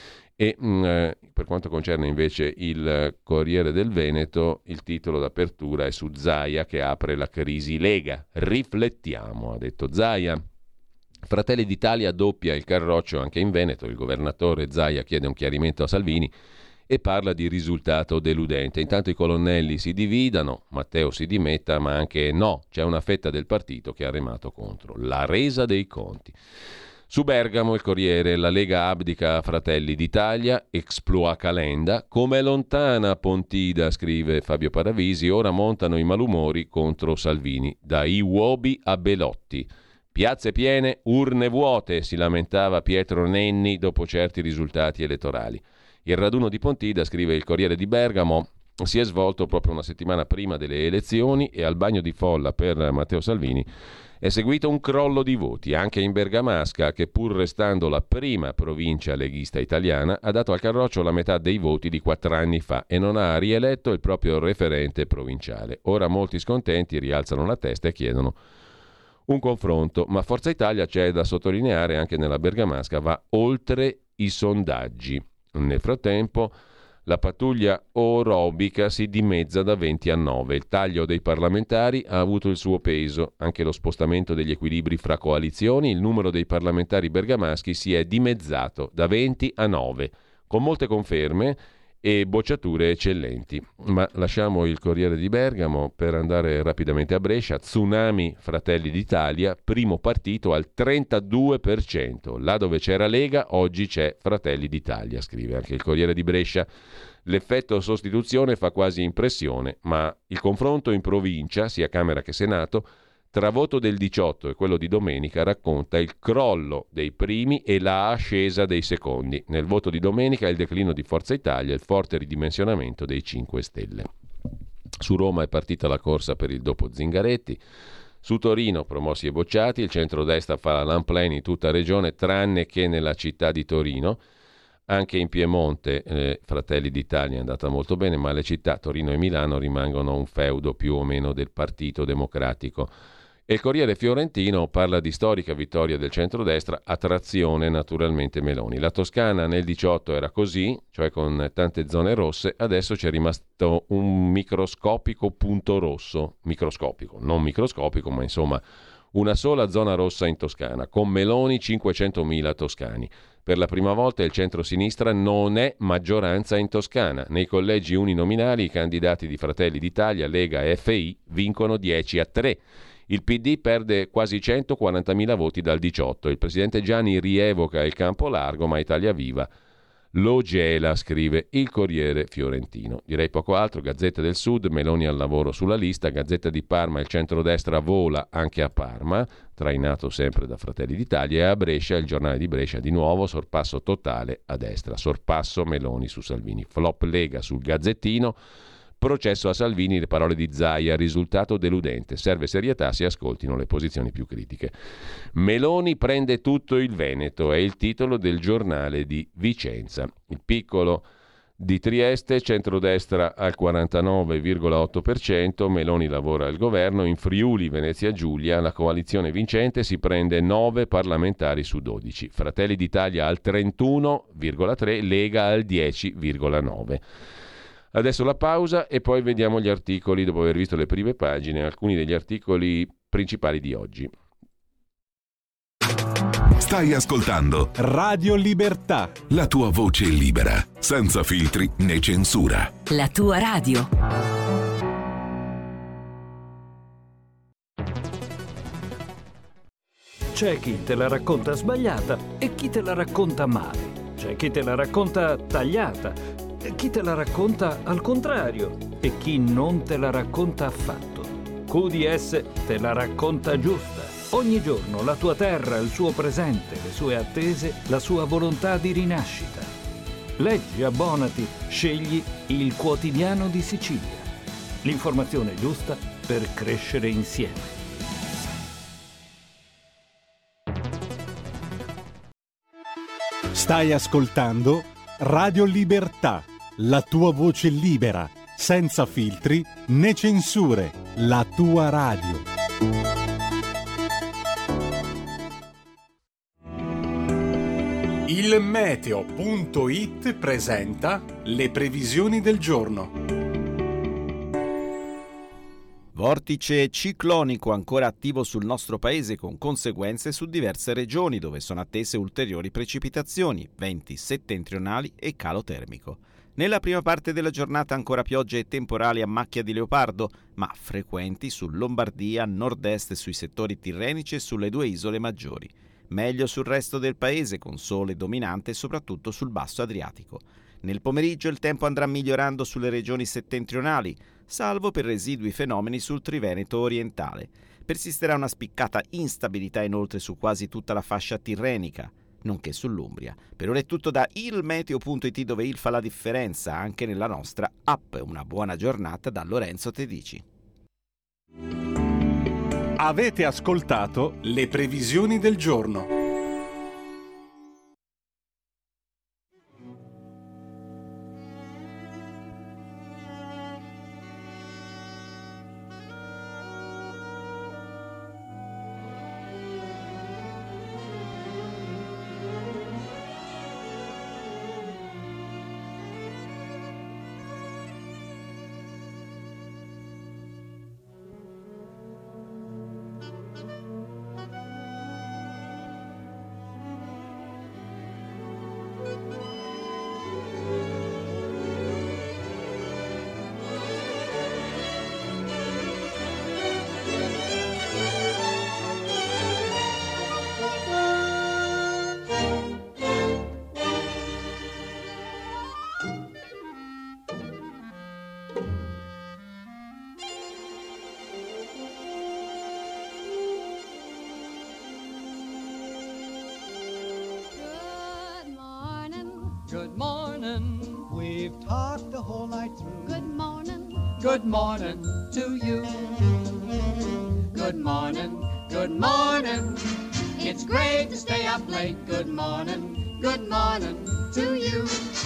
E per quanto concerne invece il Corriere del Veneto, il titolo d'apertura è su Zaia che apre la crisi Lega. Riflettiamo, ha detto Zaia. Fratelli d'Italia doppia il carroccio anche in Veneto. Il governatore Zaia chiede un chiarimento a Salvini e parla di risultato deludente. Intanto i colonnelli si dividano, Matteo si dimetta, ma anche no, c'è una fetta del partito che ha remato contro. La resa dei conti. Su Bergamo il Corriere, la Lega abdica a Fratelli d'Italia, exploit Calenda, com'è lontana Pontida, scrive Fabio Paravisi, ora montano i malumori contro Salvini, da Iwobi a Belotti. Piazze piene, urne vuote, si lamentava Pietro Nenni dopo certi risultati elettorali. Il raduno di Pontida, scrive il Corriere di Bergamo, si è svolto proprio una settimana prima delle elezioni e al bagno di folla per Matteo Salvini è seguito un crollo di voti, anche in Bergamasca, che pur restando la prima provincia leghista italiana, ha dato al carroccio la metà dei voti di 4 anni fa e non ha rieletto il proprio referente provinciale. Ora molti scontenti rialzano la testa e chiedono un confronto, ma Forza Italia, c'è da sottolineare, anche nella Bergamasca va oltre i sondaggi. Nel frattempo la pattuglia orobica si dimezza da 20 a 9. Il taglio dei parlamentari ha avuto il suo peso, anche lo spostamento degli equilibri fra coalizioni. Il numero dei parlamentari bergamaschi si è dimezzato da 20 a 9, con molte conferme e bocciature eccellenti. Ma lasciamo il Corriere di Bergamo per andare rapidamente a Brescia. Tsunami Fratelli d'Italia, primo partito al 32%. Là dove c'era Lega, oggi c'è Fratelli d'Italia, scrive anche il Corriere di Brescia. L'effetto sostituzione fa quasi impressione, ma il confronto in provincia, sia Camera che Senato, tra voto del 18 e quello di domenica racconta il crollo dei primi e la ascesa dei secondi. Nel voto di domenica il declino di Forza Italia e il forte ridimensionamento dei 5 Stelle. Su Roma è partita la corsa per il dopo Zingaretti. Su Torino, promossi e bocciati, il centrodestra fa la lamplena in tutta regione tranne che nella città di Torino. Anche in Piemonte Fratelli d'Italia è andata molto bene, ma le città Torino e Milano rimangono un feudo più o meno del Partito Democratico. E il Corriere Fiorentino parla di storica vittoria del centrodestra, a trazione naturalmente Meloni. La Toscana nel 18 era così, cioè con tante zone rosse, adesso c'è rimasto un microscopico punto rosso, microscopico, non microscopico, ma insomma una sola zona rossa in Toscana, con Meloni 500.000 toscani. Per la prima volta il centro-sinistra non è maggioranza in Toscana. Nei collegi uninominali i candidati di Fratelli d'Italia, Lega e FI vincono 10-3. Il PD perde quasi 140.000 voti dal 18. Il presidente Gianni rievoca il campo largo, ma Italia Viva lo gela, scrive il Corriere Fiorentino. Direi poco altro. Gazzetta del Sud, Meloni al lavoro sulla lista. Gazzetta di Parma, il centrodestra vola anche a Parma, trainato sempre da Fratelli d'Italia. E a Brescia, il giornale di Brescia, di nuovo sorpasso totale a destra. Sorpasso Meloni su Salvini. Flop Lega sul Gazzettino. Processo a Salvini, le parole di Zaia, risultato deludente. Serve serietà, si ascoltino le posizioni più critiche. Meloni prende tutto il Veneto, è il titolo del giornale di Vicenza. Il Piccolo di Trieste, centrodestra al 49,8%, Meloni lavora al governo. In Friuli, Venezia Giulia, la coalizione vincente si prende 9 parlamentari su 12. Fratelli d'Italia al 31,3%, Lega al 10,9%. Adesso la pausa e poi vediamo gli articoli, dopo aver visto le prime pagine, alcuni degli articoli principali di oggi. Stai ascoltando Radio Libertà. La tua voce libera, senza filtri né censura. La tua radio. C'è chi te la racconta sbagliata e chi te la racconta male. C'è chi te la racconta tagliata, chi te la racconta al contrario e chi non te la racconta affatto. QDS te la racconta giusta. Ogni giorno la tua terra, il suo presente, le sue attese, la sua volontà di rinascita. Leggi, abbonati, scegli il Quotidiano di Sicilia. L'informazione giusta per crescere insieme. Stai ascoltando Radio Libertà, la tua voce libera, senza filtri né censure, la tua radio. Il meteo.it presenta le previsioni del giorno. Vortice ciclonico ancora attivo sul nostro paese con conseguenze su diverse regioni dove sono attese ulteriori precipitazioni, venti settentrionali e calo termico. Nella prima parte della giornata ancora piogge e temporali a macchia di leopardo, ma frequenti su Lombardia, nord-est e sui settori tirrenici e sulle due isole maggiori. Meglio sul resto del paese con sole dominante soprattutto sul basso Adriatico. Nel pomeriggio il tempo andrà migliorando sulle regioni settentrionali, salvo per residui fenomeni sul Triveneto orientale. Persisterà una spiccata instabilità inoltre su quasi tutta la fascia tirrenica, nonché sull'Umbria. Per ora è tutto da ilmeteo.it, dove il fa la differenza anche nella nostra app. Una buona giornata da Lorenzo Tedici. Avete ascoltato le previsioni del giorno. Good morning. We've talked the whole night through. Good morning. Good morning to you. Good morning. Good morning. It's great to stay up late. Good morning. Good morning to you.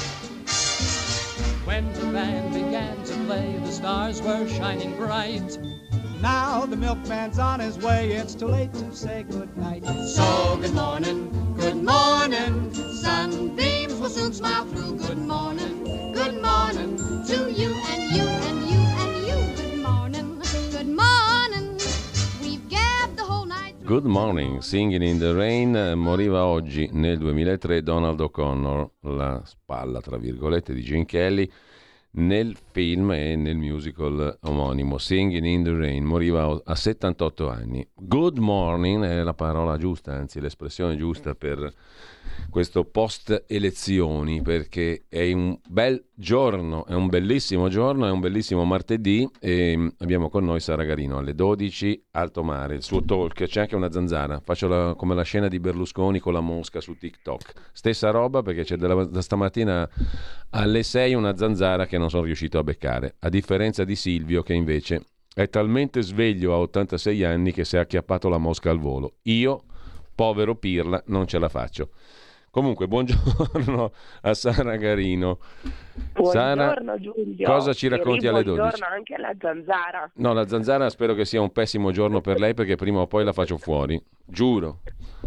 When the band began to play, the stars were shining bright. Now the milkman's on his way. It's too late to say good night. So good morning. Good morning. Sunbeams will soon smile through. Good morning to you And you and you and you. Good morning. Good morning. We've gabbed the whole night through. Good Morning, Singing in the Rain. Moriva oggi nel 2003 Donald O'Connor, la spalla tra virgolette di Gene Kelly, nel film e nel musical omonimo Singing in the Rain. Moriva a 78 anni. Good morning è la parola giusta, anzi l'espressione giusta per questo post elezioni, perché è un bel giorno, è un bellissimo giorno, è un bellissimo martedì e abbiamo con noi Sara Garino alle 12, Alto Mare, il suo talk, c'è anche una zanzara, faccio come la scena di Berlusconi con la mosca su TikTok, stessa roba perché c'è da stamattina alle 6 una zanzara che non sono riuscito a beccare, a differenza di Silvio che invece è talmente sveglio a 86 anni che si è acchiappato la mosca al volo. Io, povero pirla, non ce la faccio. Comunque, buongiorno a Sara Garino. Buongiorno Sara, Giulio. Cosa ci racconti alle 12? Buongiorno anche alla zanzara. No, la zanzara spero che sia un pessimo giorno per lei perché prima o poi la faccio fuori. Giuro.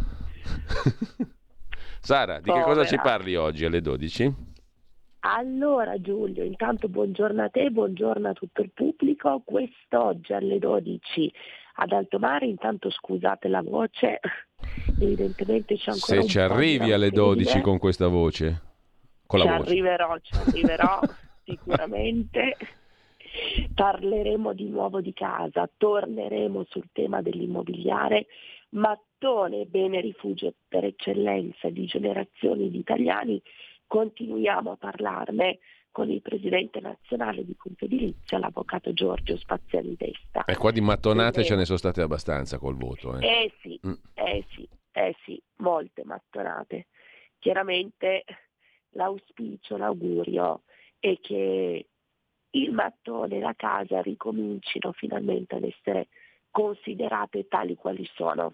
Sara, di che cosa ci parli oggi alle 12? Allora Giulio, intanto buongiorno a te, buongiorno a tutto il pubblico. Quest'oggi alle 12 ad Alto Mare, intanto scusate la voce, evidentemente c'è ancora Se ci arrivi alle 12 con questa voce, con la voce. Ci arriverò sicuramente. Parleremo di nuovo di casa, torneremo sul tema dell'immobiliare, mattone, bene rifugio per eccellenza di generazioni di italiani. Continuiamo a parlarne con il presidente nazionale di Confedilizia, l'avvocato Giorgio Spaziani Testa. E qua di mattonate ce ne sono state abbastanza col voto. Sì, molte mattonate. Chiaramente l'auspicio, l'augurio è che il mattone e la casa ricomincino finalmente ad essere considerate tali quali sono.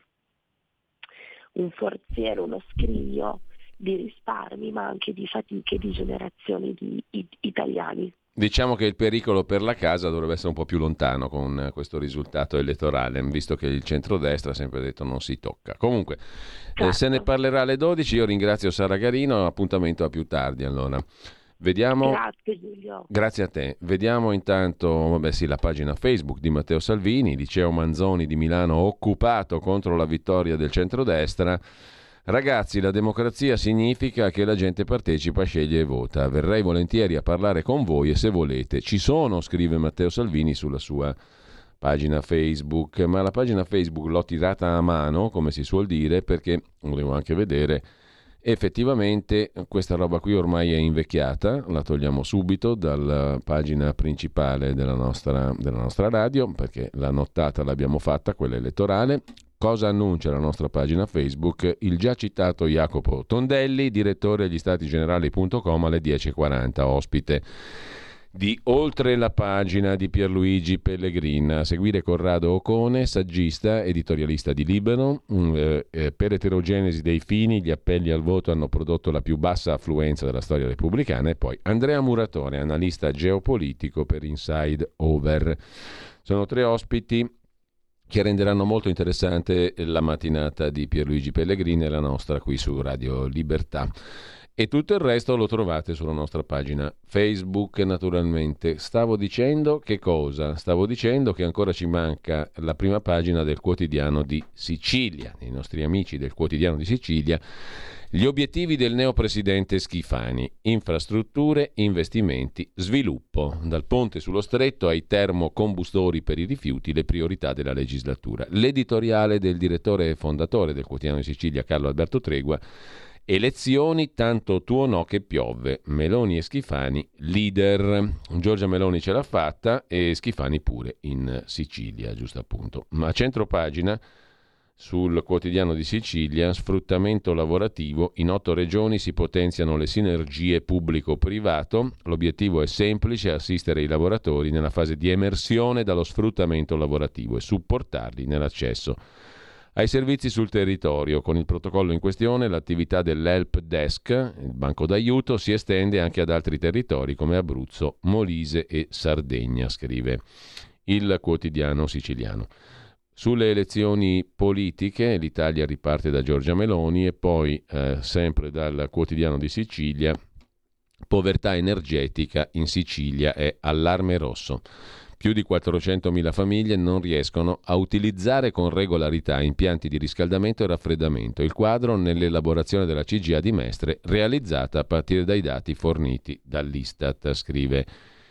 Un forziere, uno scrigno di risparmi, ma anche di fatiche di generazioni di italiani. Diciamo che il pericolo per la casa dovrebbe essere un po' più lontano con questo risultato elettorale, visto che il centrodestra ha sempre detto non si tocca. Comunque, Certo. Se ne parlerà alle 12, io ringrazio Sara Garino, appuntamento a più tardi allora. Vediamo. Grazie Giulio. Grazie a te. Vediamo intanto la pagina Facebook di Matteo Salvini, Liceo Manzoni di Milano occupato contro la vittoria del centrodestra. Ragazzi, la democrazia significa che la gente partecipa, sceglie e vota. Verrei volentieri a parlare con voi e se volete. Ci sono, scrive Matteo Salvini sulla sua pagina Facebook, ma la pagina Facebook l'ho tirata a mano, come si suol dire, perché volevo anche vedere. Effettivamente questa roba qui ormai è invecchiata, la togliamo subito dalla pagina principale della nostra radio, perché la nottata l'abbiamo fatta, quella elettorale. Cosa annuncia la nostra pagina Facebook? Il già citato Jacopo Tondelli, direttore agli statigenerali.com alle 10.40, ospite di Oltre la pagina di Pierluigi Pellegrin. A seguire Corrado Ocone, saggista, editorialista di Libero. Per eterogenesi dei fini, gli appelli al voto hanno prodotto la più bassa affluenza della storia repubblicana. E poi Andrea Muratore, analista geopolitico per Inside Over. Sono tre ospiti che renderanno molto interessante la mattinata di Pierluigi Pellegrini e la nostra qui su Radio Libertà. E tutto il resto lo trovate sulla nostra pagina Facebook, naturalmente. Stavo dicendo che cosa? Stavo dicendo che ancora ci manca la prima pagina del Quotidiano di Sicilia, i nostri amici del Quotidiano di Sicilia. Gli obiettivi del neopresidente Schifani: infrastrutture, investimenti, sviluppo. Dal ponte sullo stretto ai termocombustori per i rifiuti, le priorità della legislatura. L'editoriale del direttore e fondatore del Quotidiano di Sicilia, Carlo Alberto Tregua. Elezioni, tanto tuo no che piove. Meloni e Schifani, leader. Giorgia Meloni ce l'ha fatta e Schifani pure in Sicilia, giusto appunto. Ma a centropagina, sul Quotidiano di Sicilia, sfruttamento lavorativo, in 8 regioni si potenziano le sinergie pubblico-privato, l'obiettivo è semplice: assistere i lavoratori nella fase di emersione dallo sfruttamento lavorativo e supportarli nell'accesso ai servizi sul territorio. Con il protocollo in questione, l'attività dell'Help Desk, il banco d'aiuto, si estende anche ad altri territori come Abruzzo, Molise e Sardegna, scrive il Quotidiano siciliano. Sulle elezioni politiche, l'Italia riparte da Giorgia Meloni e poi, sempre dal Quotidiano di Sicilia, povertà energetica in Sicilia è allarme rosso. Più di 400.000 famiglie non riescono a utilizzare con regolarità impianti di riscaldamento e raffreddamento. Il quadro nell'elaborazione della CGA di Mestre, realizzata a partire dai dati forniti dall'Istat, scrive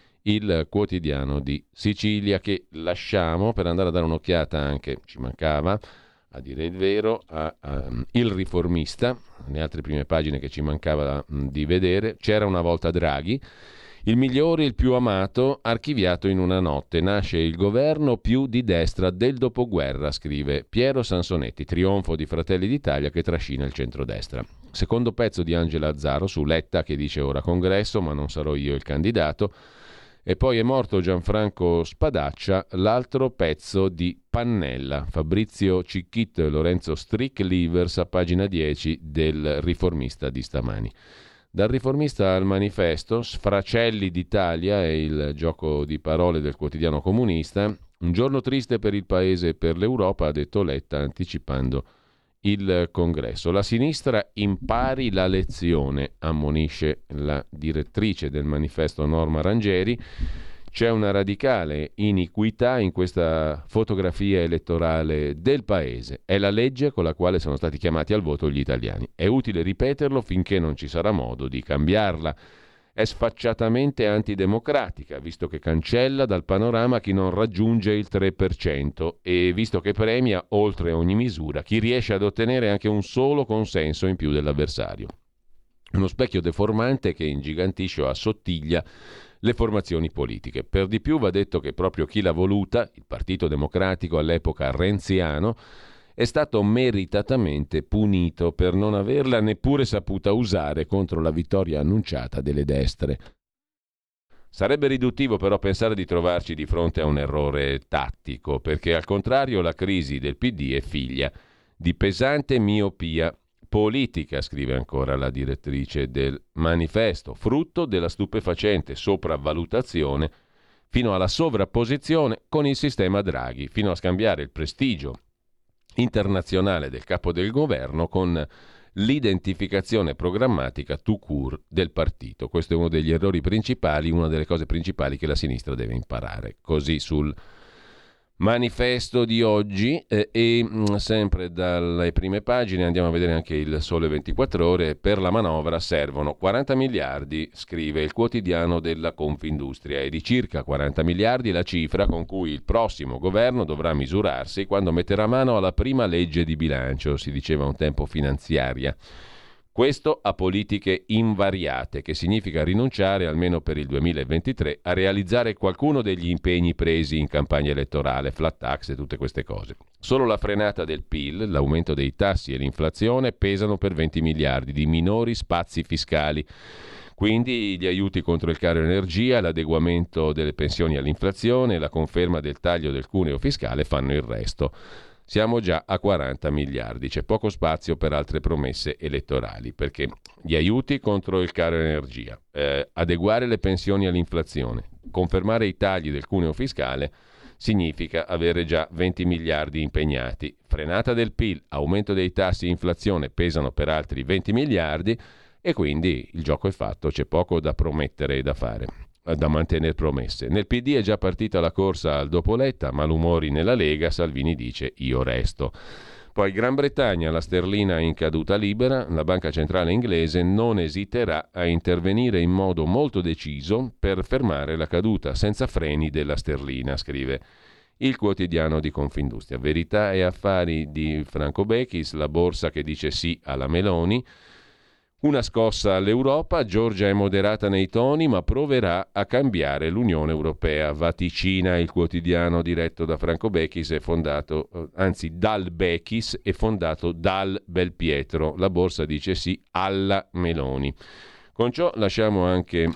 il Quotidiano di Sicilia, che lasciamo per andare a dare un'occhiata anche, ci mancava, a dire il vero, a Il Riformista, le altre prime pagine che ci mancava di vedere. C'era una volta Draghi, il migliore, il più amato, archiviato in una notte. Nasce il governo più di destra del dopoguerra, scrive Piero Sansonetti, trionfo di Fratelli d'Italia che trascina il centrodestra. Secondo pezzo di Angela Azzaro su Letta che dice ora congresso, ma non sarò io il candidato. E poi è morto Gianfranco Spadaccia, l'altro pezzo di Pannella, Fabrizio Cicchitto e Lorenzo Stricklivers a pagina 10 del Riformista di stamani. Dal Riformista al Manifesto, Sfracelli d'Italia è il gioco di parole del quotidiano comunista. Un giorno triste per il Paese e per l'Europa, ha detto Letta anticipando il congresso. La sinistra impari la lezione, ammonisce la direttrice del Manifesto Norma Rangieri. C'è una radicale iniquità in questa fotografia elettorale del Paese. È la legge con la quale sono stati chiamati al voto gli italiani. È utile ripeterlo finché non ci sarà modo di cambiarla. È sfacciatamente antidemocratica, visto che cancella dal panorama chi non raggiunge il 3% e visto che premia, oltre ogni misura, chi riesce ad ottenere anche un solo consenso in più dell'avversario. Uno specchio deformante che ingigantisce o assottiglia le formazioni politiche. Per di più va detto che proprio chi l'ha voluta, il Partito Democratico all'epoca renziano, è stato meritatamente punito per non averla neppure saputa usare contro la vittoria annunciata delle destre. Sarebbe riduttivo però pensare di trovarci di fronte a un errore tattico, perché al contrario la crisi del PD è figlia di pesante miopia politica, scrive ancora la direttrice del Manifesto, frutto della stupefacente sopravvalutazione fino alla sovrapposizione con il sistema Draghi, fino a scambiare il prestigio internazionale del capo del governo con l'identificazione programmatica tout court del partito. Questo è uno degli errori principali, una delle cose principali che la sinistra deve imparare. Così sul Manifesto di oggi sempre dalle prime pagine andiamo a vedere anche il Sole 24 Ore. Per la manovra servono 40 miliardi, scrive il quotidiano della Confindustria, e di circa 40 miliardi la cifra con cui il prossimo governo dovrà misurarsi quando metterà mano alla prima legge di bilancio, si diceva un tempo finanziaria. Questo a politiche invariate, che significa rinunciare, almeno per il 2023, a realizzare qualcuno degli impegni presi in campagna elettorale, flat tax e tutte queste cose. Solo la frenata del PIL, l'aumento dei tassi e l'inflazione pesano per 20 miliardi di minori spazi fiscali. Quindi gli aiuti contro il caro energia, l'adeguamento delle pensioni all'inflazione e la conferma del taglio del cuneo fiscale fanno il resto. Siamo già a 40 miliardi, c'è poco spazio per altre promesse elettorali, perché gli aiuti contro il caro energia, adeguare le pensioni all'inflazione, confermare i tagli del cuneo fiscale significa avere già 20 miliardi impegnati. Frenata del PIL, aumento dei tassi e inflazione pesano per altri 20 miliardi e quindi il gioco è fatto, c'è poco da promettere e da fare, da mantenere promesse. Nel PD è già partita la corsa al dopo Letta, malumori nella Lega, Salvini dice io resto. Poi Gran Bretagna, la sterlina in caduta libera, la banca centrale inglese non esiterà a intervenire in modo molto deciso per fermare la caduta senza freni della sterlina, scrive il quotidiano di Confindustria. Verità e affari di Franco Bechis, la borsa che dice sì alla Meloni. Una scossa all'Europa, Giorgia è moderata nei toni ma proverà a cambiare l'Unione Europea. Vaticina il quotidiano diretto da Franco Bechis e fondato, dal Bechis e fondato dal Belpietro. La borsa dice sì alla Meloni. Con ciò lasciamo anche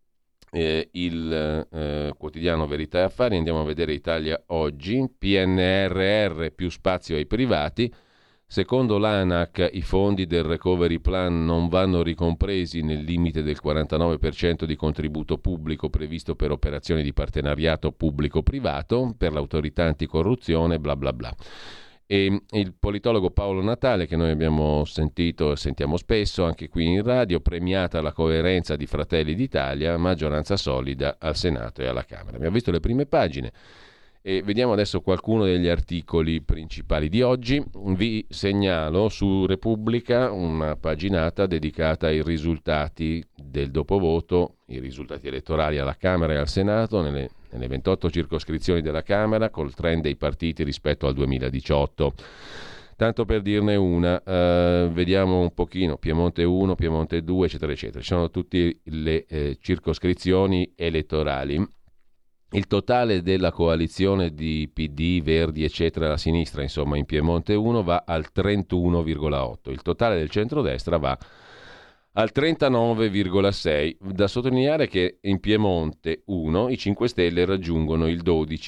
il quotidiano Verità e Affari, andiamo a vedere Italia Oggi. PNRR più spazio ai privati. Secondo l'ANAC i fondi del Recovery Plan non vanno ricompresi nel limite del 49% di contributo pubblico previsto per operazioni di partenariato pubblico-privato per l'autorità anticorruzione, bla bla bla. E il politologo Paolo Natale, che noi abbiamo sentito e sentiamo spesso anche qui in radio, premiata la coerenza di Fratelli d'Italia, maggioranza solida al Senato e alla Camera. Abbiamo visto le prime pagine. E vediamo adesso qualcuno degli articoli principali di oggi. Vi segnalo su Repubblica una paginata dedicata ai risultati del dopovoto, i risultati elettorali alla Camera e al Senato nelle 28 circoscrizioni della Camera, col trend dei partiti rispetto al 2018. Tanto per dirne una, vediamo un pochino, Piemonte 1, Piemonte 2, eccetera, eccetera. Ci sono tutte le circoscrizioni elettorali. Il totale della coalizione di PD, Verdi, eccetera, la sinistra, insomma, in Piemonte 1 va al 31,8. Il totale del centrodestra va al 39,6. Da sottolineare che in Piemonte 1 i 5 Stelle raggiungono il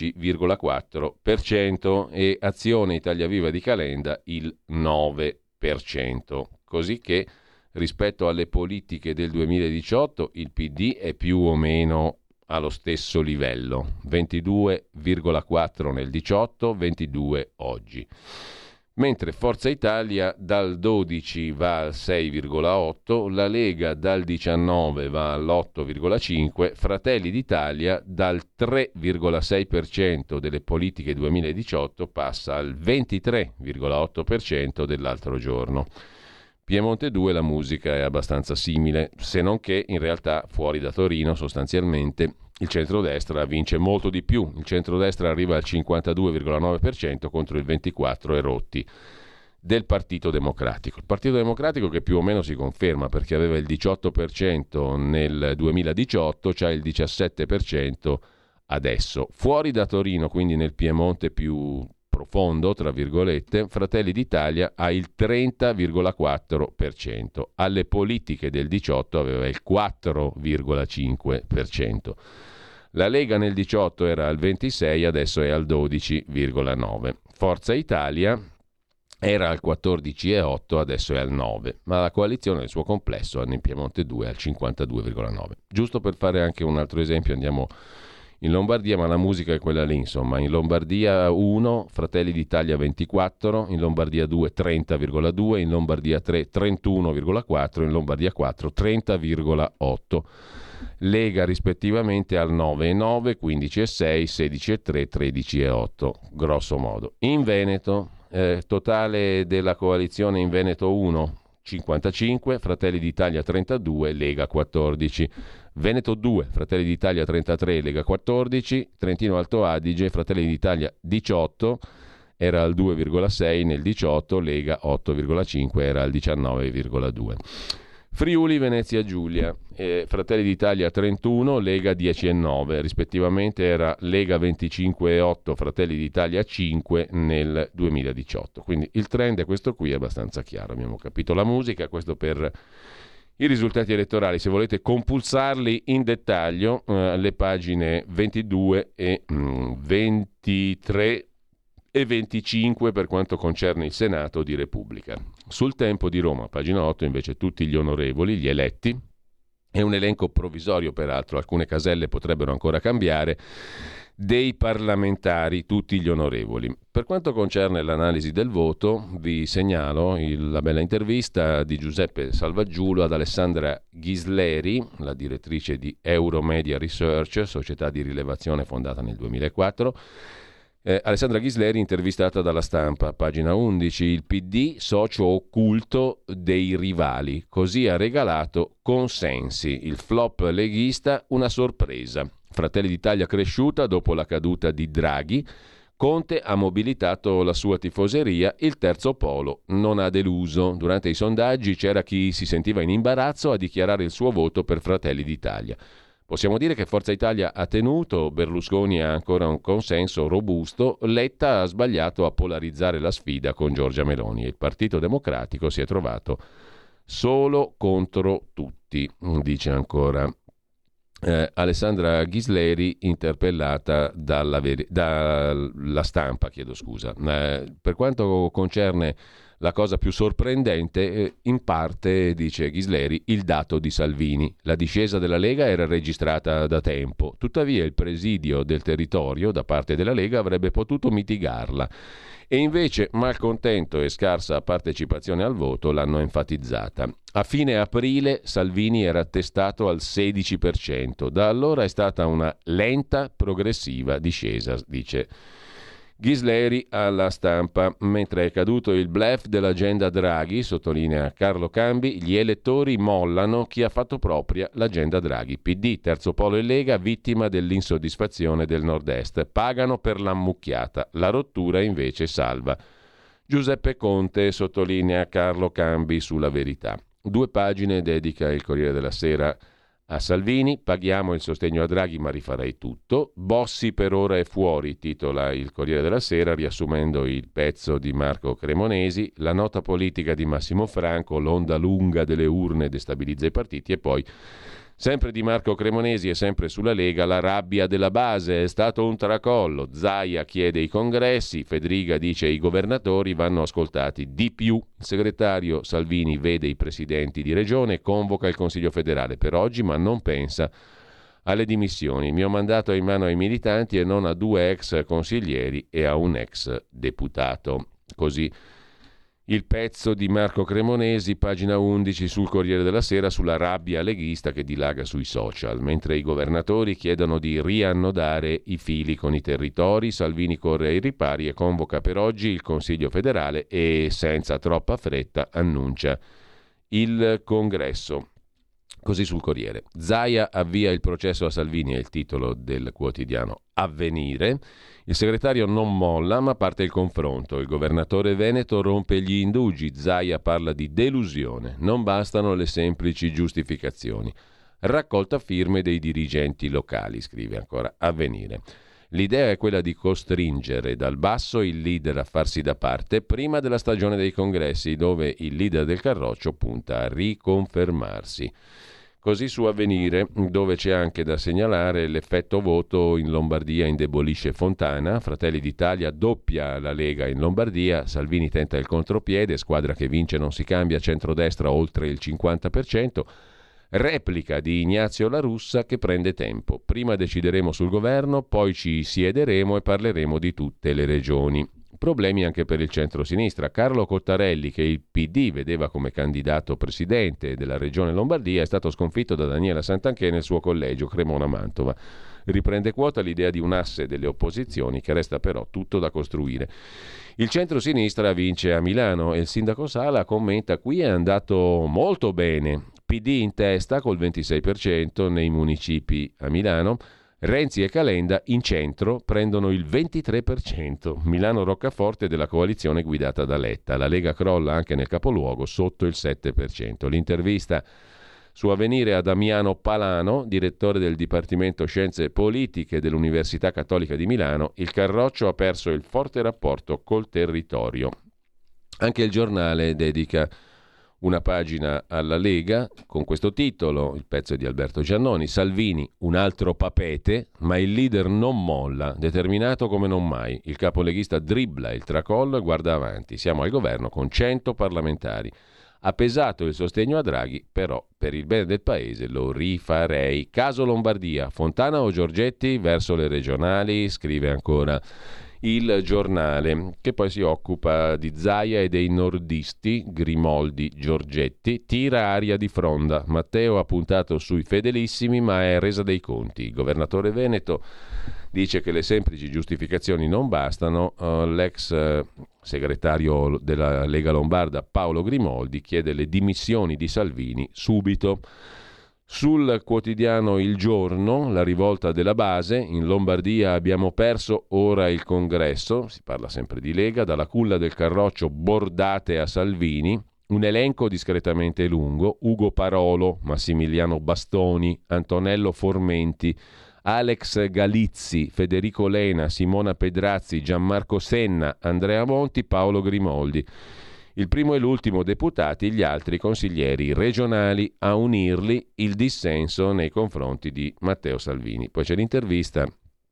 12,4% e Azione Italia Viva di Calenda il 9%. Così che rispetto alle politiche del 2018 il PD è più o meno allo stesso livello, 22,4 nel 18, 22 oggi. Mentre Forza Italia dal 12 va al 6,8, la Lega dal 19 va all'8,5, Fratelli d'Italia dal 3,6% delle politiche 2018 passa al 23,8% dell'altro giorno. Piemonte 2 la musica è abbastanza simile, se non che in realtà fuori da Torino sostanzialmente il centrodestra vince molto di più. Il centrodestra arriva al 52,9% contro il 24% e rotti del Partito Democratico. Il Partito Democratico che più o meno si conferma perché aveva il 18% nel 2018, c'ha il 17% adesso. Fuori da Torino, quindi nel Piemonte più profondo, tra virgolette, Fratelli d'Italia ha il 30,4%. Alle politiche del 18 aveva il 4,5%. La Lega nel 18 era al 26, adesso è al 12,9. Forza Italia era al 14,8, adesso è al 9. Ma la coalizione nel suo complesso in Piemonte 2 è al 52,9. Giusto per fare anche un altro esempio, andiamo in Lombardia, ma la musica è quella lì, insomma. In Lombardia 1, Fratelli d'Italia 24, in Lombardia 2 30,2, in Lombardia 3 31,4, in Lombardia 4 30,8. Lega rispettivamente al 9,9, 15,6, 16,3, 13,8, grosso modo. In Veneto, totale della coalizione in Veneto 1, 55, Fratelli d'Italia 32, Lega 14. Veneto 2, Fratelli d'Italia 33, Lega 14, Trentino Alto Adige, Fratelli d'Italia 18, era al 2,6 nel 18, Lega 8,5, era al 19,2. Friuli Venezia Giulia, Fratelli d'Italia 31, Lega 10,9, rispettivamente era Lega 25,8, Fratelli d'Italia 5 nel 2018. Quindi il trend è questo qui, è abbastanza chiaro, abbiamo capito la musica, questo per i risultati elettorali. Se volete compulsarli in dettaglio, le pagine 22 e 23 e 25 per quanto concerne il Senato di Repubblica. Sul Tempo di Roma, pagina 8, invece tutti gli onorevoli, gli eletti, è un elenco provvisorio peraltro, alcune caselle potrebbero ancora cambiare, dei parlamentari, tutti gli onorevoli. Per quanto concerne l'analisi del voto, vi segnalo la bella intervista di Giuseppe Salvaggiulo ad Alessandra Ghisleri, la direttrice di Euromedia Research, società di rilevazione fondata nel 2004. Alessandra Ghisleri intervistata dalla Stampa, pagina 11, il PD socio occulto dei rivali, così ha regalato consensi, il flop leghista una sorpresa. Fratelli d'Italia cresciuta dopo la caduta di Draghi, Conte ha mobilitato la sua tifoseria, il terzo polo non ha deluso. Durante i sondaggi c'era chi si sentiva in imbarazzo a dichiarare il suo voto per Fratelli d'Italia. Possiamo dire che Forza Italia ha tenuto, Berlusconi ha ancora un consenso robusto, Letta ha sbagliato a polarizzare la sfida con Giorgia Meloni e il Partito Democratico si è trovato solo contro tutti, dice ancora Alessandra Ghisleri, interpellata dalla Stampa, per quanto concerne la cosa più sorprendente, in parte, dice Ghisleri, il dato di Salvini. La discesa della Lega era registrata da tempo, tuttavia il presidio del territorio da parte della Lega avrebbe potuto mitigarla. E invece malcontento e scarsa partecipazione al voto l'hanno enfatizzata. A fine aprile Salvini era attestato al 16%, da allora è stata una lenta, progressiva discesa, dice Ghisleri alla Stampa. Mentre è caduto il bluff dell'agenda Draghi, sottolinea Carlo Cambi, gli elettori mollano chi ha fatto propria l'agenda Draghi. PD, Terzo Polo e Lega, vittima dell'insoddisfazione del Nord-Est, pagano per l'ammucchiata, la rottura invece salva. Giuseppe Conte, sottolinea Carlo Cambi sulla Verità. 2 pagine dedica il Corriere della Sera a Salvini, paghiamo il sostegno a Draghi ma rifarei tutto. Bossi per ora è fuori, titola il Corriere della Sera riassumendo il pezzo di Marco Cremonesi, la nota politica di Massimo Franco, l'onda lunga delle urne destabilizza i partiti e poi sempre di Marco Cremonesi e sempre sulla Lega, la rabbia della base, è stato un tracollo. Zaia chiede i congressi, Fedriga dice i governatori vanno ascoltati di più. Il segretario Salvini vede i presidenti di regione e convoca il Consiglio federale per oggi, ma non pensa alle dimissioni. Il mio mandato è in mano ai militanti e non a 2 ex consiglieri e a un ex deputato. Così il pezzo di Marco Cremonesi, pagina 11 sul Corriere della Sera, sulla rabbia leghista che dilaga sui social. Mentre i governatori chiedono di riannodare i fili con i territori, Salvini corre ai ripari e convoca per oggi il Consiglio federale e senza troppa fretta annuncia il congresso. Così sul Corriere. Zaia avvia il processo a Salvini, è il titolo del quotidiano Avvenire. Il segretario non molla, ma parte il confronto. Il governatore veneto rompe gli indugi. Zaia parla di delusione. Non bastano le semplici giustificazioni. Raccolta firme dei dirigenti locali, scrive ancora Avvenire. L'idea è quella di costringere dal basso il leader a farsi da parte prima della stagione dei congressi, dove il leader del Carroccio punta a riconfermarsi. Così su Avvenire, dove c'è anche da segnalare l'effetto voto in Lombardia indebolisce Fontana, Fratelli d'Italia doppia la Lega in Lombardia, Salvini tenta il contropiede, squadra che vince non si cambia, centrodestra oltre il 50%, replica di Ignazio La Russa che prende tempo. Prima decideremo sul governo, poi ci siederemo e parleremo di tutte le regioni. Problemi anche per il centro-sinistra. Carlo Cottarelli, che il PD vedeva come candidato presidente della regione Lombardia, è stato sconfitto da Daniela Santanchè nel suo collegio Cremona-Mantova. Riprende quota l'idea di un asse delle opposizioni che resta però tutto da costruire. Il centro-sinistra vince a Milano e il sindaco Sala commenta: qui è andato molto bene. PD in testa col 26% nei municipi a Milano. Renzi e Calenda in centro prendono il 23%. Milano Roccaforte della coalizione guidata da Letta. La Lega crolla anche nel capoluogo sotto il 7%. L'intervista su Avvenire a Damiano Palano, direttore del Dipartimento Scienze Politiche dell'Università Cattolica di Milano. Il Carroccio ha perso il forte rapporto col territorio. Anche il Giornale dedica una pagina alla Lega con questo titolo, il pezzo di Alberto Giannoni: Salvini, un altro papete, ma il leader non molla, determinato come non mai. Il capoleghista dribbla il tracollo e guarda avanti. Siamo al governo con 100 parlamentari. Ha pesato il sostegno a Draghi, però per il bene del paese lo rifarei. Caso Lombardia, Fontana o Giorgetti verso le regionali, scrive ancora il Giornale, che poi si occupa di Zaia e dei nordisti, Grimoldi, Giorgetti, tira aria di fronda. Matteo ha puntato sui fedelissimi, ma è resa dei conti. Il governatore veneto dice che le semplici giustificazioni non bastano. L'ex segretario della Lega Lombarda, Paolo Grimoldi, chiede le dimissioni di Salvini subito. Sul quotidiano Il Giorno, la rivolta della base, in Lombardia abbiamo perso ora il congresso, si parla sempre di Lega, dalla culla del Carroccio bordate a Salvini, un elenco discretamente lungo: Ugo Parolo, Massimiliano Bastoni, Antonello Formenti, Alex Galizzi, Federico Lena, Simona Pedrazzi, Gianmarco Senna, Andrea Monti, Paolo Grimoldi. Il primo e l'ultimo deputati, gli altri consiglieri regionali, a unirli il dissenso nei confronti di Matteo Salvini. Poi c'è l'intervista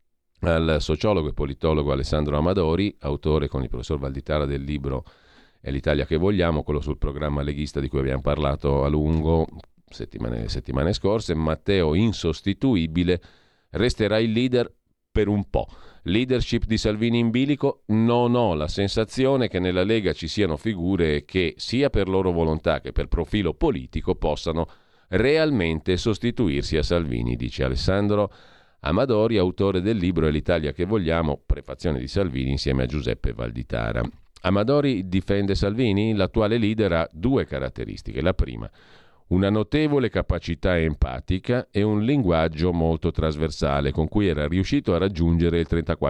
al sociologo e politologo Alessandro Amadori, autore con il professor Valditara del libro È l'Italia che vogliamo, quello sul programma leghista di cui abbiamo parlato a lungo settimane scorse. Matteo insostituibile, resterà il leader per un po'. Leadership di Salvini in bilico? Non ho la sensazione che nella Lega ci siano figure che, sia per loro volontà che per profilo politico, possano realmente sostituirsi a Salvini, dice Alessandro Amadori, autore del libro È l'Italia che vogliamo, prefazione di Salvini insieme a Giuseppe Valditara. Amadori difende Salvini? L'attuale leader ha 2 caratteristiche. La prima: una notevole capacità empatica e un linguaggio molto trasversale con cui era riuscito a raggiungere il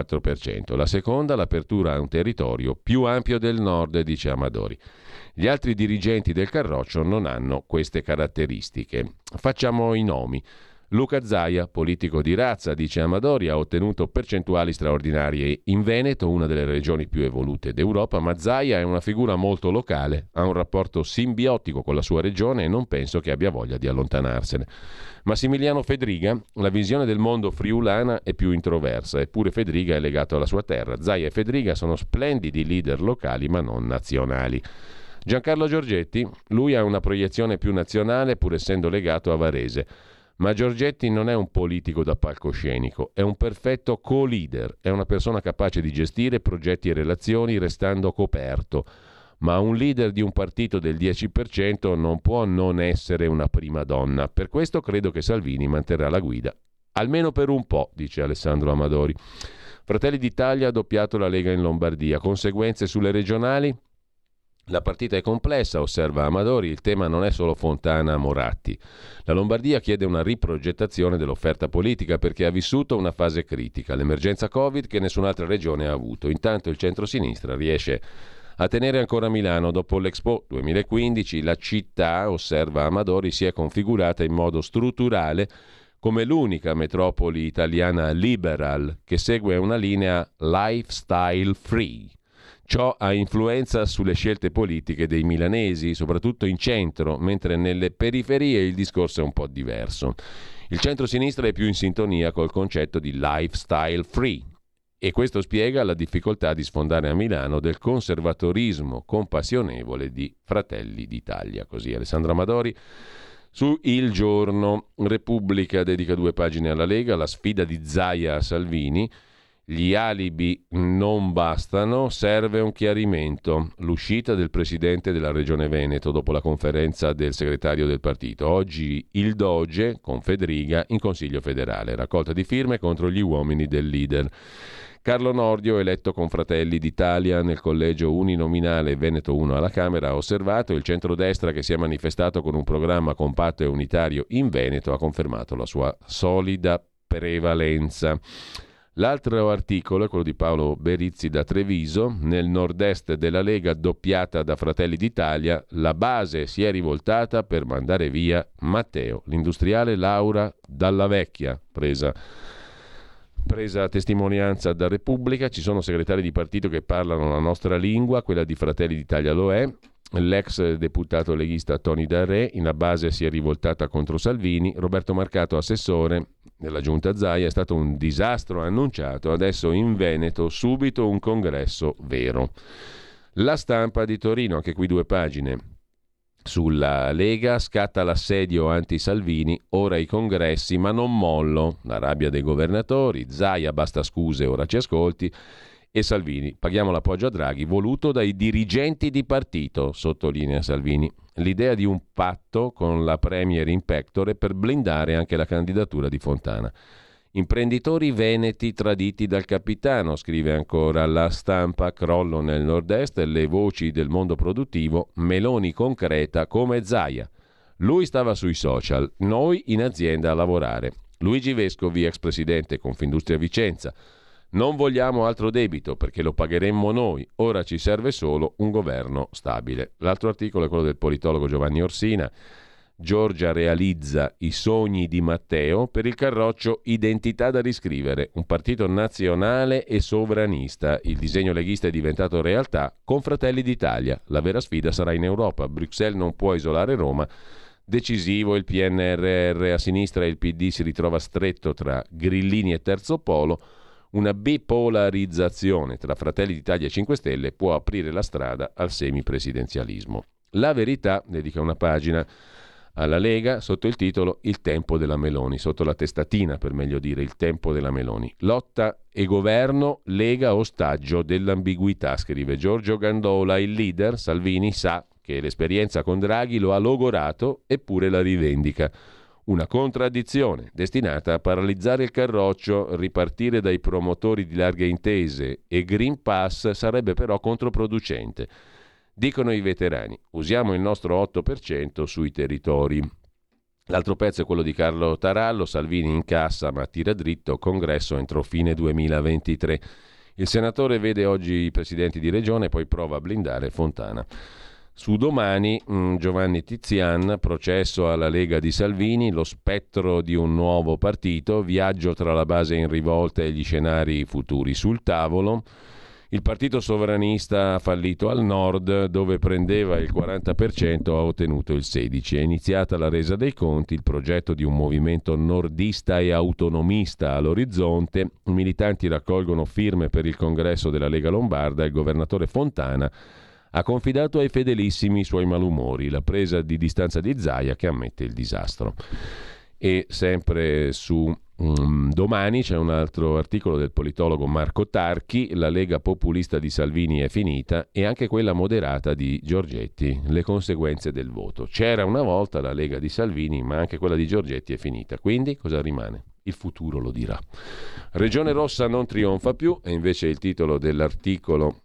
34%. La seconda, l'apertura a un territorio più ampio del nord, dice Amadori. Gli altri dirigenti del Carroccio non hanno queste caratteristiche. Facciamo i nomi. Luca Zaia, politico di razza, dice Amadori, ha ottenuto percentuali straordinarie in Veneto, una delle regioni più evolute d'Europa, ma Zaia è una figura molto locale, ha un rapporto simbiotico con la sua regione e non penso che abbia voglia di allontanarsene. Massimiliano Fedriga, la visione del mondo friulana è più introversa, eppure Fedriga è legato alla sua terra. Zaia e Fedriga sono splendidi leader locali ma non nazionali. Giancarlo Giorgetti, lui ha una proiezione più nazionale pur essendo legato a Varese. Ma Giorgetti non è un politico da palcoscenico, è un perfetto co-leader, è una persona capace di gestire progetti e relazioni restando coperto. Ma un leader di un partito del 10% non può non essere una prima donna. Per questo credo che Salvini manterrà la guida, almeno per un po', dice Alessandro Amadori. Fratelli d'Italia ha doppiato la Lega in Lombardia. Conseguenze sulle regionali? La partita è complessa, osserva Amadori, il tema non è solo Fontana-Moratti. La Lombardia chiede una riprogettazione dell'offerta politica perché ha vissuto una fase critica, l'emergenza Covid che nessun'altra regione ha avuto. Intanto il centro-sinistra riesce a tenere ancora Milano. Dopo l'Expo 2015 la città, osserva Amadori, si è configurata in modo strutturale come l'unica metropoli italiana liberal che segue una linea lifestyle free. Ciò ha influenza sulle scelte politiche dei milanesi, soprattutto in centro, mentre nelle periferie il discorso è un po' diverso. Il centro-sinistra è più in sintonia col concetto di lifestyle free e questo spiega la difficoltà di sfondare a Milano del conservatorismo compassionevole di Fratelli d'Italia. Così Alessandro Amadori su Il Giorno. Repubblica dedica 2 pagine alla Lega, la sfida di Zaia a Salvini. Gli alibi non bastano, serve un chiarimento. L'uscita del presidente della Regione Veneto dopo la conferenza del segretario del partito. Oggi il Doge con Fedriga in Consiglio federale. Raccolta di firme contro gli uomini del leader. Carlo Nordio, eletto con Fratelli d'Italia nel collegio uninominale Veneto 1 alla Camera, ha osservato il centrodestra che si è manifestato con un programma compatto e unitario in Veneto ha confermato la sua solida prevalenza. L'altro articolo è quello di Paolo Berizzi da Treviso. Nel nord-est della Lega, doppiata da Fratelli d'Italia, la base si è rivoltata per mandare via Matteo. L'industriale Laura Dalla Vecchia, presa testimonianza da Repubblica. Ci sono segretari di partito che parlano la nostra lingua, quella di Fratelli d'Italia lo è. L'ex deputato leghista Tony Darré in base si è rivoltata contro Salvini. Roberto Marcato, assessore della giunta Zaia, è stato un disastro annunciato, adesso in Veneto subito un congresso vero. La Stampa di Torino, anche qui 2 pagine. Sulla Lega scatta l'assedio anti-Salvini, ora i congressi ma non mollo, la rabbia dei governatori, Zaia basta scuse, ora ci ascolti, e Salvini, paghiamo l'appoggio a Draghi voluto dai dirigenti di partito, sottolinea Salvini. L'idea di un patto con la Premier in pectore per blindare anche la candidatura di Fontana. Imprenditori veneti traditi dal capitano, scrive ancora La Stampa, crollo nel nord-est, le voci del mondo produttivo, Meloni concreta come Zaia. Lui stava sui social, noi in azienda a lavorare. Luigi Vescovi, ex presidente Confindustria Vicenza. Non vogliamo altro debito perché lo pagheremmo noi, ora ci serve solo un governo stabile. L'altro articolo è quello del politologo Giovanni Orsina. Giorgia realizza i sogni di Matteo, per il Carroccio identità da riscrivere, un partito nazionale e sovranista. Il disegno leghista è diventato realtà con Fratelli d'Italia. La vera sfida sarà in Europa. Bruxelles non può isolare Roma. Decisivo il PNRR, a sinistra il PD si ritrova stretto tra grillini e terzo polo. Una bipolarizzazione tra Fratelli d'Italia e 5 Stelle può aprire la strada al semipresidenzialismo. La Verità dedica una pagina alla Lega sotto il titolo Il tempo della Meloni, sotto la testatina per meglio dire, Il tempo della Meloni. Lotta e governo, Lega ostaggio dell'ambiguità, scrive Giorgio Gandola. Il leader, Salvini, sa che l'esperienza con Draghi lo ha logorato eppure la rivendica. Una contraddizione destinata a paralizzare il Carroccio, ripartire dai promotori di larghe intese e Green Pass sarebbe però controproducente. Dicono i veterani, usiamo il nostro 8% sui territori. L'altro pezzo è quello di Carlo Tarallo, Salvini incassa ma tira dritto, congresso entro fine 2023. Il senatore vede oggi i presidenti di regione, poi prova a blindare Fontana. Su Domani, Giovanni Tizian, processo alla Lega di Salvini, lo spettro di un nuovo partito, viaggio tra la base in rivolta e gli scenari futuri sul tavolo. Il partito sovranista ha fallito al nord, dove prendeva il 40%, ha ottenuto il 16%. È iniziata la resa dei conti, il progetto di un movimento nordista e autonomista all'orizzonte. I militanti raccolgono firme per il congresso della Lega Lombarda e il governatore Fontana ha confidato ai fedelissimi i suoi malumori, la presa di distanza di Zaia che ammette il disastro. E sempre su Domani c'è un altro articolo del politologo Marco Tarchi, la Lega populista di Salvini è finita e anche quella moderata di Giorgetti, le conseguenze del voto. C'era una volta la Lega di Salvini, ma anche quella di Giorgetti è finita, quindi cosa rimane? Il futuro lo dirà. Regione Rossa non trionfa più, è invece il titolo dell'articolo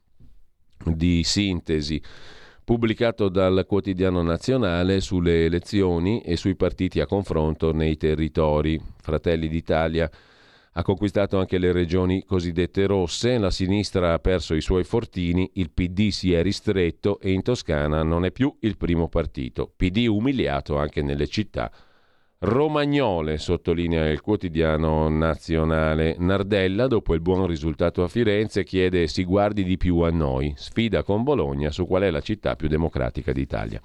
di sintesi pubblicato dal Quotidiano Nazionale sulle elezioni e sui partiti a confronto nei territori. Fratelli d'Italia ha conquistato anche le regioni cosiddette rosse, la sinistra ha perso i suoi fortini, il PD si è ristretto e in Toscana non è più il primo partito. PD umiliato anche nelle città romagnole, sottolinea il Quotidiano Nazionale. Nardella, dopo il buon risultato a Firenze, chiede si guardi di più a noi. Sfida con Bologna su qual è la città più democratica d'Italia.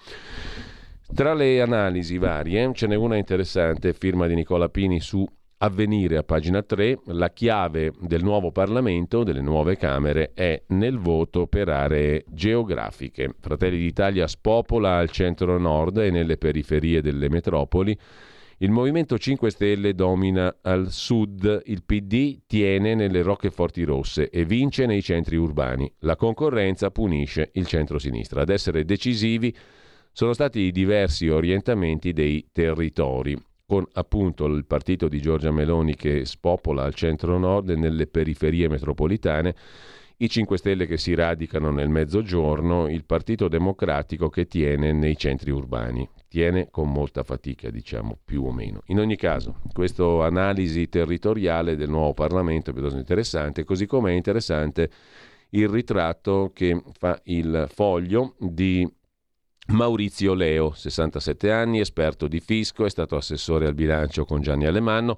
Tra le analisi varie ce n'è una interessante, firma di Nicola Pini su Avvenire a pagina 3. La chiave del nuovo Parlamento, delle nuove Camere, è nel voto per aree geografiche. Fratelli d'Italia spopola al centro-nord e nelle periferie delle metropoli. Il Movimento 5 Stelle domina al sud, il PD tiene nelle roccheforti rosse e vince nei centri urbani. La concorrenza punisce il centro-sinistra. Ad essere decisivi sono stati i diversi orientamenti dei territori, con appunto il partito di Giorgia Meloni che spopola al centro-nord e nelle periferie metropolitane, i 5 Stelle che si radicano nel mezzogiorno, il Partito Democratico che tiene nei centri urbani. Tiene con molta fatica, diciamo, più o meno. In ogni caso, questa analisi territoriale del nuovo Parlamento è piuttosto interessante, così come è interessante il ritratto che fa il Foglio di Maurizio Leo, 67 anni, esperto di fisco, è stato assessore al bilancio con Gianni Alemanno.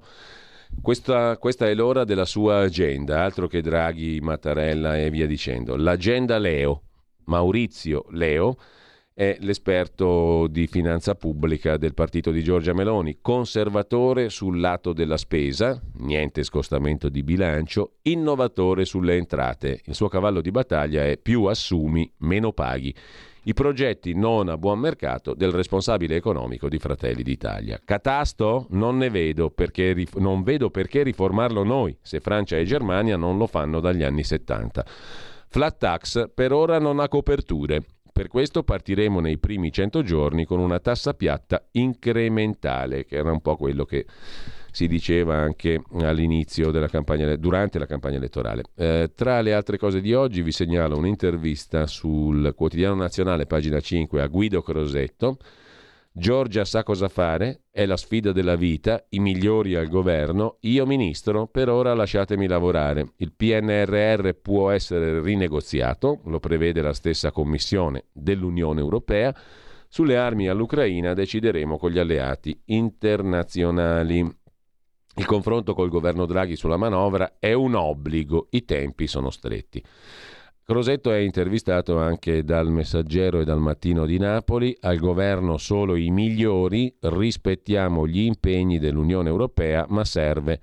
Questa è l'ora della sua agenda, altro che Draghi, Mattarella e via dicendo. L'agenda Leo. Maurizio Leo è l'esperto di finanza pubblica del partito di Giorgia Meloni, conservatore sul lato della spesa, niente scostamento di bilancio, innovatore sulle entrate. Il suo cavallo di battaglia è più assumi, meno paghi. I progetti non a buon mercato del responsabile economico di Fratelli d'Italia. Catasto? Non ne vedo, perché non vedo perché riformarlo noi, se Francia e Germania non lo fanno dagli anni 70. Flat tax per ora non ha coperture. Per questo partiremo nei primi 100 giorni con una tassa piatta incrementale, che era un po' quello che si diceva anche all'inizio della campagna, durante la campagna elettorale. Tra le altre cose di oggi vi segnalo un'intervista sul Quotidiano Nazionale, pagina 5, a Guido Crosetto. Giorgia sa cosa fare, è la sfida della vita, i migliori al governo, io ministro, per ora lasciatemi lavorare. Il PNRR può essere rinegoziato, lo prevede la stessa Commissione dell'Unione Europea. Sulle armi all'Ucraina decideremo con gli alleati internazionali. Il confronto col governo Draghi sulla manovra è un obbligo, i tempi sono stretti. Crosetto è intervistato anche dal Messaggero e dal Mattino di Napoli. Al governo solo i migliori, rispettiamo gli impegni dell'Unione Europea, ma serve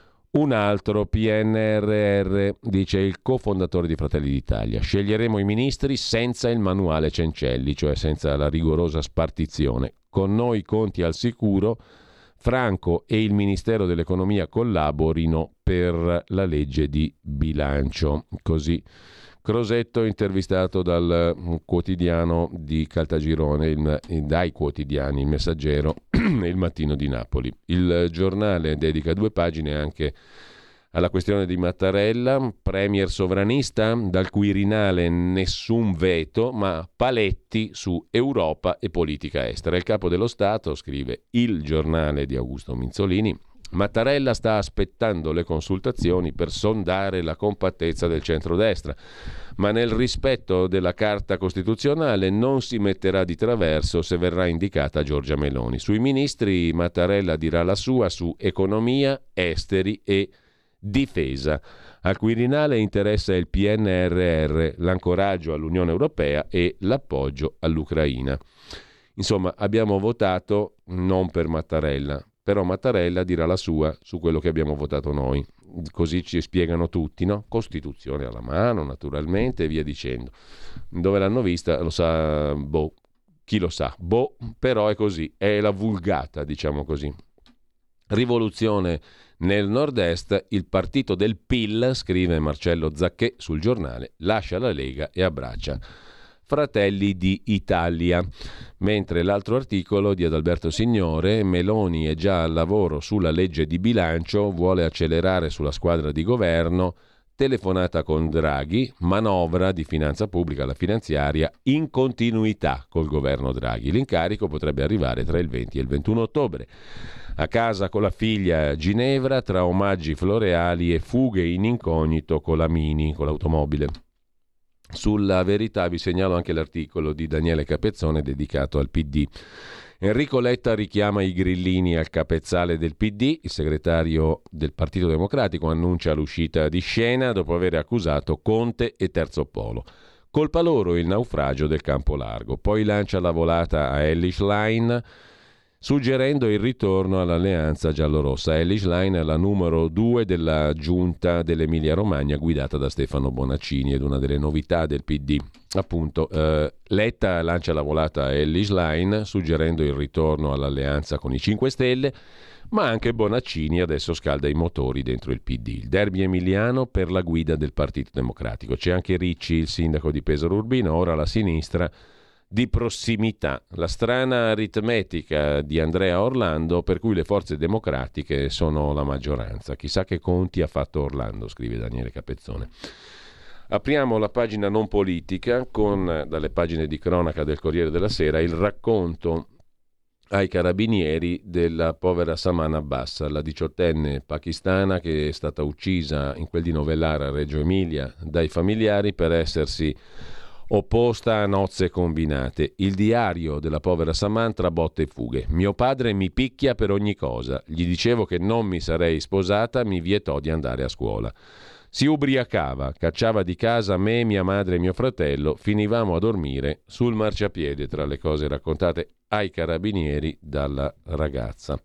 un altro PNRR, dice il cofondatore di Fratelli d'Italia. Sceglieremo i ministri senza il manuale Cencelli, cioè senza la rigorosa spartizione. Con noi conti al sicuro. Franco e il Ministero dell'Economia collaborino per la legge di bilancio. Così Crosetto, intervistato dal quotidiano di Caltagirone, dai quotidiani, il Messaggero e il Mattino di Napoli. Il Giornale dedica 2 pagine anche Alla questione di Mattarella, premier sovranista, dal Quirinale nessun veto, ma paletti su Europa e politica estera. Il capo dello Stato, scrive Il Giornale di Augusto Minzolini, Mattarella sta aspettando le consultazioni per sondare la compattezza del centrodestra, ma nel rispetto della Carta Costituzionale non si metterà di traverso se verrà indicata Giorgia Meloni. Sui ministri Mattarella dirà la sua su economia, esteri e difesa. Al Quirinale interessa il PNRR, l'ancoraggio all'Unione Europea e l'appoggio all'Ucraina. Insomma, abbiamo votato non per Mattarella, però Mattarella dirà la sua su quello che abbiamo votato noi. Così ci spiegano tutti, no? Costituzione alla mano, naturalmente, e via dicendo. Dove l'hanno vista lo sa, chi lo sa, però è così, è la vulgata, diciamo così. Rivoluzione nel nord-est, il partito del PIL, scrive Marcello Zacché sul Giornale, lascia la Lega e abbraccia Fratelli di Italia. Mentre l'altro articolo di Adalberto Signore, Meloni è già al lavoro sulla legge di bilancio, vuole accelerare sulla squadra di governo, telefonata con Draghi, manovra di finanza pubblica alla finanziaria in continuità col governo Draghi. L'incarico potrebbe arrivare tra il 20 e il 21 ottobre. A casa con la figlia Ginevra, tra omaggi floreali e fughe in incognito con la Mini, con l'automobile. Sulla Verità vi segnalo anche l'articolo di Daniele Capezzone dedicato al PD. Enrico Letta richiama i grillini al capezzale del PD. Il segretario del Partito Democratico annuncia l'uscita di scena dopo aver accusato Conte e Terzo Polo. Colpa loro il naufragio del Campo Largo. Poi lancia la volata a Elly Schlein, suggerendo il ritorno all'alleanza giallorossa. Elly Schlein è la numero 2 della giunta dell'Emilia Romagna guidata da Stefano Bonaccini ed una delle novità del PD. Appunto, Letta lancia la volata a Elly Schlein suggerendo il ritorno all'alleanza con i 5 Stelle, ma anche Bonaccini adesso scalda i motori dentro il PD. Il derby emiliano per la guida del Partito Democratico. C'è anche Ricci, il sindaco di Pesaro Urbino, ora la sinistra di prossimità, la strana aritmetica di Andrea Orlando per cui le forze democratiche sono la maggioranza. Chissà che conti ha fatto Orlando, scrive Daniele Capezzone. Apriamo la pagina non politica con, dalle pagine di cronaca del Corriere della Sera, il racconto ai carabinieri della povera Saman Abbas, la 18enne pakistana che è stata uccisa in quel di Novellara a Reggio Emilia dai familiari per essersi opposta a nozze combinate. Il diario della povera Saman tra botte e fughe. Mio padre mi picchia per ogni cosa. Gli dicevo che non mi sarei sposata, mi vietò di andare a scuola. Si ubriacava, cacciava di casa me, mia madre e mio fratello, finivamo a dormire sul marciapiede, tra le cose raccontate ai carabinieri dalla ragazza.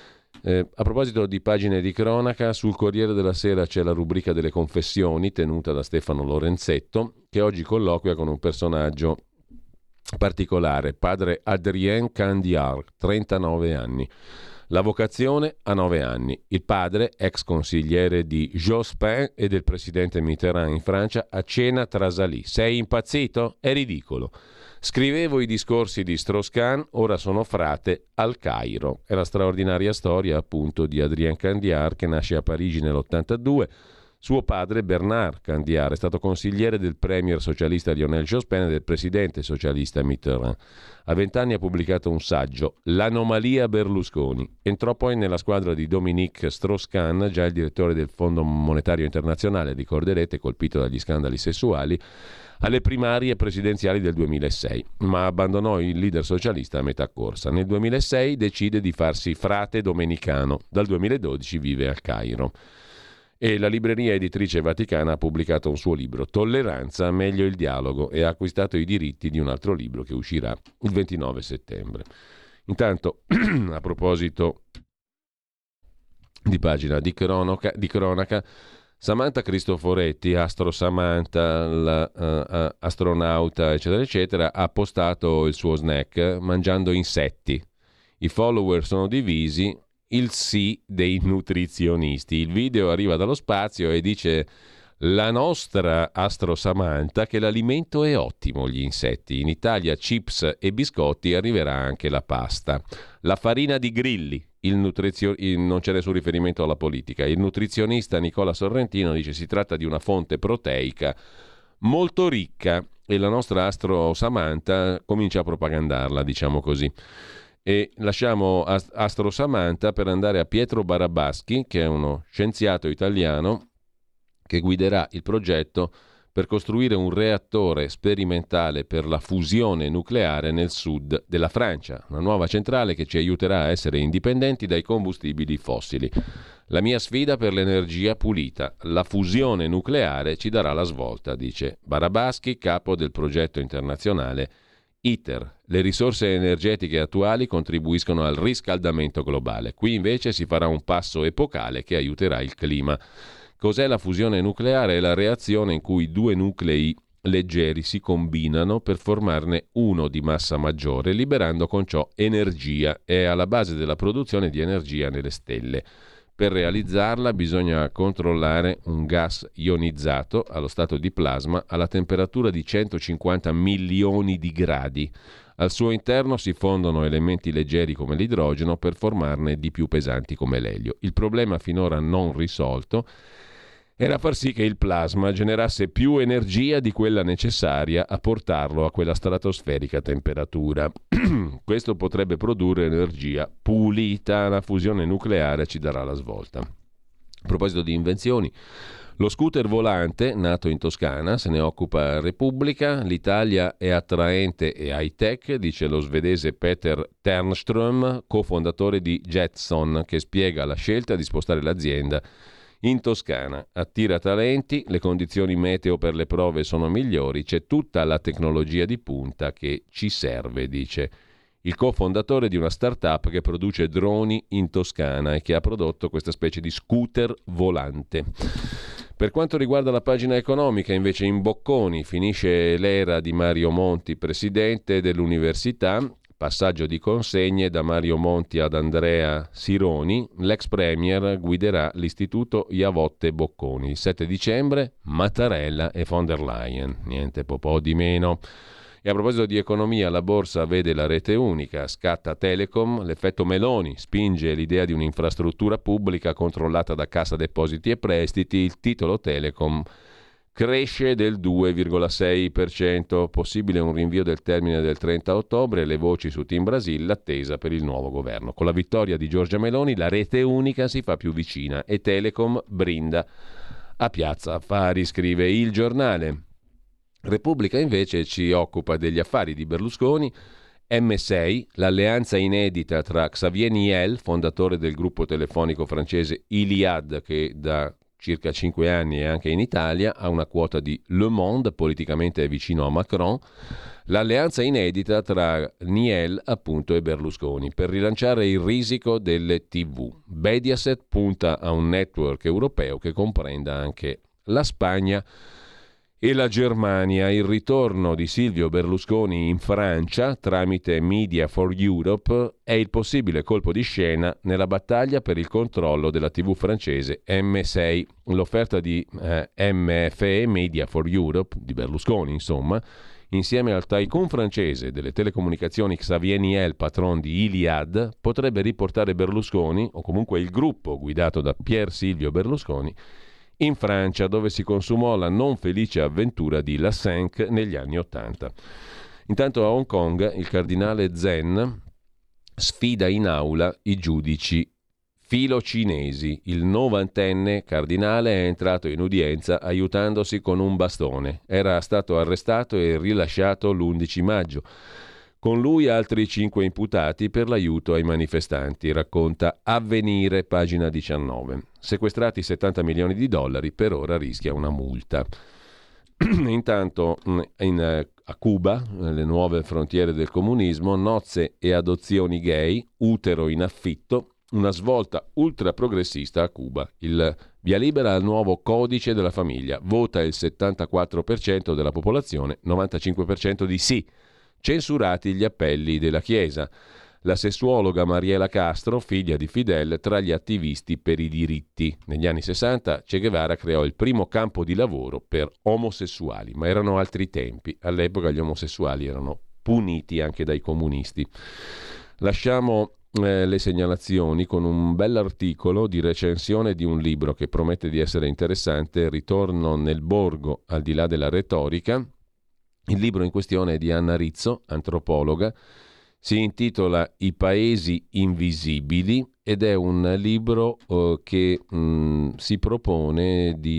A proposito di pagine di cronaca, sul Corriere della Sera c'è la rubrica delle confessioni tenuta da Stefano Lorenzetto, che oggi colloquia con un personaggio particolare, padre Adrien Candiar, 39 anni. La vocazione a 9 anni. Il padre, ex consigliere di Jospin e del presidente Mitterrand in Francia, a cena trasalì. Sei impazzito? È ridicolo. Scrivevo i discorsi di Strauss-Kahn, ora sono frate al Cairo. È la straordinaria storia appunto di Adrien Candiar che nasce a Parigi nell'82. Suo padre, Bernard Candiar, è stato consigliere del premier socialista Lionel Jospin e del presidente socialista Mitterrand. A 20 anni ha pubblicato un saggio, L'anomalia Berlusconi. Entrò poi nella squadra di Dominique Strauss-Kahn, già il direttore del Fondo Monetario Internazionale, ricorderete, colpito dagli scandali sessuali, alle primarie presidenziali del 2006, ma abbandonò il leader socialista a metà corsa. Nel 2006 decide di farsi frate domenicano. Dal 2012 vive al Cairo. E la libreria editrice vaticana ha pubblicato un suo libro, Tolleranza, meglio il dialogo, e ha acquistato i diritti di un altro libro che uscirà il 29 settembre. Intanto, a proposito di pagina di cronaca, Samantha Cristoforetti, Astro Samantha, astronauta, eccetera, eccetera, ha postato il suo snack mangiando insetti. I follower sono divisi, il sì dei nutrizionisti. Il video arriva dallo spazio e dice La nostra Astro Samantha che l'alimento è ottimo, gli insetti. In Italia chips e biscotti, arriverà anche la pasta. La farina di grilli, non c'è nessun riferimento alla politica. Il nutrizionista Nicola Sorrentino dice si tratta di una fonte proteica molto ricca e la nostra Astro Samantha comincia a propagandarla, diciamo così. E lasciamo Astro Samantha per andare a Pietro Barabaschi, che è uno scienziato italiano che guiderà il progetto per costruire un reattore sperimentale per la fusione nucleare nel sud della Francia, una nuova centrale che ci aiuterà a essere indipendenti dai combustibili fossili. La mia sfida per l'energia pulita, la fusione nucleare ci darà la svolta, dice Barabaschi, capo del progetto internazionale ITER. Le risorse energetiche attuali contribuiscono al riscaldamento globale. Qui invece si farà un passo epocale che aiuterà il clima. Cos'è la fusione nucleare? È la reazione in cui due nuclei leggeri si combinano per formarne uno di massa maggiore, liberando con ciò energia. È alla base della produzione di energia nelle stelle. Per realizzarla bisogna controllare un gas ionizzato allo stato di plasma alla temperatura di 150 milioni di gradi. Al suo interno si fondono elementi leggeri come l'idrogeno per formarne di più pesanti come l'elio. Il problema finora non risolto era far sì che il plasma generasse più energia di quella necessaria a portarlo a quella stratosferica temperatura. Questo potrebbe produrre energia pulita. La fusione nucleare ci darà la svolta. A proposito di invenzioni, lo scooter volante, nato in Toscana, se ne occupa Repubblica. L'Italia è attraente e high-tech, dice lo svedese Peter Ternström, cofondatore di Jetson, che spiega la scelta di spostare l'azienda in Toscana. Attira talenti, le condizioni meteo per le prove sono migliori, c'è tutta la tecnologia di punta che ci serve, dice il cofondatore di una startup che produce droni in Toscana e che ha prodotto questa specie di scooter volante. Per quanto riguarda la pagina economica, invece, in Bocconi finisce l'era di Mario Monti, presidente dell'università. Passaggio di consegne da Mario Monti ad Andrea Sironi. L'ex premier guiderà l'istituto Iavotte Bocconi. Il 7 dicembre Mattarella e von der Leyen, niente po' di meno. E a proposito di economia, la borsa vede la rete unica, scatta Telecom, l'effetto Meloni spinge l'idea di un'infrastruttura pubblica controllata da Cassa Depositi e Prestiti, il titolo Telecom cresce del 2,6%, possibile un rinvio del termine del 30 ottobre, le voci su Team Brasil, l'attesa per il nuovo governo. Con la vittoria di Giorgia Meloni la rete unica si fa più vicina e Telecom brinda a Piazza Affari, scrive il giornale. Repubblica invece ci occupa degli affari di Berlusconi. M6, l'alleanza inedita tra Xavier Niel, fondatore del gruppo telefonico francese Iliad, che da circa 5 anni è anche in Italia, ha una quota di Le Monde, politicamente è vicino a Macron. L'alleanza inedita tra Niel, appunto, e Berlusconi per rilanciare il risico delle TV. Mediaset punta a un network europeo che comprenda anche la Spagna e la Germania. Il ritorno di Silvio Berlusconi in Francia tramite Media for Europe è il possibile colpo di scena nella battaglia per il controllo della TV francese M6. L'offerta di MFE, Media for Europe, di Berlusconi, insomma, insieme al tycoon francese delle telecomunicazioni Xavier Niel, patron di Iliad, potrebbe riportare Berlusconi, o comunque il gruppo guidato da Pier Silvio Berlusconi, in Francia, dove si consumò la non felice avventura di La Cinq negli anni '80. Intanto a Hong Kong il cardinale Zen sfida in aula i giudici filocinesi. Il 90enne cardinale è entrato in udienza aiutandosi con un bastone. Era stato arrestato e rilasciato l'11 maggio. Con lui altri 5 imputati per l'aiuto ai manifestanti, racconta Avvenire, pagina 19. Sequestrati $70 milioni, per ora rischia una multa. Intanto a Cuba, nelle nuove frontiere del comunismo, nozze e adozioni gay, utero in affitto, una svolta ultra progressista a Cuba. Il via libera al nuovo codice della famiglia. Vota il 74% della popolazione, 95% di sì. Censurati gli appelli della Chiesa. la sessuologa Mariela Castro, figlia di Fidel, tra gli attivisti per i diritti. Negli anni 60 Che Guevara creò il primo campo di lavoro per omosessuali, ma erano altri tempi. All'epoca gli omosessuali erano puniti anche dai comunisti. Lasciamo le segnalazioni con un bell'articolo di recensione di un libro che promette di essere interessante, Ritorno nel borgo al di là della retorica. Il libro in questione è di Anna Rizzo, antropologa, si intitola I paesi invisibili ed è un libro che si propone di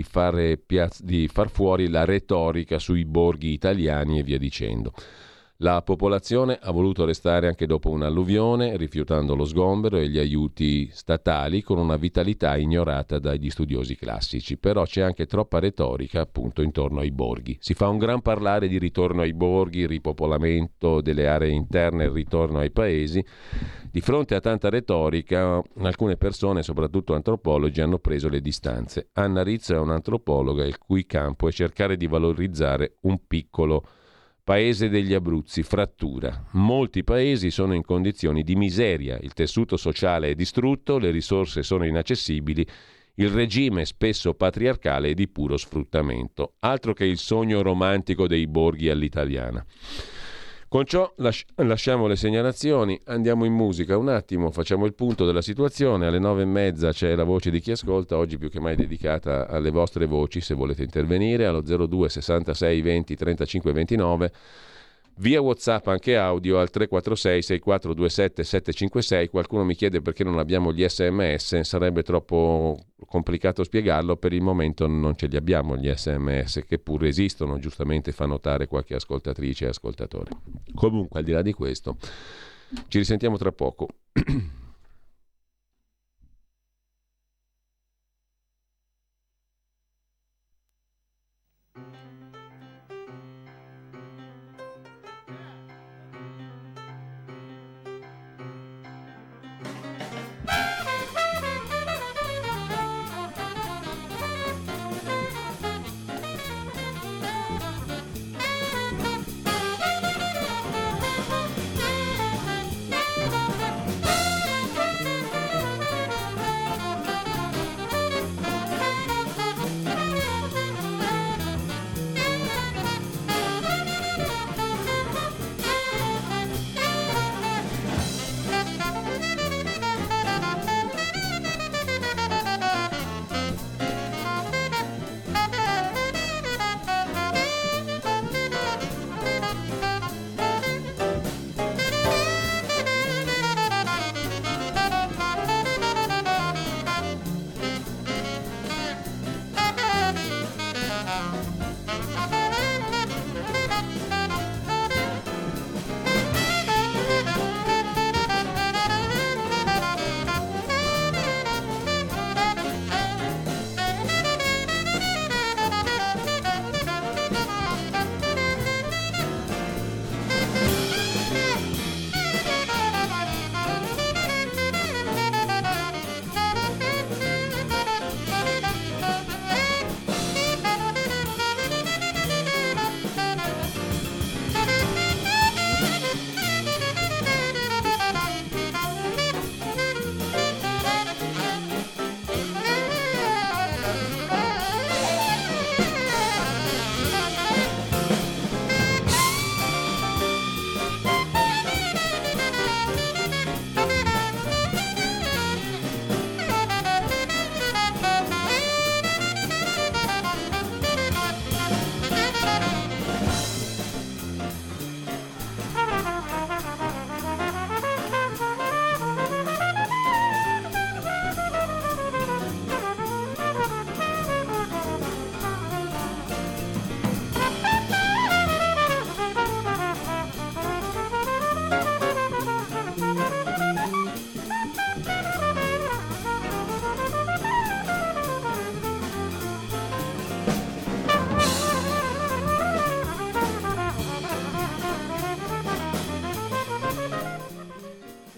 far fuori la retorica sui borghi italiani e via dicendo. La popolazione ha voluto restare anche dopo un'alluvione, rifiutando lo sgombero e gli aiuti statali con una vitalità ignorata dagli studiosi classici. Però c'è anche troppa retorica appunto intorno ai borghi. Si fa un gran parlare di ritorno ai borghi, ripopolamento delle aree interne, il ritorno ai paesi. Di fronte a tanta retorica, alcune persone, soprattutto antropologi, hanno preso le distanze. Anna Rizzo è un'antropologa il cui campo è cercare di valorizzare un piccolo Paese degli Abruzzi, frattura. Molti paesi sono in condizioni di miseria, il tessuto sociale è distrutto, le risorse sono inaccessibili, il regime spesso patriarcale è di puro sfruttamento. Altro che il sogno romantico dei borghi all'italiana. Con ciò lasciamo le segnalazioni, andiamo in musica un attimo, facciamo il punto della situazione. Alle 9:30 c'è la voce di chi ascolta, oggi più che mai dedicata alle vostre voci, se volete intervenire, allo 02 66 20 35 29, via WhatsApp anche audio al 346 6427 756. Qualcuno mi chiede perché non abbiamo gli SMS, sarebbe troppo complicato spiegarlo, per il momento non ce li abbiamo gli SMS, che pure esistono, giustamente fa notare qualche ascoltatrice e ascoltatore. Comunque, al di là di questo, ci risentiamo tra poco.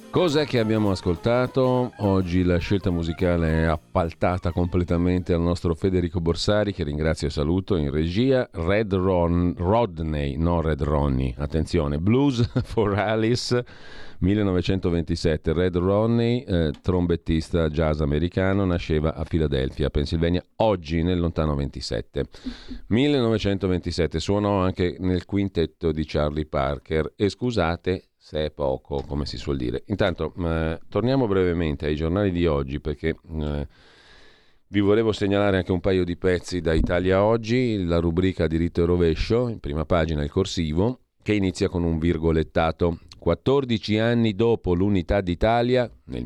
Cos'è che abbiamo ascoltato? Oggi la scelta musicale è appaltata completamente al nostro Federico Borsari, che ringrazio e saluto in regia. Red Rodney, no Red Ronnie, attenzione, Blues for Alice, 1927. Red Rodney, trombettista jazz americano, nasceva a Philadelphia, Pennsylvania, oggi nel lontano 27. 1927, suonò anche nel quintetto di Charlie Parker e scusate se è poco, come si suol dire. Intanto torniamo brevemente ai giornali di oggi, perché vi volevo segnalare anche un paio di pezzi da Italia Oggi, la rubrica Diritto e Rovescio, in prima pagina il corsivo, che inizia con un virgolettato. 14 anni dopo l'unità d'Italia, nel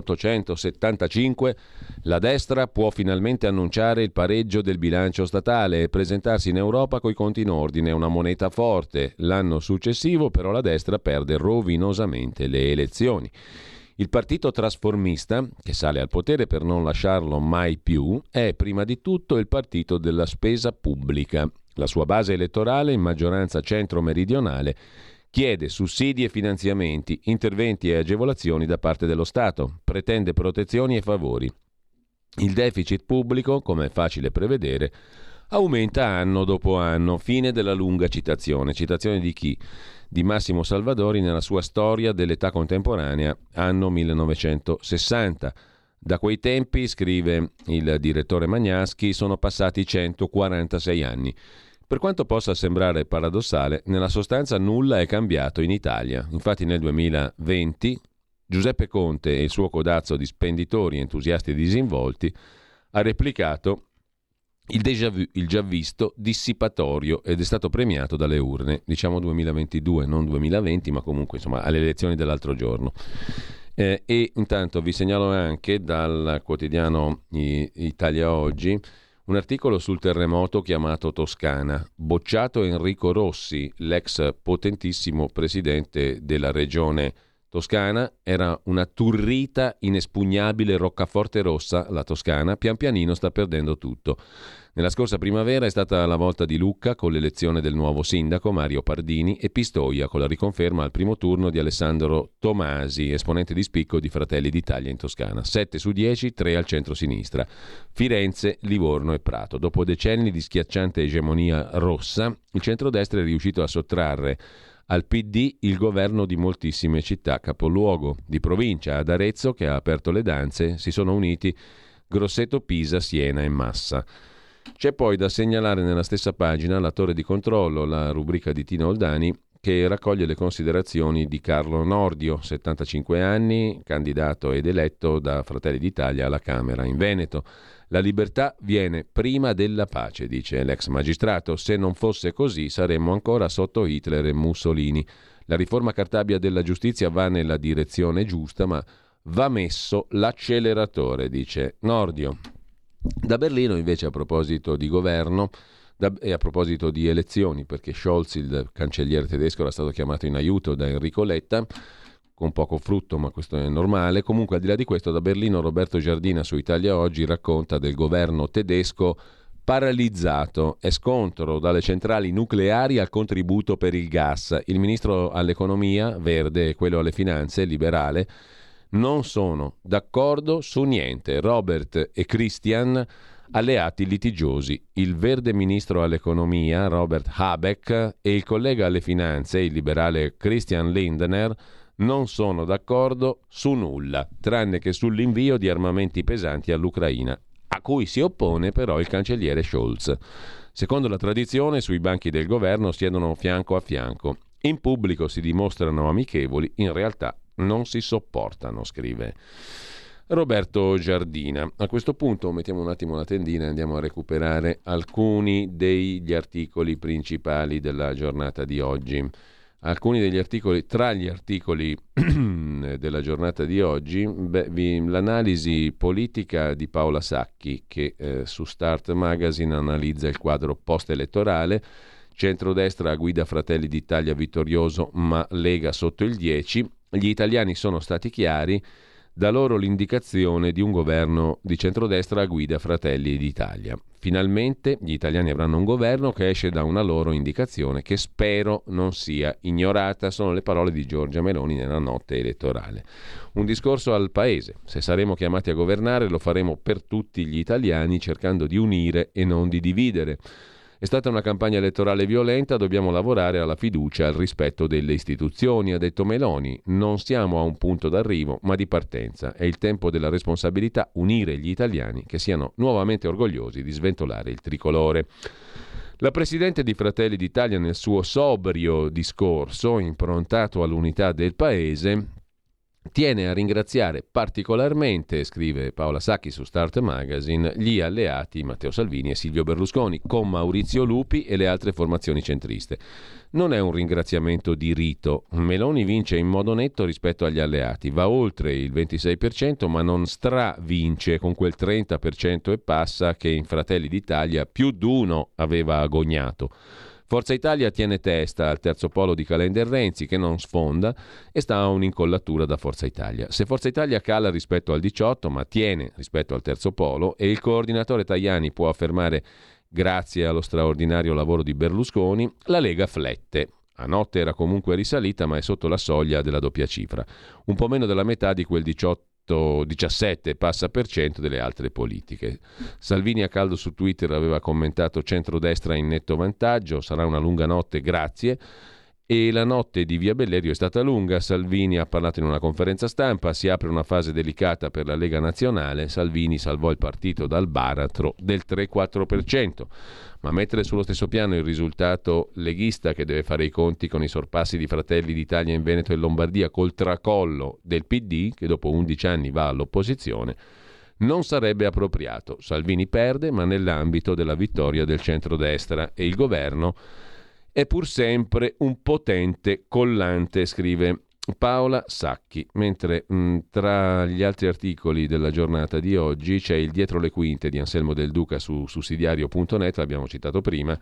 1875, la destra può finalmente annunciare il pareggio del bilancio statale e presentarsi in Europa coi conti in ordine, una moneta forte. L'anno successivo però la destra perde rovinosamente le elezioni. Il partito trasformista, che sale al potere per non lasciarlo mai più, è prima di tutto il partito della spesa pubblica. La sua base elettorale, in maggioranza centro-meridionale, chiede sussidi e finanziamenti, interventi e agevolazioni da parte dello Stato, pretende protezioni e favori. Il deficit pubblico, come è facile prevedere, aumenta anno dopo anno. Fine della lunga citazione. Citazione di chi? Di Massimo Salvadori nella sua Storia dell'età contemporanea, anno 1960. Da quei tempi, scrive il direttore Magnaschi, sono passati 146 anni. Per quanto possa sembrare paradossale, nella sostanza nulla è cambiato in Italia. Infatti nel 2020 Giuseppe Conte e il suo codazzo di spenditori entusiasti e disinvolti ha replicato il déjà vu, il già visto, dissipatorio, ed è stato premiato dalle urne, diciamo 2022, non 2020, ma comunque insomma alle elezioni dell'altro giorno. E intanto vi segnalo anche dal quotidiano Italia Oggi un articolo sul terremoto chiamato Toscana. Bocciato Enrico Rossi, l'ex potentissimo presidente della regione Toscana. Era una turrita inespugnabile roccaforte rossa, la Toscana, pian pianino sta perdendo tutto. Nella scorsa primavera è stata la volta di Lucca con l'elezione del nuovo sindaco Mario Pardini e Pistoia con la riconferma al primo turno di Alessandro Tomasi, esponente di spicco di Fratelli d'Italia in Toscana. 7 su 10, 3 al centro-sinistra. Firenze, Livorno e Prato. Dopo decenni di schiacciante egemonia rossa, il centrodestra è riuscito a sottrarre al PD il governo di moltissime città capoluogo. Di provincia ad Arezzo, che ha aperto le danze, si sono uniti Grosseto, Pisa, Siena e Massa. C'è poi da segnalare nella stessa pagina la torre di controllo, la rubrica di Tino Oldani, che raccoglie le considerazioni di Carlo Nordio, 75 anni, candidato ed eletto da Fratelli d'Italia alla Camera in Veneto. La libertà viene prima della pace, dice l'ex magistrato. Se non fosse così saremmo ancora sotto Hitler e Mussolini. La riforma Cartabia della giustizia va nella direzione giusta, ma va messo l'acceleratore, dice Nordio. Da Berlino invece, a proposito di governo e a proposito di elezioni, perché Scholz, il cancelliere tedesco, era stato chiamato in aiuto da Enrico Letta, con poco frutto, ma questo è normale. Comunque, al di là di questo, da Berlino Roberto Giardina su Italia Oggi racconta del governo tedesco paralizzato e scontro dalle centrali nucleari al contributo per il gas. Il ministro all'economia, verde, e quello alle finanze, liberale, non sono d'accordo su niente. Robert e Christian, alleati litigiosi. Il verde ministro all'economia, Robert Habeck, e il collega alle finanze, il liberale Christian Lindner, non sono d'accordo su nulla, tranne che sull'invio di armamenti pesanti all'Ucraina, a cui si oppone però il cancelliere Scholz. Secondo la tradizione, sui banchi del governo siedono fianco a fianco. In pubblico si dimostrano amichevoli, in realtà non si sopportano, scrive Roberto Giardina. A questo punto mettiamo un attimo la tendina e andiamo a recuperare alcuni degli articoli principali della giornata di oggi. Alcuni degli articoli, tra gli articoli della giornata di oggi, l'analisi politica di Paola Sacchi, che su Start Magazine analizza il quadro post-elettorale. Centrodestra guida Fratelli d'Italia vittorioso, ma Lega sotto il 10. Gli italiani sono stati chiari. Da loro l'indicazione di un governo di centrodestra a guida Fratelli d'Italia. Finalmente gli italiani avranno un governo che esce da una loro indicazione che spero non sia ignorata. Sono le parole di Giorgia Meloni nella notte elettorale. Un discorso al Paese. Se saremo chiamati a governare lo faremo per tutti gli italiani, cercando di unire e non di dividere. È stata una campagna elettorale violenta, dobbiamo lavorare alla fiducia e al rispetto delle istituzioni, ha detto Meloni. Non siamo a un punto d'arrivo, ma di partenza. È il tempo della responsabilità, unire gli italiani che siano nuovamente orgogliosi di sventolare il tricolore. La presidente di Fratelli d'Italia, nel suo sobrio discorso, improntato all'unità del Paese, tiene a ringraziare particolarmente, scrive Paola Sacchi su Start Magazine, gli alleati Matteo Salvini e Silvio Berlusconi, con Maurizio Lupi e le altre formazioni centriste. Non è un ringraziamento di rito. Meloni vince in modo netto rispetto agli alleati, va oltre il 26%, ma non stravince con quel 30% e passa che in Fratelli d'Italia più d'uno aveva agognato. Forza Italia tiene testa al terzo polo di Calenda e Renzi, che non sfonda e sta a un'incollatura da Forza Italia. Se Forza Italia cala rispetto al 18, ma tiene rispetto al terzo polo, e il coordinatore Tajani può affermare grazie allo straordinario lavoro di Berlusconi, la Lega flette. A notte era comunque risalita, ma è sotto la soglia della doppia cifra. Un po' meno della metà di quel 17 passa per cento delle altre politiche. Salvini a caldo su Twitter aveva commentato centrodestra in netto vantaggio, sarà una lunga notte, grazie. E la notte di Via Bellerio è stata lunga. Salvini ha parlato in una conferenza stampa, si apre una fase delicata per la Lega Nazionale. Salvini salvò il partito dal baratro del 3-4%, ma mettere sullo stesso piano il risultato leghista, che deve fare i conti con i sorpassi di Fratelli d'Italia in Veneto e Lombardia, col tracollo del PD, che dopo 11 anni va all'opposizione, non sarebbe appropriato. Salvini perde, ma nell'ambito della vittoria del centrodestra, e il governo è pur sempre un potente collante, scrive Paola Sacchi. Mentre tra gli altri articoli della giornata di oggi c'è il dietro le quinte di Anselmo Del Duca su sussidiario.net, l'abbiamo citato prima.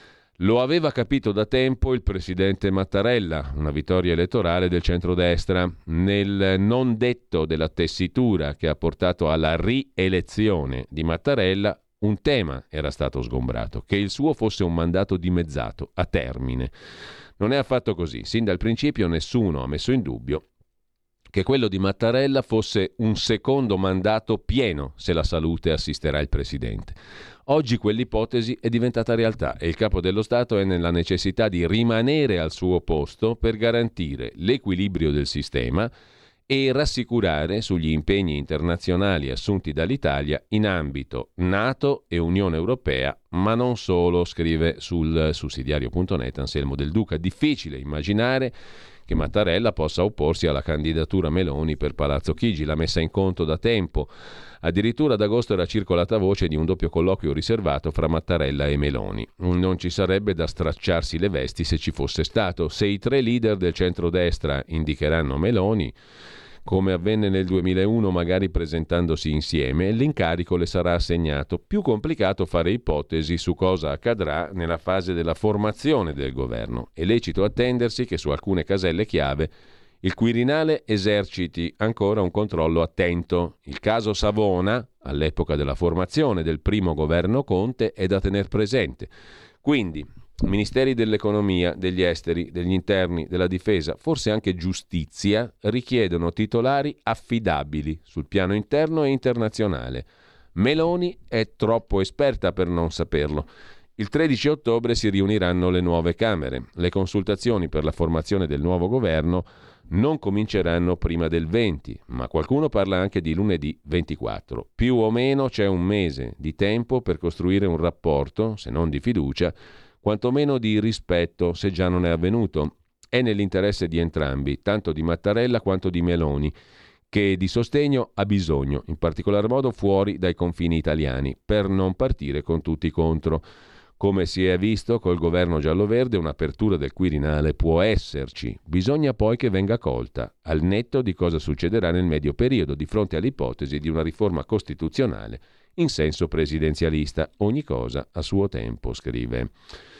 Lo aveva capito da tempo il presidente Mattarella, una vittoria elettorale del centrodestra. Nel non detto della tessitura che ha portato alla rielezione di Mattarella, un tema era stato sgombrato, che il suo fosse un mandato dimezzato, a termine. Non è affatto così. Sin dal principio nessuno ha messo in dubbio che quello di Mattarella fosse un secondo mandato pieno se la salute assisterà il presidente. Oggi quell'ipotesi è diventata realtà e il capo dello Stato è nella necessità di rimanere al suo posto per garantire l'equilibrio del sistema e rassicurare sugli impegni internazionali assunti dall'Italia in ambito NATO e Unione Europea, ma non solo, scrive sul sussidiario.net Anselmo Del Duca. Difficile immaginare che Mattarella possa opporsi alla candidatura Meloni per Palazzo Chigi, l'ha messa in conto da tempo. Addirittura ad agosto era circolata voce di un doppio colloquio riservato fra Mattarella e Meloni. Non ci sarebbe da stracciarsi le vesti se ci fosse stato. Se i tre leader del centrodestra indicheranno Meloni, come avvenne nel 2001, magari presentandosi insieme, l'incarico le sarà assegnato. Più complicato fare ipotesi su cosa accadrà nella fase della formazione del governo. È lecito attendersi che su alcune caselle chiave il Quirinale eserciti ancora un controllo attento. Il caso Savona, all'epoca della formazione del primo governo Conte, è da tener presente. Quindi Ministeri dell'economia, degli esteri, degli interni, della difesa, forse anche giustizia, richiedono titolari affidabili sul piano interno e internazionale. Meloni è troppo esperta per non saperlo. Il 13 ottobre si riuniranno le nuove Camere. Le consultazioni per la formazione del nuovo governo non cominceranno prima del 20, ma qualcuno parla anche di lunedì 24. Più o meno c'è un mese di tempo per costruire un rapporto, se non di fiducia, quantomeno di rispetto, se già non è avvenuto. È nell'interesse di entrambi, tanto di Mattarella quanto di Meloni, che di sostegno ha bisogno, in particolar modo fuori dai confini italiani, per non partire con tutti contro. Come si è visto col governo giallo-verde, un'apertura del Quirinale può esserci, bisogna poi che venga colta, al netto di cosa succederà nel medio periodo, di fronte all'ipotesi di una riforma costituzionale in senso presidenzialista. Ogni cosa a suo tempo, scrive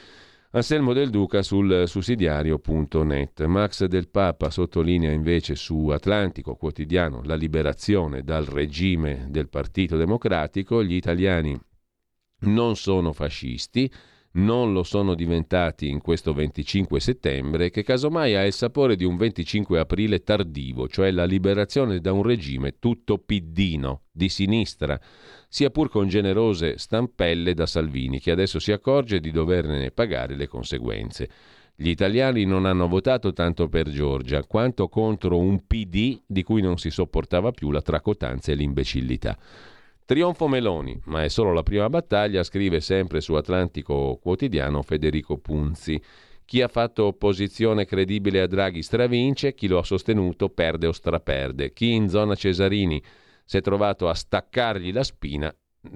Anselmo Del Duca sul sussidiario.net. Max Del Papa sottolinea invece su Atlantico Quotidiano la liberazione dal regime del Partito Democratico. Gli italiani non sono fascisti, non lo sono diventati in questo 25 settembre, che casomai ha il sapore di un 25 aprile tardivo, cioè la liberazione da un regime tutto piddino, di sinistra, sia pur con generose stampelle da Salvini, che adesso si accorge di doverne pagare le conseguenze. Gli italiani non hanno votato tanto per Giorgia, quanto contro un PD di cui non si sopportava più la tracotanza e l'imbecillità. Trionfo Meloni, ma è solo la prima battaglia, scrive sempre su Atlantico Quotidiano Federico Punzi. Chi ha fatto opposizione credibile a Draghi stravince, chi lo ha sostenuto perde o straperde. Chi in zona Cesarini si è trovato a staccargli la spina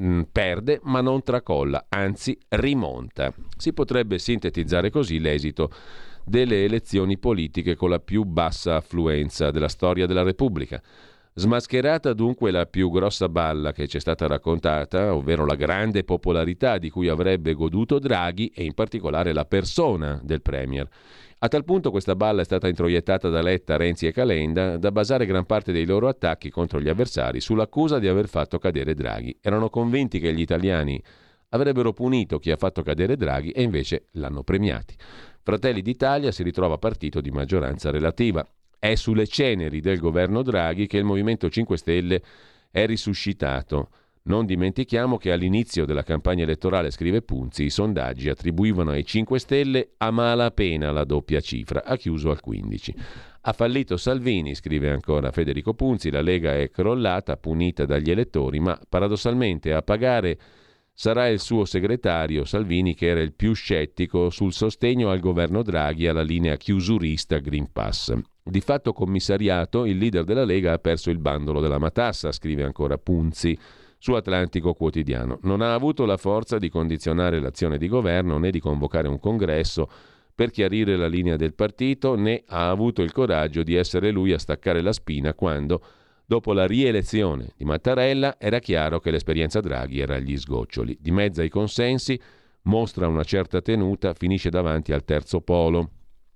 perde ma non tracolla, anzi rimonta. Si potrebbe sintetizzare così l'esito delle elezioni politiche con la più bassa affluenza della storia della Repubblica. Smascherata dunque la più grossa balla che ci è stata raccontata, ovvero la grande popolarità di cui avrebbe goduto Draghi e in particolare la persona del Premier. A tal punto questa balla è stata introiettata da Letta, Renzi e Calenda da basare gran parte dei loro attacchi contro gli avversari sull'accusa di aver fatto cadere Draghi. Erano convinti che gli italiani avrebbero punito chi ha fatto cadere Draghi e invece l'hanno premiati. Fratelli d'Italia si ritrova partito di maggioranza relativa. È sulle ceneri del governo Draghi che il Movimento 5 Stelle è risuscitato. Non dimentichiamo che all'inizio della campagna elettorale, scrive Punzi, i sondaggi attribuivano ai 5 Stelle a malapena la doppia cifra, ha chiuso al 15. Ha fallito Salvini, scrive ancora Federico Punzi, la Lega è crollata, punita dagli elettori, ma paradossalmente a pagare sarà il suo segretario Salvini, che era il più scettico sul sostegno al governo Draghi alla linea chiusurista Green Pass. Di fatto commissariato, il leader della Lega ha perso il bandolo della matassa, scrive ancora Punzi su Atlantico Quotidiano. Non ha avuto la forza di condizionare l'azione di governo né di convocare un congresso per chiarire la linea del partito, né ha avuto il coraggio di essere lui a staccare la spina quando, dopo la rielezione di Mattarella, era chiaro che l'esperienza Draghi era agli sgoccioli. Dimezza i consensi, mostra una certa tenuta, finisce davanti al terzo polo.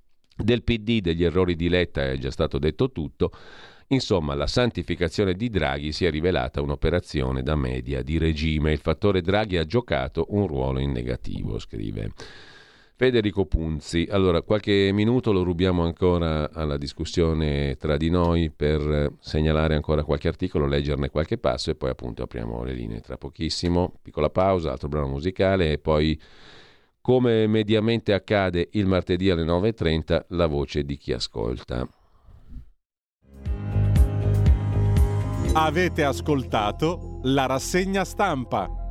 Del PD, degli errori di Letta è già stato detto tutto. Insomma, la santificazione di Draghi si è rivelata un'operazione da media di regime. Il fattore Draghi ha giocato un ruolo in negativo, scrive Federico Punzi. Allora, qualche minuto lo rubiamo ancora alla discussione tra di noi per segnalare ancora qualche articolo, leggerne qualche passo e poi appunto apriamo le linee tra pochissimo. Piccola pausa, altro brano musicale e poi, come mediamente accade il martedì alle 9.30, la voce di chi ascolta. Avete ascoltato la rassegna stampa.